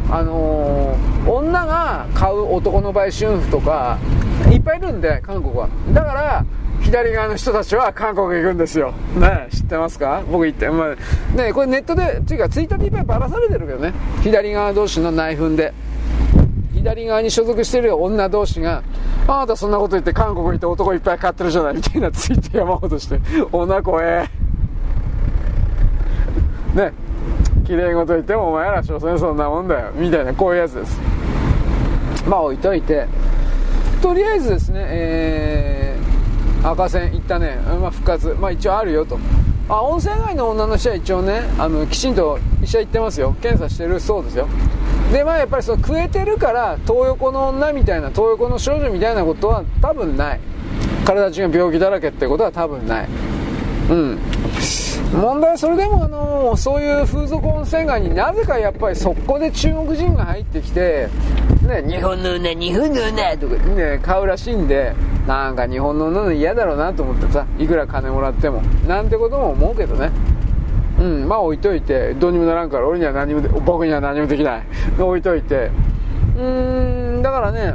女が買う男の売春婦とかいっぱいいるんで、韓国は。だから左側の人たちは韓国へ行くんですよね。知ってますか？僕言って、ね、これネットでっていうかツイッターでいっぱいばらされてるけどね、左側同士の内紛で左側に所属してる女同士が、あなたそんなこと言って韓国行って男いっぱい買ってるじゃないみたいなツイート山ほどして、女怖えね、綺麗事言ってもお前ら所詮そんなもんだよみたいな、こういうやつです。置いといて、とりあえずですね、赤線行ったね、復活、一応あるよと。温泉街の女の人は一応ねきちんと医者行ってますよ、検査してるそうですよ。でやっぱりその食えてるから東横の女みたいな、東横の少女みたいなことは多分ない。体中が病気だらけってことは多分ない。問題はそれでもそういう風俗温泉街になぜかやっぱり速攻で中国人が入ってきて、ね、日本の女とか、ね、買うらしいんで、なんか日本の女の嫌だろうなと思ってさ、いくら金もらってもなんてことも思うけどね。置いといて、どうにもならんから僕には何もできない置いといて、だからね、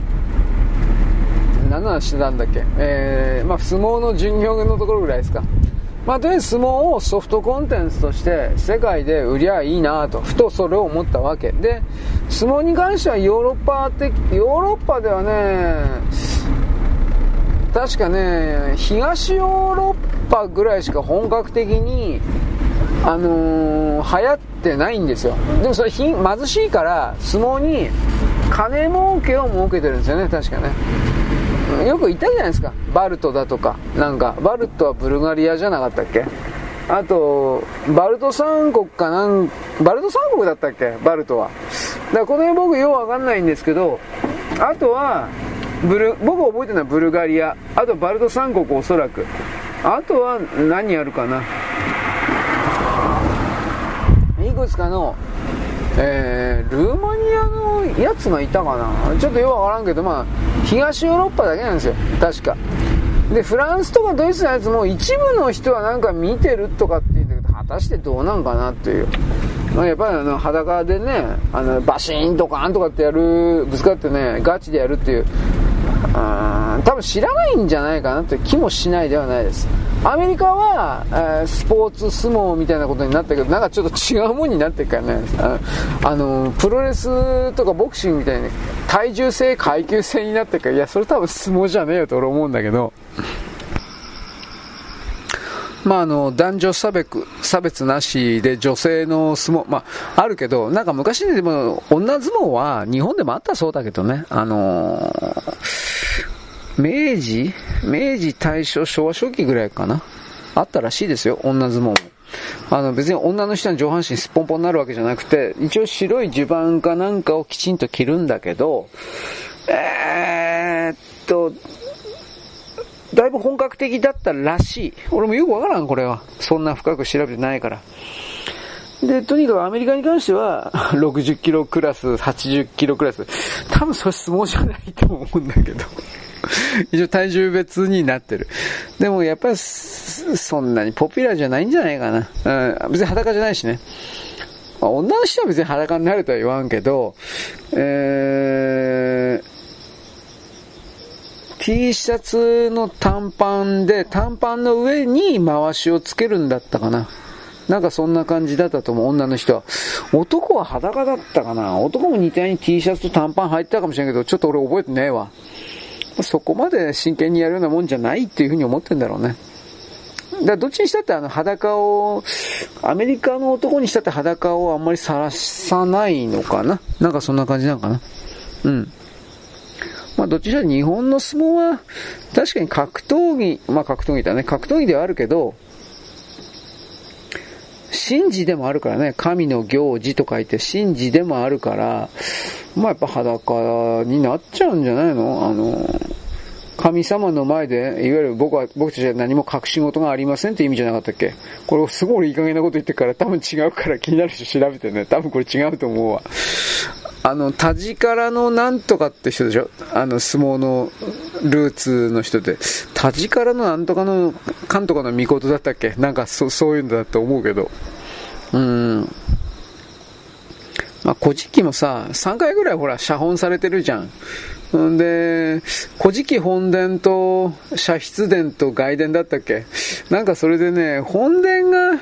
何の話してたんだっけ。相撲の巡業のところぐらいですか。とりあえず相撲をソフトコンテンツとして世界で売りゃいいなとふとそれを思ったわけで、相撲に関してはヨーロッパではね、確かね東ヨーロッパぐらいしか本格的に流行ってないんですよ。でもそれ貧しいから相撲に金儲けを儲けてるんですよね、確かね。よく言ったじゃないですか、バルトだとか。なんかバルトはブルガリアじゃなかったっけ。あとバルト三国だったっけ、バルトはからこの辺僕ようわかんないんですけど、あとは僕覚えてるのはブルガリア、あとバルト三国おそらく、あとは何やるかな、いくつかの、ルーマニアのやつがいたかな、ちょっとよくわからんけど、まあ東ヨーロッパだけなんですよ確かで。フランスとかドイツのやつも一部の人はなんか見てるとかって言うんだけど、果たしてどうなんかなっていう、まあ、やっぱり裸でね、バシーンとかンとかってやる、ぶつかってねガチでやるっていう、多分知らないんじゃないかなって気もしないではないです。アメリカは、スポーツ相撲みたいなことになったけど、なんかちょっと違うもんになってるからね、プロレスとかボクシングみたいに体重制階級制になってるから、いやそれ多分相撲じゃねえよと俺思うんだけど、まあ男女差別なしで女性の相撲、まああるけど、なんか昔でも女相撲は日本でもあったそうだけどね、明治大正昭和初期ぐらいかな、あったらしいですよ女相撲も。別に女の人の上半身すっぽんぽんになるわけじゃなくて、一応白い襦袢かなんかをきちんと着るんだけど、だいぶ本格的だったらしい。俺もよくわからん、これはそんな深く調べてないから。でとにかくアメリカに関しては60キロクラス80キロクラス、多分それ相撲じゃないと思うんだけど一応体重別になってる。でもやっぱりそんなにポピュラーじゃないんじゃないかな、別に裸じゃないしね、まあ、女の人は別に裸になるとは言わんけど、T シャツの短パンで短パンの上に回しをつけるんだったかな、なんかそんな感じだったと思う。女の人は。男は裸だったかな、男も似たように T シャツと短パン履いてたかもしれんけど、ちょっと俺覚えてねえわ。そこまで真剣にやるようなもんじゃないっていうふうに思ってんだろうね。だからどっちにしたって裸を、アメリカの男にしたって裸をあんまり晒さないのかな、なんかそんな感じなのかな。うん。まあどっちにしたって日本の相撲は確かに格闘技、まあ格闘技だね、格闘技ではあるけど、神事でもあるからね、神の行事と書いて神事でもあるから、まあやっぱ裸になっちゃうんじゃないの？神様の前で、いわゆる僕たちは何も隠し事がありませんって意味じゃなかったっけ？これすごいいい加減なこと言ってるから多分違うから気になる人調べてね、多分これ違うと思うわ。田力のなんとかって人でしょ？相撲のルーツの人で。田力のなんとかの、かんとかの御事だったっけ？なんかそういうんだと思うけど。まあ、古事記もさ、3回ぐらいほら、写本されてるじゃん。で、古事記本殿と、写筆殿と外殿だったっけ？なんかそれでね、本殿が、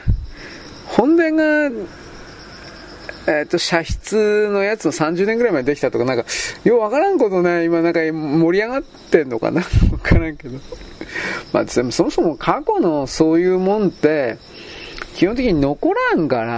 写筆のやつの30年ぐらいまでできたとか、なんか、ようわからんことね、今なんか盛り上がってんのかなわからんけど。まあ、そもそも過去のそういうもんって、基本的に残らんから、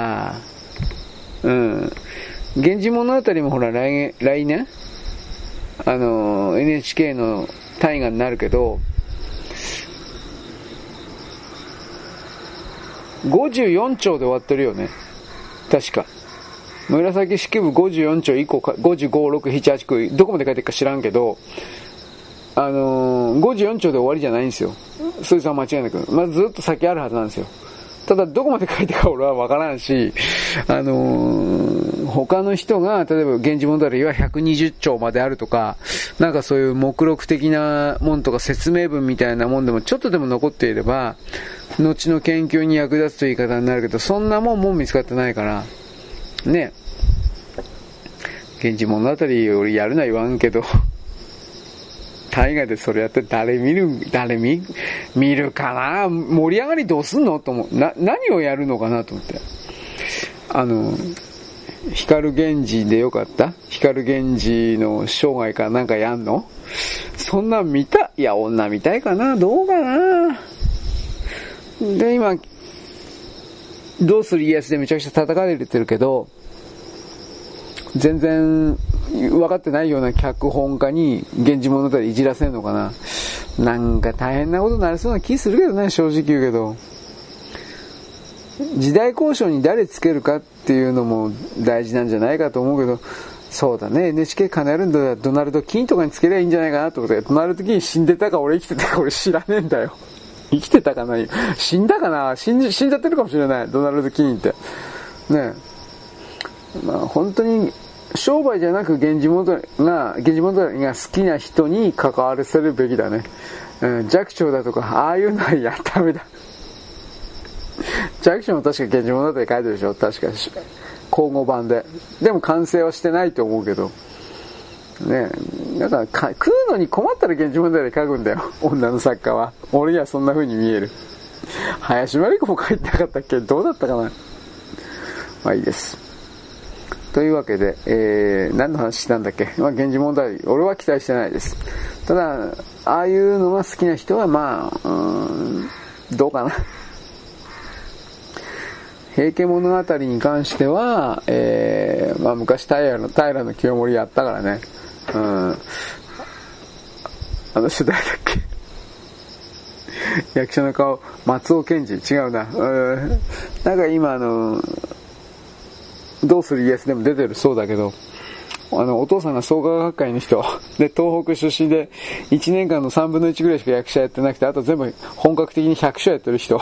源氏物語もほら来年、NHK の大河になるけど、54兆で終わってるよね。確か。紫式部54兆以降か、55、6、7、8、9、どこまで書いてるか知らんけど、54兆で終わりじゃないんですよ。そいつは間違いなく。まあ、ずっと先あるはずなんですよ。ただ、どこまで書いてるか俺は分からんし、他の人が、例えば、源氏物語は120兆まであるとか、なんかそういう目録的なもんとか説明文みたいなもんでもちょっとでも残っていれば、後の研究に役立つという言い方になるけど、そんなもんも見つかってないから、ね。源氏物語よりやるな言わんけど、大河でそれやって誰見るかな、盛り上がりどうすんのと思う。何をやるのかなと思って。光源氏でよかった？光源氏の生涯かなんかやんの？そんなん見た？いや、女見たいかな？どうかな？で、今、どうする家康でめちゃくちゃ叩かれてるけど、全然分かってないような脚本家に源氏物語いじらせんのかな。なんか大変なことになりそうな気するけどね、正直言うけど。時代交渉に誰つけるかっていうのも大事なんじゃないかと思うけど、 そうだね、NHK 金あるんだ、ドナルド・キーンとかにつけりゃいいんじゃないかなと思って。ドナルド・キーン死んでたか俺生きてたか俺知らねえんだよ。生きてたかな、死んだかな、死んじゃってるかもしれない、ドナルド・キーンってね。まあ本当に商売じゃなく源氏物語が好きな人に関わらせるべきだね。寂聴だとかああいうのはダメだ。寂聴も確か源氏物語書いてるでしょ、確か口語版で。でも完成はしてないと思うけどね。だから食うのに困ったら源氏物語書くんだよ、女の作家は。俺にはそんな風に見える。林真理子も書いてなかったっけ、どうだったかな。まあいいです。というわけで、何の話したんだっけ。まあ源氏物語俺は期待してないです。ただああいうのが好きな人はまあどうかな。平家物語に関しては、まあ昔平清盛やったからね。あの人誰だっけ。役者の顔、松尾健児、違うな。なんか今どうする家康でも出てるそうだけど、お父さんが創価学会の人で、東北出身で1年間の3分の1ぐらいしか役者やってなくて、あと全部本格的に100所やってる人。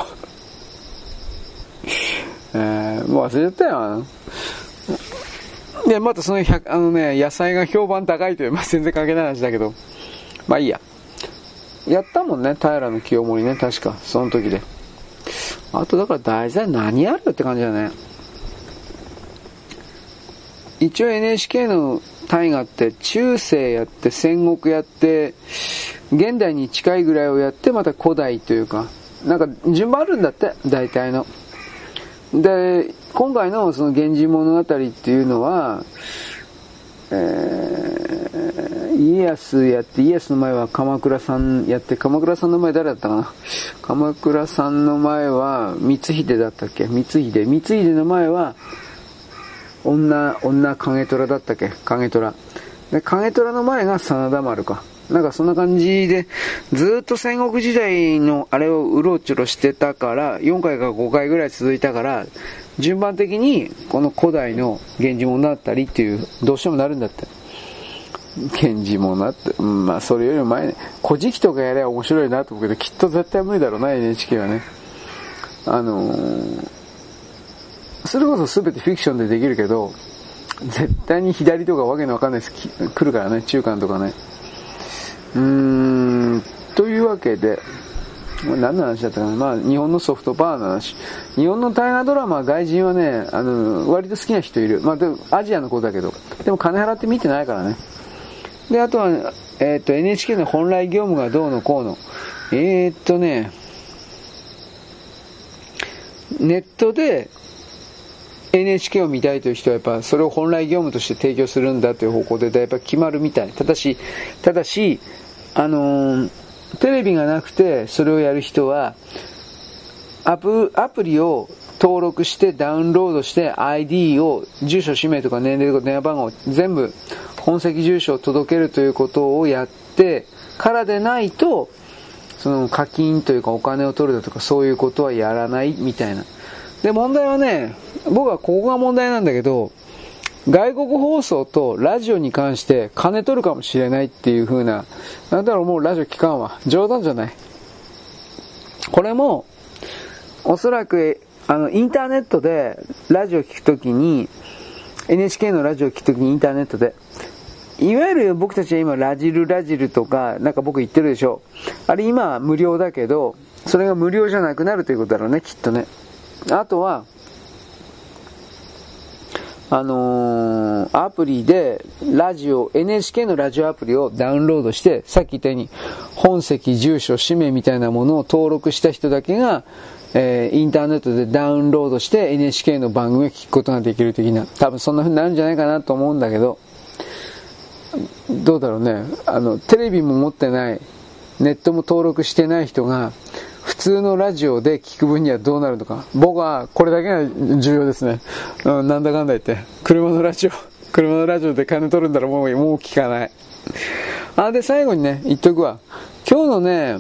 もう忘れちゃったよ。で、またその野菜が評判高いという、まあ、全然関係ない話だけど、まあいいや。やったもんね、平清盛ね、確か、その時で。あとだから題材何やるって感じだね。一応 NHK の大河って中世やって戦国やって現代に近いぐらいをやってまた古代というかなんか順番あるんだって大体の。で今回のその源氏物語っていうのは、家康やって家康の前は鎌倉さんやって鎌倉さんの前誰だったかな。鎌倉さんの前は光秀だったっけ。光秀の前は女影虎だったっけ。影虎で影虎の前が真田丸か。なんかそんな感じでずっと戦国時代のあれをうろちょろしてたから4回か5回ぐらい続いたから順番的にこの古代の源氏物語っていうどうしてもなるんだって。源氏物って、まあそれよりも前ね古事記とかやれば面白いなと思うけどきっと絶対無理だろうな NHK はね。それこそ全てフィクションでできるけど絶対に左とかわけのわかんないです来るからね、中間とかね。というわけで何の話だったかな。まあ日本のソフトパワーの話。日本の大河ドラマ外人はね割と好きな人いる。まあでもアジアの子だけどでも金払って見てないからね。であとは、NHK の本来業務がどうのこうのネットで NHK を見たいという人はやっぱそれを本来業務として提供するんだという方向でやっぱ決まるみたい。ただしテレビがなくてそれをやる人はアプリを登録してダウンロードして ID を住所氏名とか年齢とか電話番号全部本籍住所を届けるということをやってからでないとその課金というかお金を取るだとかそういうことはやらないみたいな。で問題はね、僕はここが問題なんだけど外国放送とラジオに関して金取るかもしれないっていう風な。だからもうラジオ聞かんわ。冗談じゃない。これもおそらくインターネットでラジオ聞くときに NHK のラジオ聞くときにインターネットでいわゆる僕たちは今ラジルとかなんか僕言ってるでしょ。あれ今無料だけどそれが無料じゃなくなるということだろうね、きっとね。あとはアプリでNHK のラジオアプリをダウンロードしてさっき言ったように本籍住所氏名みたいなものを登録した人だけがインターネットでダウンロードして NHK の番組を聞くことができる的な、多分そんな風になるんじゃないかなと思うんだけど、どうだろうね。テレビも持ってないネットも登録してない人が普通のラジオで聞く分にはどうなるのか。僕はこれだけが重要ですね。なんだかんだ言って車のラジオで金取るんだらもう聞かない。で最後にね言っとくわ。今日のね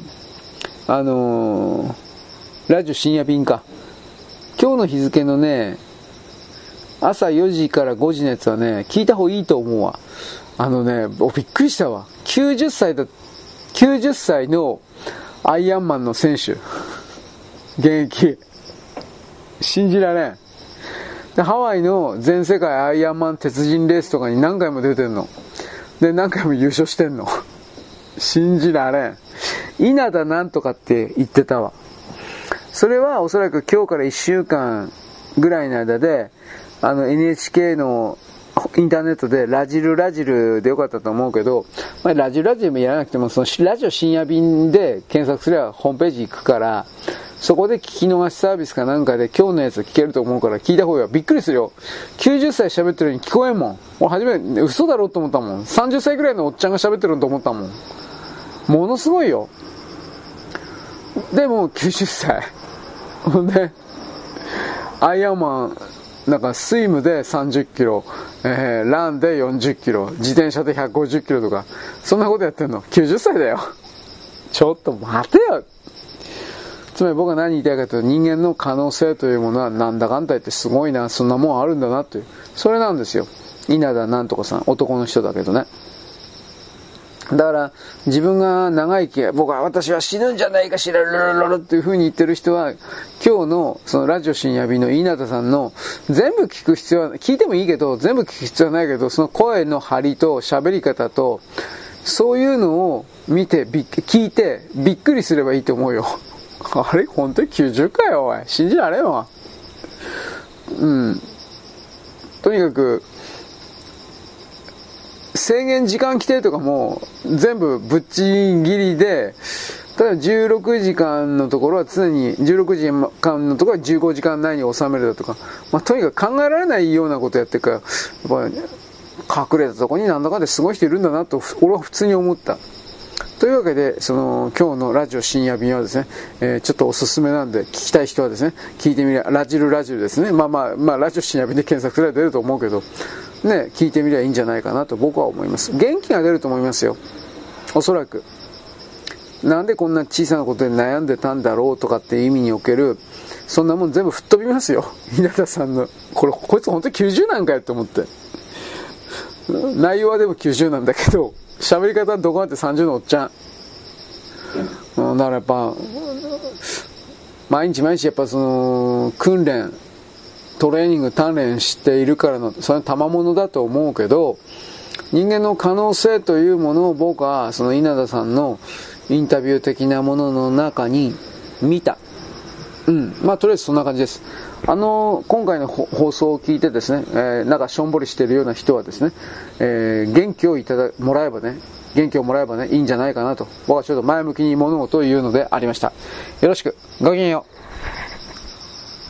ラジオ深夜便か。今日の日付のね朝4時から5時のやつはね、聞いた方がいいと思うわ。びっくりしたわ。90歳のアイアンマンの選手。現役。信じられん。で、ハワイの全世界アイアンマン鉄人レースとかに何回も出てんの。で、何回も優勝してんの。信じられん。稲田なんとかって言ってたわ。それはおそらく今日から1週間ぐらいの間で、NHK のインターネットでラジルでよかったと思うけど、まあ、ラジルもやらなくても、そのラジオ深夜便で検索すればホームページ行くから、そこで聞き逃しサービスかなんかで今日のやつ聞けると思うから聞いた方がいいよ。びっくりするよ。90歳喋ってるように聞こえんもん。俺初めて嘘だろうと思ったもん。30歳ぐらいのおっちゃんが喋ってると思ったもん。ものすごいよ。でも90歳。ほんで、アイアンマン、なんかスイムで30キロ、ランで40キロ、自転車で150キロとか、そんなことやってんの。90歳だよ。ちょっと待てよ。つまり僕は何言いたいかというと、人間の可能性というものはなんだかんだ言ってすごいな、そんなもんあるんだなという。それなんですよ。稲田なんとかさん、男の人だけどね。だから自分が長生き、私は死ぬんじゃないかしらっていう風に言ってる人は、今日のそのラジオ深夜便の稲田さんの全部聞く必要は、聞いてもいいけど全部聞く必要はないけど、その声の張りと喋り方とそういうのを見て聞いてびっくりすればいいと思うよ。あれ本当に90かよ、おい、信じられんわ。とにかく制限時間規定とかも全部ぶっちぎりで、例えば16時間のところは常に16時間のところは15時間内に収めるだとか、とにかく考えられないようなことやってるから、やっぱり隠れたところになんだかですごい人いるんだなと俺は普通に思った。というわけで、今日のラジオ深夜便はですね、ちょっとおすすめなんで、聞きたい人はですね、聞いてみれば、ラジルですね。ラジオ深夜便で検索すれば出ると思うけど、ね、聞いてみればいいんじゃないかなと僕は思います。元気が出ると思いますよ。おそらく。なんでこんな小さなことで悩んでたんだろうとかっていう意味における、そんなもん全部吹っ飛びますよ。稲田さんの。こいつ本当に90なんかよって思って。内容はでも90なんだけど、喋り方はどこまで30のおっちゃん。だからやっぱ、毎日やっぱ訓練、トレーニング、鍛錬しているからの、それは賜物だと思うけど、人間の可能性というものを僕は、その稲田さんのインタビュー的なものの中に見た。とりあえずそんな感じです。今回の放送を聞いてですね、なんかしょんぼりしているような人はですね、元気をもらえばね、いいんじゃないかなと、僕はちょっと前向きに物事を言うのでありました。よろしく、ごきげんよう。